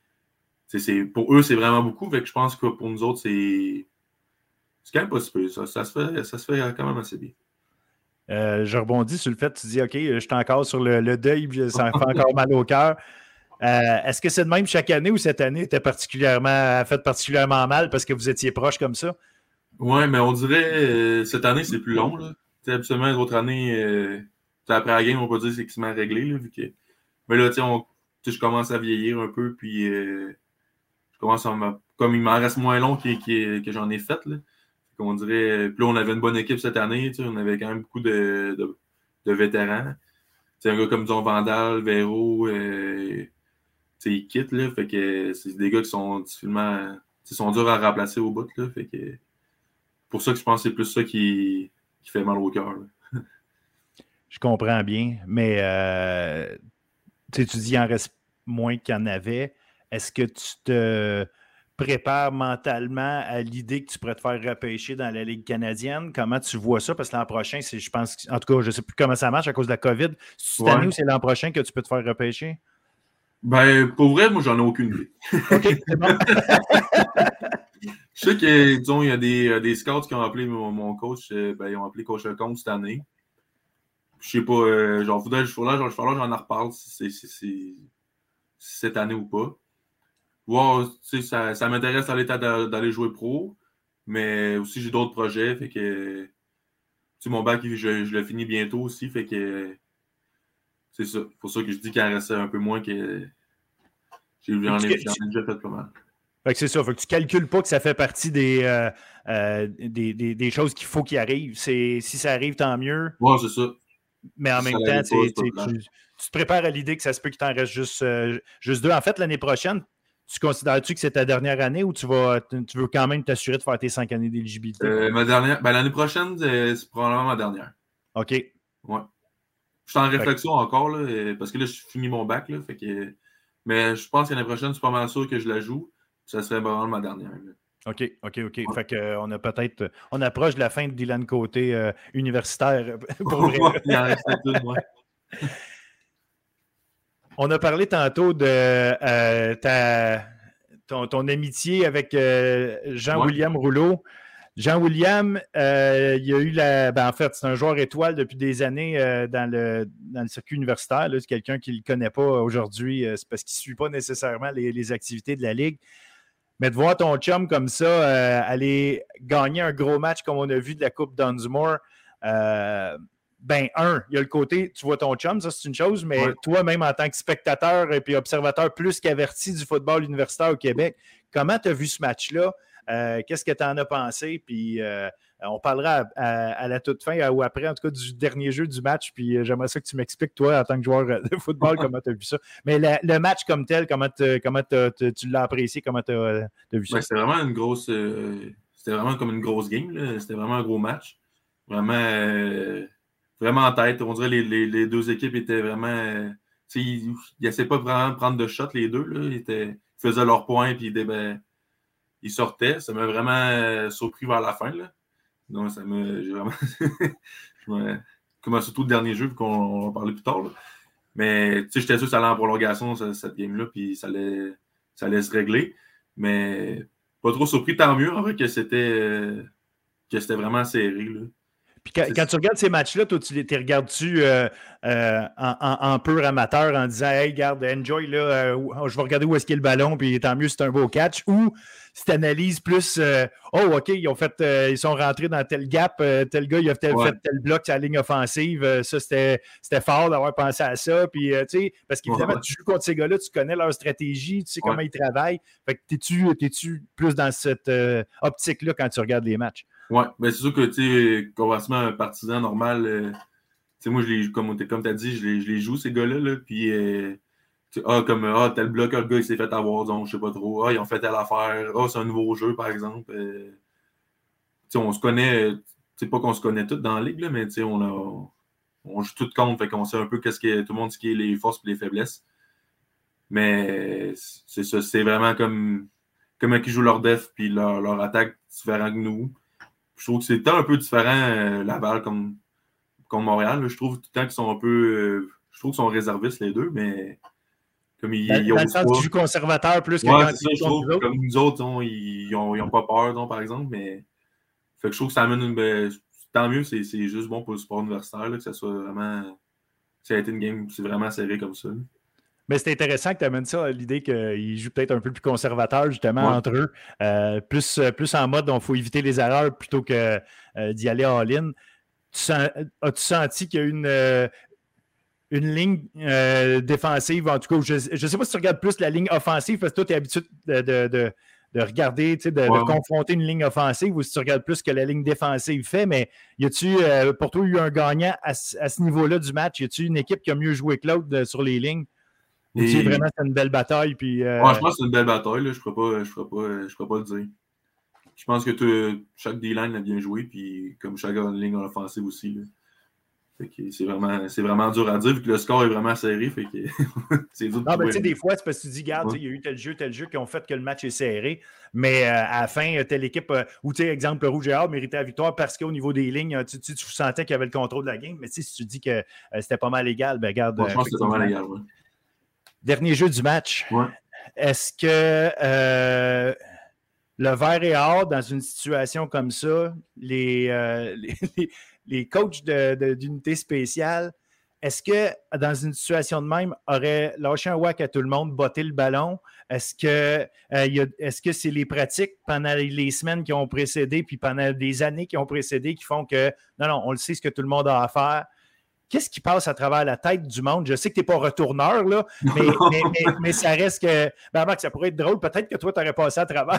pour eux, c'est vraiment beaucoup. Fait que je pense que pour nous autres, c'est quand même pas super. Ça se fait quand même assez bien. Je rebondis sur le fait, tu dis, OK, je suis encore sur le deuil, puis ça me fait encore mal au cœur. Est-ce que c'est de même chaque année ou cette année était fait particulièrement mal parce que vous étiez proche comme ça? Oui, mais on dirait cette année, c'est plus long. Là. Absolument, les autres années, après la game, on peut dire que c'est quasiment réglé. Là, vu que... Mais là, je commence à vieillir un peu, puis je commence comme il m'en reste moins long que j'en ai fait, là. On dirait, puis là, on avait une bonne équipe cette année, on avait quand même beaucoup de vétérans. T'sais, un gars comme disons Vandal, Véro, ils quittent, là, fait que c'est des gars qui sont difficilement, sont durs à remplacer au bout, là, fait que pour ça que je pense que c'est plus ça qui fait mal au cœur. Je comprends bien, mais tu dis qu'il en reste moins qu'il y en avait. Est-ce que tu te prépares mentalement à l'idée que tu pourrais te faire repêcher dans la Ligue canadienne? Comment tu vois ça? Parce que l'an prochain, je pense, en tout cas, je ne sais plus comment ça marche à cause de la COVID. C'est cette année ou c'est l'an prochain que tu peux te faire repêcher? Ben, pour vrai, moi, j'en ai aucune idée. OK, c'est bon. Je sais que, disons, il y a des scouts qui ont appelé mon coach, ils ont appelé Coach Lecomte cette année. Je sais pas, genre, faudrait que j'en reparle si c'est cette année ou pas. Wow, ça m'intéresse d'aller jouer pro, mais aussi j'ai d'autres projets, fait que mon bac, je le finis bientôt aussi, fait que c'est ça. C'est pour ça que je dis qu'il en restait un peu moins que j'en ai déjà fait pas mal. Fait que c'est ça. Fait que tu ne calcules pas que ça fait partie des choses qu'il faut qu'il arrive. Si ça arrive, tant mieux. Ouais, c'est ça. Mais en même temps, tu te prépares à l'idée que ça se peut qu'il t'en reste juste 2. En fait, l'année prochaine, tu considères-tu que c'est ta dernière année ou tu veux quand même t'assurer de faire tes 5 années d'éligibilité? L'année prochaine, c'est probablement ma dernière. OK. Ouais. Je suis en réflexion encore, là, parce que là, je finis mon bac. Là, fait que, mais je pense que l'année prochaine, c'est pas mal sûr que je la joue. Ça serait vraiment ma dernière. Là. OK. Ouais. Fait qu'on a on approche de la fin de Dylan Côté universitaire. Pour vrai. Il en reste tout, ouais. On a parlé tantôt de ton amitié avec Jean-William Rouleau. Jean-William, il y a eu en fait, c'est un joueur étoile depuis des années dans le circuit universitaire. Là. C'est quelqu'un qui ne le connaît pas aujourd'hui. C'est parce qu'il ne suit pas nécessairement les activités de la Ligue. Mais de voir ton chum comme ça aller gagner un gros match comme on a vu de la Coupe Dunsmore, il y a le côté, tu vois ton chum, ça c'est une chose, mais toi, même en tant que spectateur et puis observateur plus qu'averti du football universitaire au Québec, comment tu as vu ce match-là? Qu'est-ce que tu en as pensé? Puis on parlera à la toute fin ou après, en tout cas, du dernier jeu du match. Puis j'aimerais ça que tu m'expliques, toi, en tant que joueur de football, comment tu as vu ça. Mais le match comme tel, comment tu l'as apprécié? Comment tu as vu ça? C'était vraiment une grosse... c'était vraiment comme une grosse game. Là. C'était vraiment un gros match. Vraiment en tête. On dirait les deux équipes étaient vraiment... ils n'essaient pas vraiment de prendre de shot, les deux. Là. Ils faisaient leurs points, puis ils sortaient. Ça m'a vraiment surpris vers la fin. Là. Donc, j'ai vraiment... comme surtout le dernier jeu, vu qu'on en parlait plus tard. Là. Mais j'étais sûr que ça allait en prolongation, cette game-là, puis ça allait se régler. Mais pas trop surpris, tant mieux, en vrai, que c'était vraiment serré. Là. Puis quand tu regardes ces matchs-là, toi, tu les regardes-tu en pur amateur en disant « Hey, regarde, enjoy, là, je vais regarder où est-ce qu'il y a le ballon, puis tant mieux, c'est un beau catch. » Ou si tu analyses plus « Oh, OK, ils sont rentrés dans tel gap, tel gars, il a fait tel bloc sur la ligne offensive, ça, c'était fort d'avoir pensé à ça. » Puis, tu sais, parce qu'évidemment, tu joues contre ces gars-là, tu connais leur stratégie, tu sais comment ils travaillent. Fait que t'es-tu plus dans cette optique-là quand tu regardes les matchs? Oui, ben c'est sûr que, tu sais, conversement un partisan normal, tu sais, moi, comme tu as dit, je les joue, ces gars-là, là, puis, tel bloc, le gars, il s'est fait avoir, donc, je sais pas trop, ils ont fait telle affaire, c'est un nouveau jeu, par exemple. Tu sais, on se connaît, c'est pas qu'on se connaît tous dans la ligue, là, mais, tu sais, on joue tout contre, fait qu'on sait un peu tout le monde ce qui est les forces et les faiblesses. Mais, c'est ça, c'est vraiment comme comment ils jouent leur def, puis leur attaque différent que nous. Je trouve que c'est un peu différent, Laval, comme Montréal. Là. Je trouve tout le temps qu'ils sont un peu... je trouve qu'ils sont réservistes, les deux, mais comme ils dans le sens qu'ils jouent conservateur plus que quand ils jouent contre nous autres. Comme nous autres, ils n'ont pas peur, par exemple, mais... Fait que je trouve que ça amène tant mieux, c'est juste bon pour le sport universitaire, là, que ça soit vraiment... Ça a été une game, c'est vraiment serré comme ça. Là. Mais c'est intéressant que tu amènes ça à l'idée qu'ils jouent peut-être un peu plus conservateur, justement, entre eux. Plus en mode, il faut éviter les erreurs plutôt que d'y aller all-in. As-tu senti qu'il y a eu une ligne défensive, en tout cas, je ne sais pas si tu regardes plus la ligne offensive parce que toi, tu es habitué de regarder, de confronter une ligne offensive ou si tu regardes plus ce que la ligne défensive fait, mais y a-tu, pour toi, eu un gagnant à ce niveau-là du match? Y a-tu une équipe qui a mieux joué que l'autre sur les lignes? Ou vraiment c'est une belle bataille? Puis, je pense que c'est une belle bataille. Là. Je ne ferai pas le dire. Je pense que chaque D-line a bien joué, puis comme chaque ligne offensive aussi. Là. Fait que c'est vraiment dur à dire, vu que le score est vraiment serré. Fait que c'est dur de non, mais tu sais, des fois, c'est parce que tu dis, regarde, il y a eu tel jeu qui ont fait que le match est serré, mais à la fin, telle équipe, ou tu sais, exemple, le Rouge et Or méritait la victoire parce qu'au niveau des lignes, tu sentais qu'il y avait le contrôle de la game, mais tu sais, si tu dis que c'était pas mal égal, ben regarde. Je pense que c'était pas mal égal, oui. Dernier jeu du match. Ouais. Est-ce que le vert et or, dans une situation comme ça, les coachs d'unité spéciale, est-ce que dans une situation de même, auraient lâché un whack à tout le monde, botté le ballon? Est-ce que c'est les pratiques pendant les semaines qui ont précédé, puis pendant des années qui ont précédé, qui font que, non, on le sait ce que tout le monde a à faire? Qu'est-ce qui passe à travers la tête du monde? Je sais que tu n'es pas retourneur, là, mais ça reste que... Ben, Marc, ça pourrait être drôle. Peut-être que toi, tu aurais passé à travers.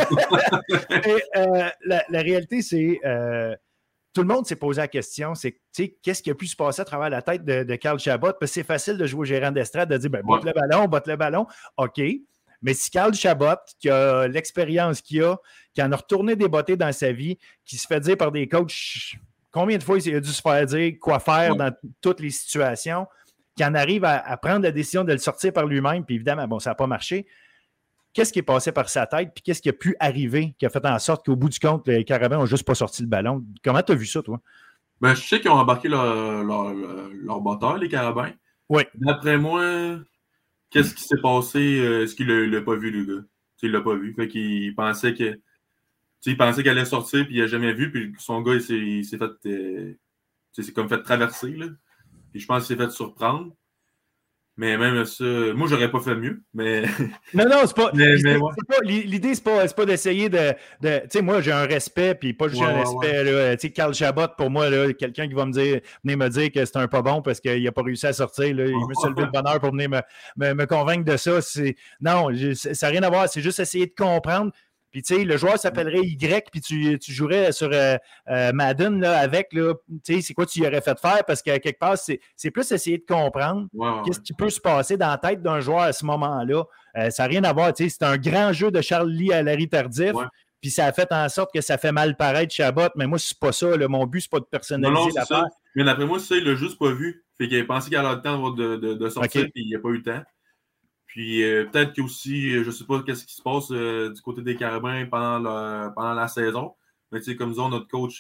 La réalité, c'est... tout le monde s'est posé la question, c'est qu'est-ce qui a pu se passer à travers la tête de Carl Chabot? Parce que c'est facile de jouer au gérant d'estrade, de dire, botte le ballon. OK. Mais si Carl Chabot, qui a l'expérience qu'il a, qui en a retourné des bottées dans sa vie, qui se fait dire par des coachs... Combien de fois il a dû se faire dire quoi faire dans toutes les situations, qu'il en arrive à prendre la décision de le sortir par lui-même, puis évidemment, bon, ça n'a pas marché. Qu'est-ce qui est passé par sa tête, puis qu'est-ce qui a pu arriver, qui a fait en sorte qu'au bout du compte, les Carabins n'ont juste pas sorti le ballon? Comment tu as vu ça, toi? Ben, je sais qu'ils ont embarqué leur botteur, les Carabins. Oui. D'après moi, qu'est-ce qui s'est passé? Est-ce qu'il l'a pas vu, le gars? Il l'a pas vu. Fait qu'il pensait que... il pensait qu'elle allait sortir, puis il n'a jamais vu, puis son gars, il s'est fait... c'est comme fait traverser, là. Puis je pense qu'il s'est fait surprendre. Mais même ça, moi, j'aurais pas fait mieux, mais... Non, c'est pas... L'idée, c'est pas d'essayer de tu sais, moi, j'ai un respect, puis pas juste un respect, là. Tu sais, Carl Chabot, pour moi, là, quelqu'un qui va venir me dire que c'est un pas bon parce qu'il n'a pas réussi à sortir, là, il me s'est levé le bonheur pour venir me convaincre de ça. Non, ça n'a rien à voir, c'est juste essayer de comprendre. Puis, tu sais, le joueur s'appellerait Y, puis tu jouerais sur Madden là, avec, tu sais, c'est quoi tu y aurais fait faire? Parce qu'à quelque part, c'est plus essayer de comprendre qu'est-ce qui peut se passer dans la tête d'un joueur à ce moment-là. Ça n'a rien à voir, tu sais, c'est un grand jeu de Charlie à Larry Tardif, puis ça a fait en sorte que ça fait mal paraître Chabot, mais moi, c'est pas ça, là, mon but, c'est pas de personnaliser l'affaire. Mais d'après moi, ça, il l'a juste pas vu. Fait qu'il a pensé qu'il allait avoir le temps de sortir, puis il n'a pas eu le temps. Puis peut-être qu'il y a aussi, je ne sais pas qu'est-ce qui se passe du côté des Carabins pendant la saison. Mais tu sais, comme disons, notre coach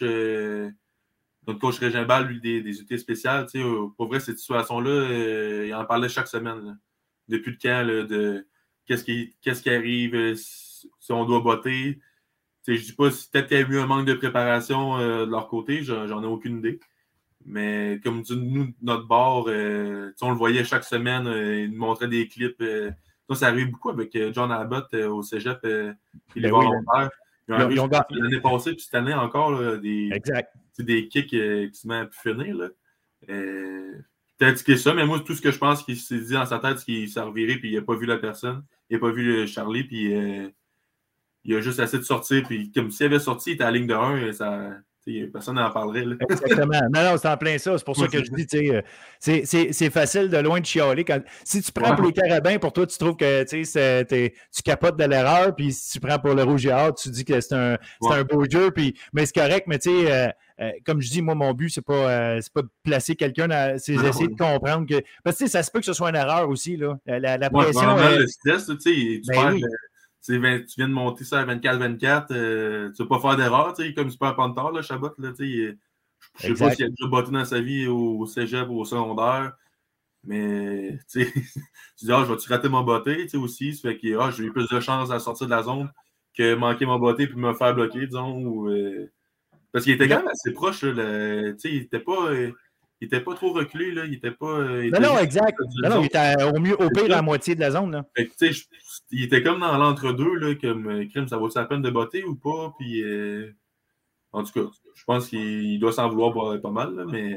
Régin Ball, lui, des unités spéciales, tu sais, pour vrai, cette situation-là, il en parlait chaque semaine. Là. Depuis le camp, là, de qu'est-ce qui arrive, si on doit botter. Tu sais, je dis pas si peut-être qu'il y a eu un manque de préparation de leur côté, j'en ai aucune idée. Mais comme nous, notre bord, on le voyait chaque semaine, il nous montrait des clips. Ça arrive beaucoup avec John Abbott au cégep et les volontaires. Ils ont l'année passée, puis cette année encore, là, des kicks qui se mettent à pu finir. Là. Peut-être que c'est ça, mais moi, tout ce que je pense qu'il s'est dit dans sa tête, c'est qu'il s'est reviré, puis il n'a pas vu la personne. Il n'a pas vu Charlie, puis il a juste essayé de sortir. Puis comme s'il avait sorti, il était à la ligne de 1, ça... personne n'en parlerait. Là. Exactement. Non, c'est en plein ça. C'est pour ça que je dis, c'est facile de loin de chialer. Si tu prends pour les Carabins, pour toi, tu trouves que tu capotes de l'erreur, puis si tu prends pour le Rouge et Or, tu dis que c'est un beau jeu, mais c'est correct, mais tu sais, comme je dis, moi, mon but, c'est pas de placer quelqu'un, c'est d'essayer de comprendre que... Parce que ça se peut que ce soit une erreur aussi, là. La pression... le stress, tu perds... Tu viens de monter ça à 24-24, tu ne vas pas faire d'erreur, comme Super Panther, là, Chabot. Là, je ne sais pas s'il a déjà botté dans sa vie au cégep ou au secondaire, mais tu dis, je vais-tu rater mon botté aussi? Ça fait que j'ai eu plus de chances à sortir de la zone que manquer mon botté et me faire bloquer, disons. Parce qu'il était quand même assez proche. Là, il n'était pas trop reculé. Là, il était pas. Non, exact. Non, il était au pire à la moitié de la zone. Là. Fait que, il était comme dans l'entre-deux, là, comme crime, ça vaut la peine de botter ou pas? Puis, en tout cas, je pense qu'il doit s'en vouloir pas mal, là, mais.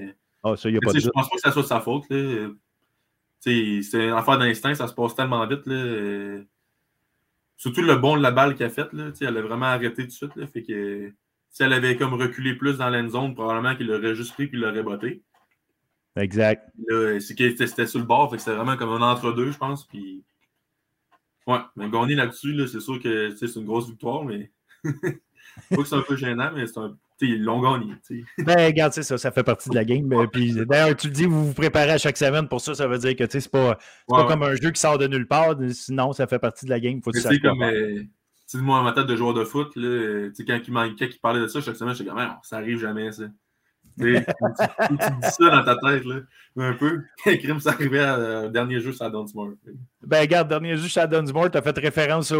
Ah, ça, il n'y a pas de Je pense pas que ça soit de sa faute. Là. C'est une affaire d'instinct, ça se passe tellement vite. Là. Surtout le bond de la balle qu'elle a faite. Elle a vraiment arrêté tout de suite. Là, fait que si elle avait comme reculé plus dans l'end zone, probablement qu'il l'aurait juste pris et il l'aurait botté. Exact. Là, c'est que c'était sur le bord, fait que c'était vraiment comme un entre-deux, je pense. Puis... Ouais, mais gagner là-dessus, là, c'est sûr que c'est une grosse victoire, mais pas que c'est un peu gênant, mais ils l'ont gagné. T'sais. Ben, regarde, ça fait partie de la game. Puis d'ailleurs, tu le dis, vous vous préparez à chaque semaine pour ça, ça veut dire que c'est pas comme un jeu qui sort de nulle part. Sinon, ça fait partie de la game. Faut que tu saches comme moi, en ma tête de joueur de foot, là, quand il parlait de ça chaque semaine, j'étais comme, ça arrive jamais, ça. Tu dis ça dans ta tête, là, un peu. Crime, ça arrivait au dernier jeu, ça Dunsmore. Ben, regarde, dernier jeu, ça Dunsmore, tu as fait référence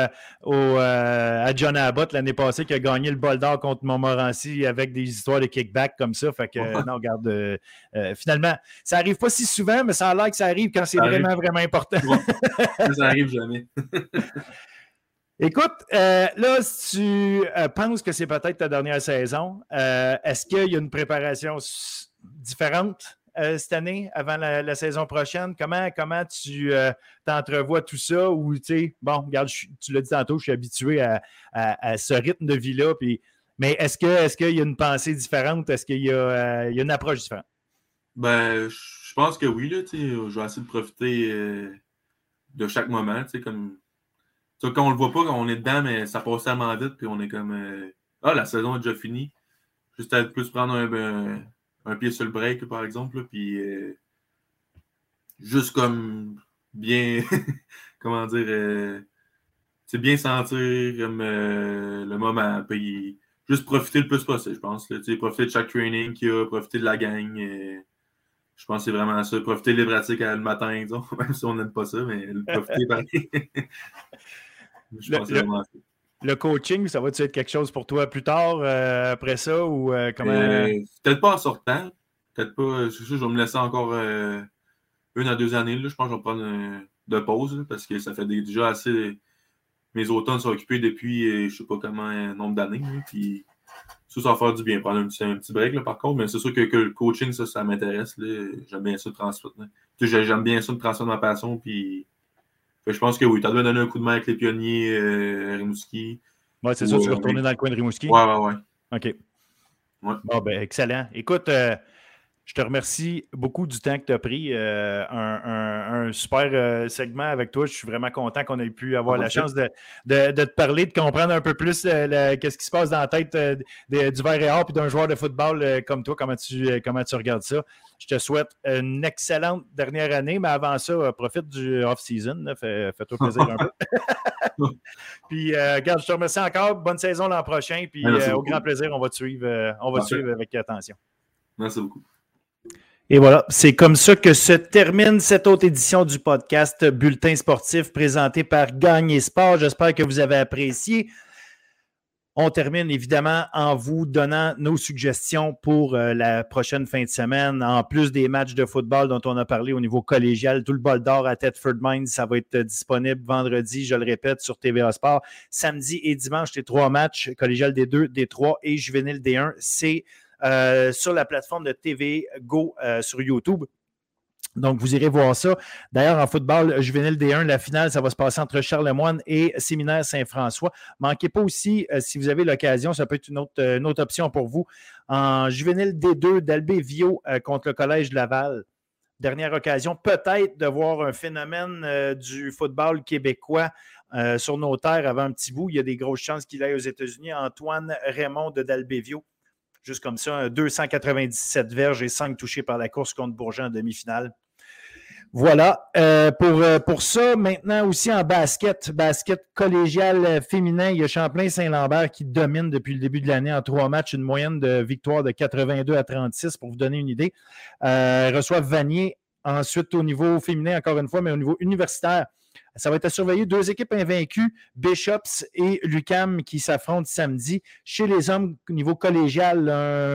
à John Abbott l'année passée qui a gagné le bol d'or contre Montmorency avec des histoires de kickback comme ça. Fait que, non, regarde, finalement, ça arrive pas si souvent, mais ça a l'air que ça arrive quand c'est vraiment important. Ça arrive jamais. Écoute, là, si tu penses que c'est peut-être ta dernière saison, est-ce qu'il y a une préparation différente cette année, avant la saison prochaine? Comment tu t'entrevois tout ça? Ou, tu sais, bon, regarde, tu l'as dit tantôt, je suis habitué à ce rythme de vie-là. Mais est-ce qu'il y a une pensée différente? Est-ce qu'il y a une approche différente? Ben, je pense que oui, là, je vais essayer de profiter de chaque moment, comme... Quand on le voit pas, quand on est dedans, mais ça passe tellement vite, puis on est comme la saison est déjà finie. Juste à plus prendre un pied sur le break, par exemple, là, puis juste comme bien comment dire bien sentir comme le moment, puis juste profiter le plus possible, je pense. Là, profiter de chaque training qu'il y a, profiter de la gang. Je pense que c'est vraiment ça. Profiter des pratiques le matin, disons, même si on n'aime pas ça, mais profiter pareil. Le coaching, ça va-tu être quelque chose pour toi plus tard, après ça, ou comment? Peut-être pas en sortant. Peut-être pas. C'est sûr, je vais me laisser encore 1 à 2 années. Là. Je pense que je vais prendre de pause, là, parce que ça fait déjà assez... Mes automnes sont occupés depuis, je sais pas comment, un nombre d'années. Là, puis ça va faire du bien. Prendre un petit break, là, par contre. Mais c'est sûr que le coaching, ça m'intéresse. Là. J'aime bien ça de transmettre. J'aime bien ça de transmettre ma passion, puis... Je pense que oui, tu as dû donner un coup de main avec les pionniers Rimouski. Oui, c'est ça, tu vas retourner dans le coin de Rimouski? Ouais. OK. Ouais. Bon, ben, excellent. Écoute, je te remercie beaucoup du temps que tu as pris. Un super segment avec toi. Je suis vraiment content qu'on ait pu avoir la chance de te parler, de comprendre un peu plus qu'est-ce qui se passe dans la tête du Vert et Or et d'un joueur de football comme toi. Comment tu regardes ça? Je te souhaite une excellente dernière année, mais avant ça, profite du off-season. Fais-toi plaisir un peu. Puis, regarde, je te remercie encore. Bonne saison l'an prochain. Puis, au grand plaisir, on va te suivre avec attention. Merci beaucoup. Et voilà, c'est comme ça que se termine cette autre édition du podcast Bulletin sportif présenté par Gagné Sport. J'espère que vous avez apprécié. On termine évidemment en vous donnant nos suggestions pour la prochaine fin de semaine. En plus des matchs de football dont on a parlé au niveau collégial, tout le bol d'or à Thetford Mines, ça va être disponible vendredi, je le répète, sur TVA Sport. Samedi et dimanche, les 3 matchs, collégial D2, D3 et juvénile D1, c'est sur la plateforme de TV Go sur YouTube. Donc, vous irez voir ça. D'ailleurs, en football, juvénile D1, la finale, ça va se passer entre Charlemagne et Séminaire Saint-François. Manquez pas aussi, si vous avez l'occasion, ça peut être une autre option pour vous, en juvénile D2 d'Albé-Vio contre le Collège Laval. Dernière occasion, peut-être de voir un phénomène du football québécois sur nos terres avant un petit bout. Il y a des grosses chances qu'il aille aux États-Unis. Antoine Raymond de d'Albé-Vio. Juste comme ça, 297 verges et 5 touchés par la course contre Bourget en demi-finale. Voilà. Pour ça, maintenant aussi en basket collégial féminin, il y a Champlain-Saint-Lambert qui domine depuis le début de l'année en 3 matchs, une moyenne de victoire de 82 à 36 pour vous donner une idée. Reçoivent Vanier. Ensuite, au niveau féminin, encore une fois, mais au niveau universitaire, ça va être à surveiller 2 équipes invaincues, Bishops et l'UQAM qui s'affrontent samedi. Chez les hommes, au niveau collégial,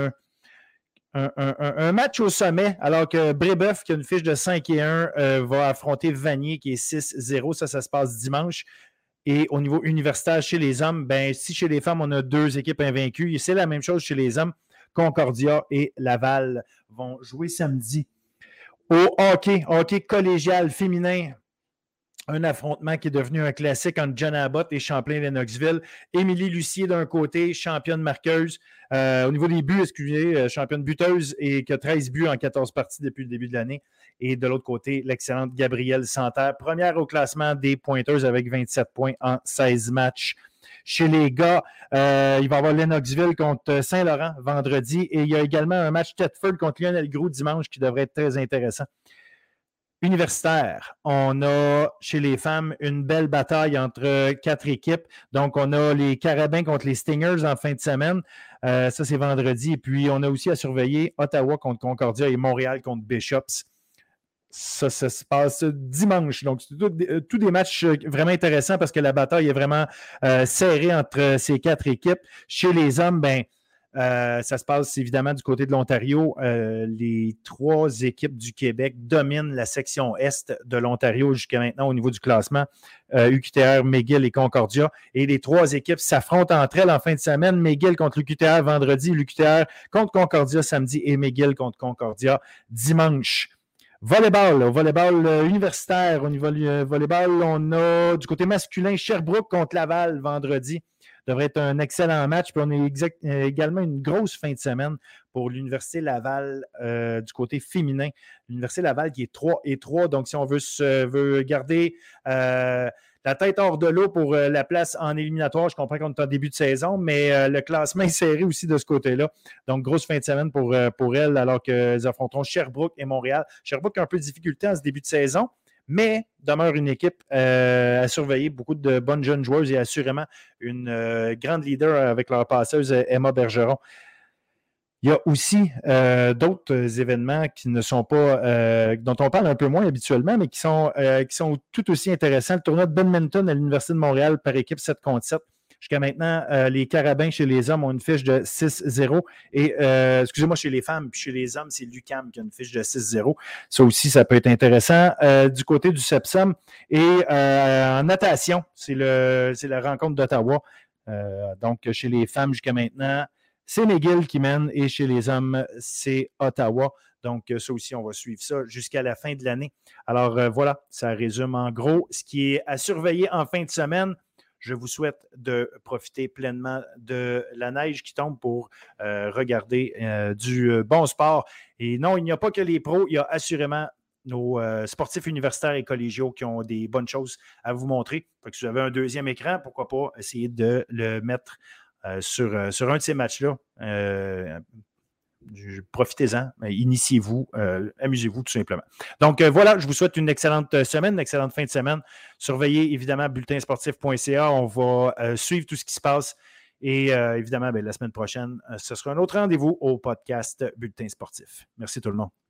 un match au sommet, alors que Brébeuf, qui a une fiche de 5-1, va affronter Vanier, qui est 6-0. Ça se passe dimanche. Et au niveau universitaire, chez les hommes, si chez les femmes, on a 2 équipes invaincues, c'est la même chose chez les hommes. Concordia et Laval vont jouer samedi. Au hockey collégial féminin, un affrontement qui est devenu un classique entre John Abbott et Champlain-Lennoxville. Émilie Lucier d'un côté, championne marqueuse. Au niveau des buts, championne buteuse et qui a 13 buts en 14 parties depuis le début de l'année. Et de l'autre côté, l'excellente Gabrielle Santerre, première au classement des pointeuses avec 27 points en 16 matchs. Chez les gars, il va y avoir Lennoxville contre Saint-Laurent vendredi et il y a également un match Thetford contre Lionel Groulx dimanche qui devrait être très intéressant. Universitaire, on a chez les femmes une belle bataille entre 4 équipes. Donc, on a les Carabins contre les Stingers en fin de semaine. Ça, c'est vendredi. Et puis, on a aussi à surveiller Ottawa contre Concordia et Montréal contre Bishops. Ça se passe dimanche. Donc, c'est tous des matchs vraiment intéressants parce que la bataille est vraiment serrée entre ces 4 équipes. Chez les hommes, ça se passe évidemment du côté de l'Ontario. Les 3 équipes du Québec dominent la section Est de l'Ontario jusqu'à maintenant au niveau du classement. UQTR, McGill et Concordia. Et les 3 équipes s'affrontent entre elles en fin de semaine. McGill contre l'UQTR vendredi, l'UQTR contre Concordia samedi et McGill contre Concordia dimanche. Volleyball universitaire. Au niveau du volleyball, on a du côté masculin Sherbrooke contre Laval vendredi. Devrait être un excellent match. Puis on a également une grosse fin de semaine pour l'Université Laval du côté féminin. L'Université Laval qui est 3-3. Donc, si on veut garder la tête hors de l'eau pour la place en éliminatoire, je comprends qu'on est en début de saison, mais le classement est serré aussi de ce côté-là. Donc, grosse fin de semaine pour elles, alors qu'elles affronteront Sherbrooke et Montréal. Sherbrooke a un peu de difficulté en ce début de saison, mais demeure une équipe à surveiller, beaucoup de bonnes jeunes joueuses et assurément une grande leader avec leur passeuse Emma Bergeron. Il y a aussi d'autres événements qui ne sont pas, dont on parle un peu moins habituellement, mais qui sont tout aussi intéressants. Le tournoi de badminton à l'Université de Montréal par équipe 7 contre 7. Jusqu'à maintenant, les Carabins chez les hommes ont une fiche de 6-0. Et, excusez-moi, chez les femmes, puis chez les hommes, c'est l'UQAM qui a une fiche de 6-0. Ça aussi, ça peut être intéressant. Du côté du Sepsum. Et en natation, c'est la rencontre d'Ottawa. Donc, chez les femmes, jusqu'à maintenant, c'est McGill qui mène. Et chez les hommes, c'est Ottawa. Donc, ça aussi, on va suivre ça jusqu'à la fin de l'année. Alors, voilà, ça résume en gros ce qui est à surveiller en fin de semaine. Je vous souhaite de profiter pleinement de la neige qui tombe pour regarder du bon sport. Et non, il n'y a pas que les pros, il y a assurément nos sportifs universitaires et collégiaux qui ont des bonnes choses à vous montrer. Fait que si vous avez un deuxième écran, pourquoi pas essayer de le mettre sur un de ces matchs-là. Profitez-en, initiez-vous, amusez-vous tout simplement. Donc voilà, je vous souhaite une excellente semaine, une excellente fin de semaine. Surveillez évidemment bulletinsportif.ca, on va suivre tout ce qui se passe et évidemment, la semaine prochaine, ce sera un autre rendez-vous au podcast Bulletin Sportif. Merci tout le monde.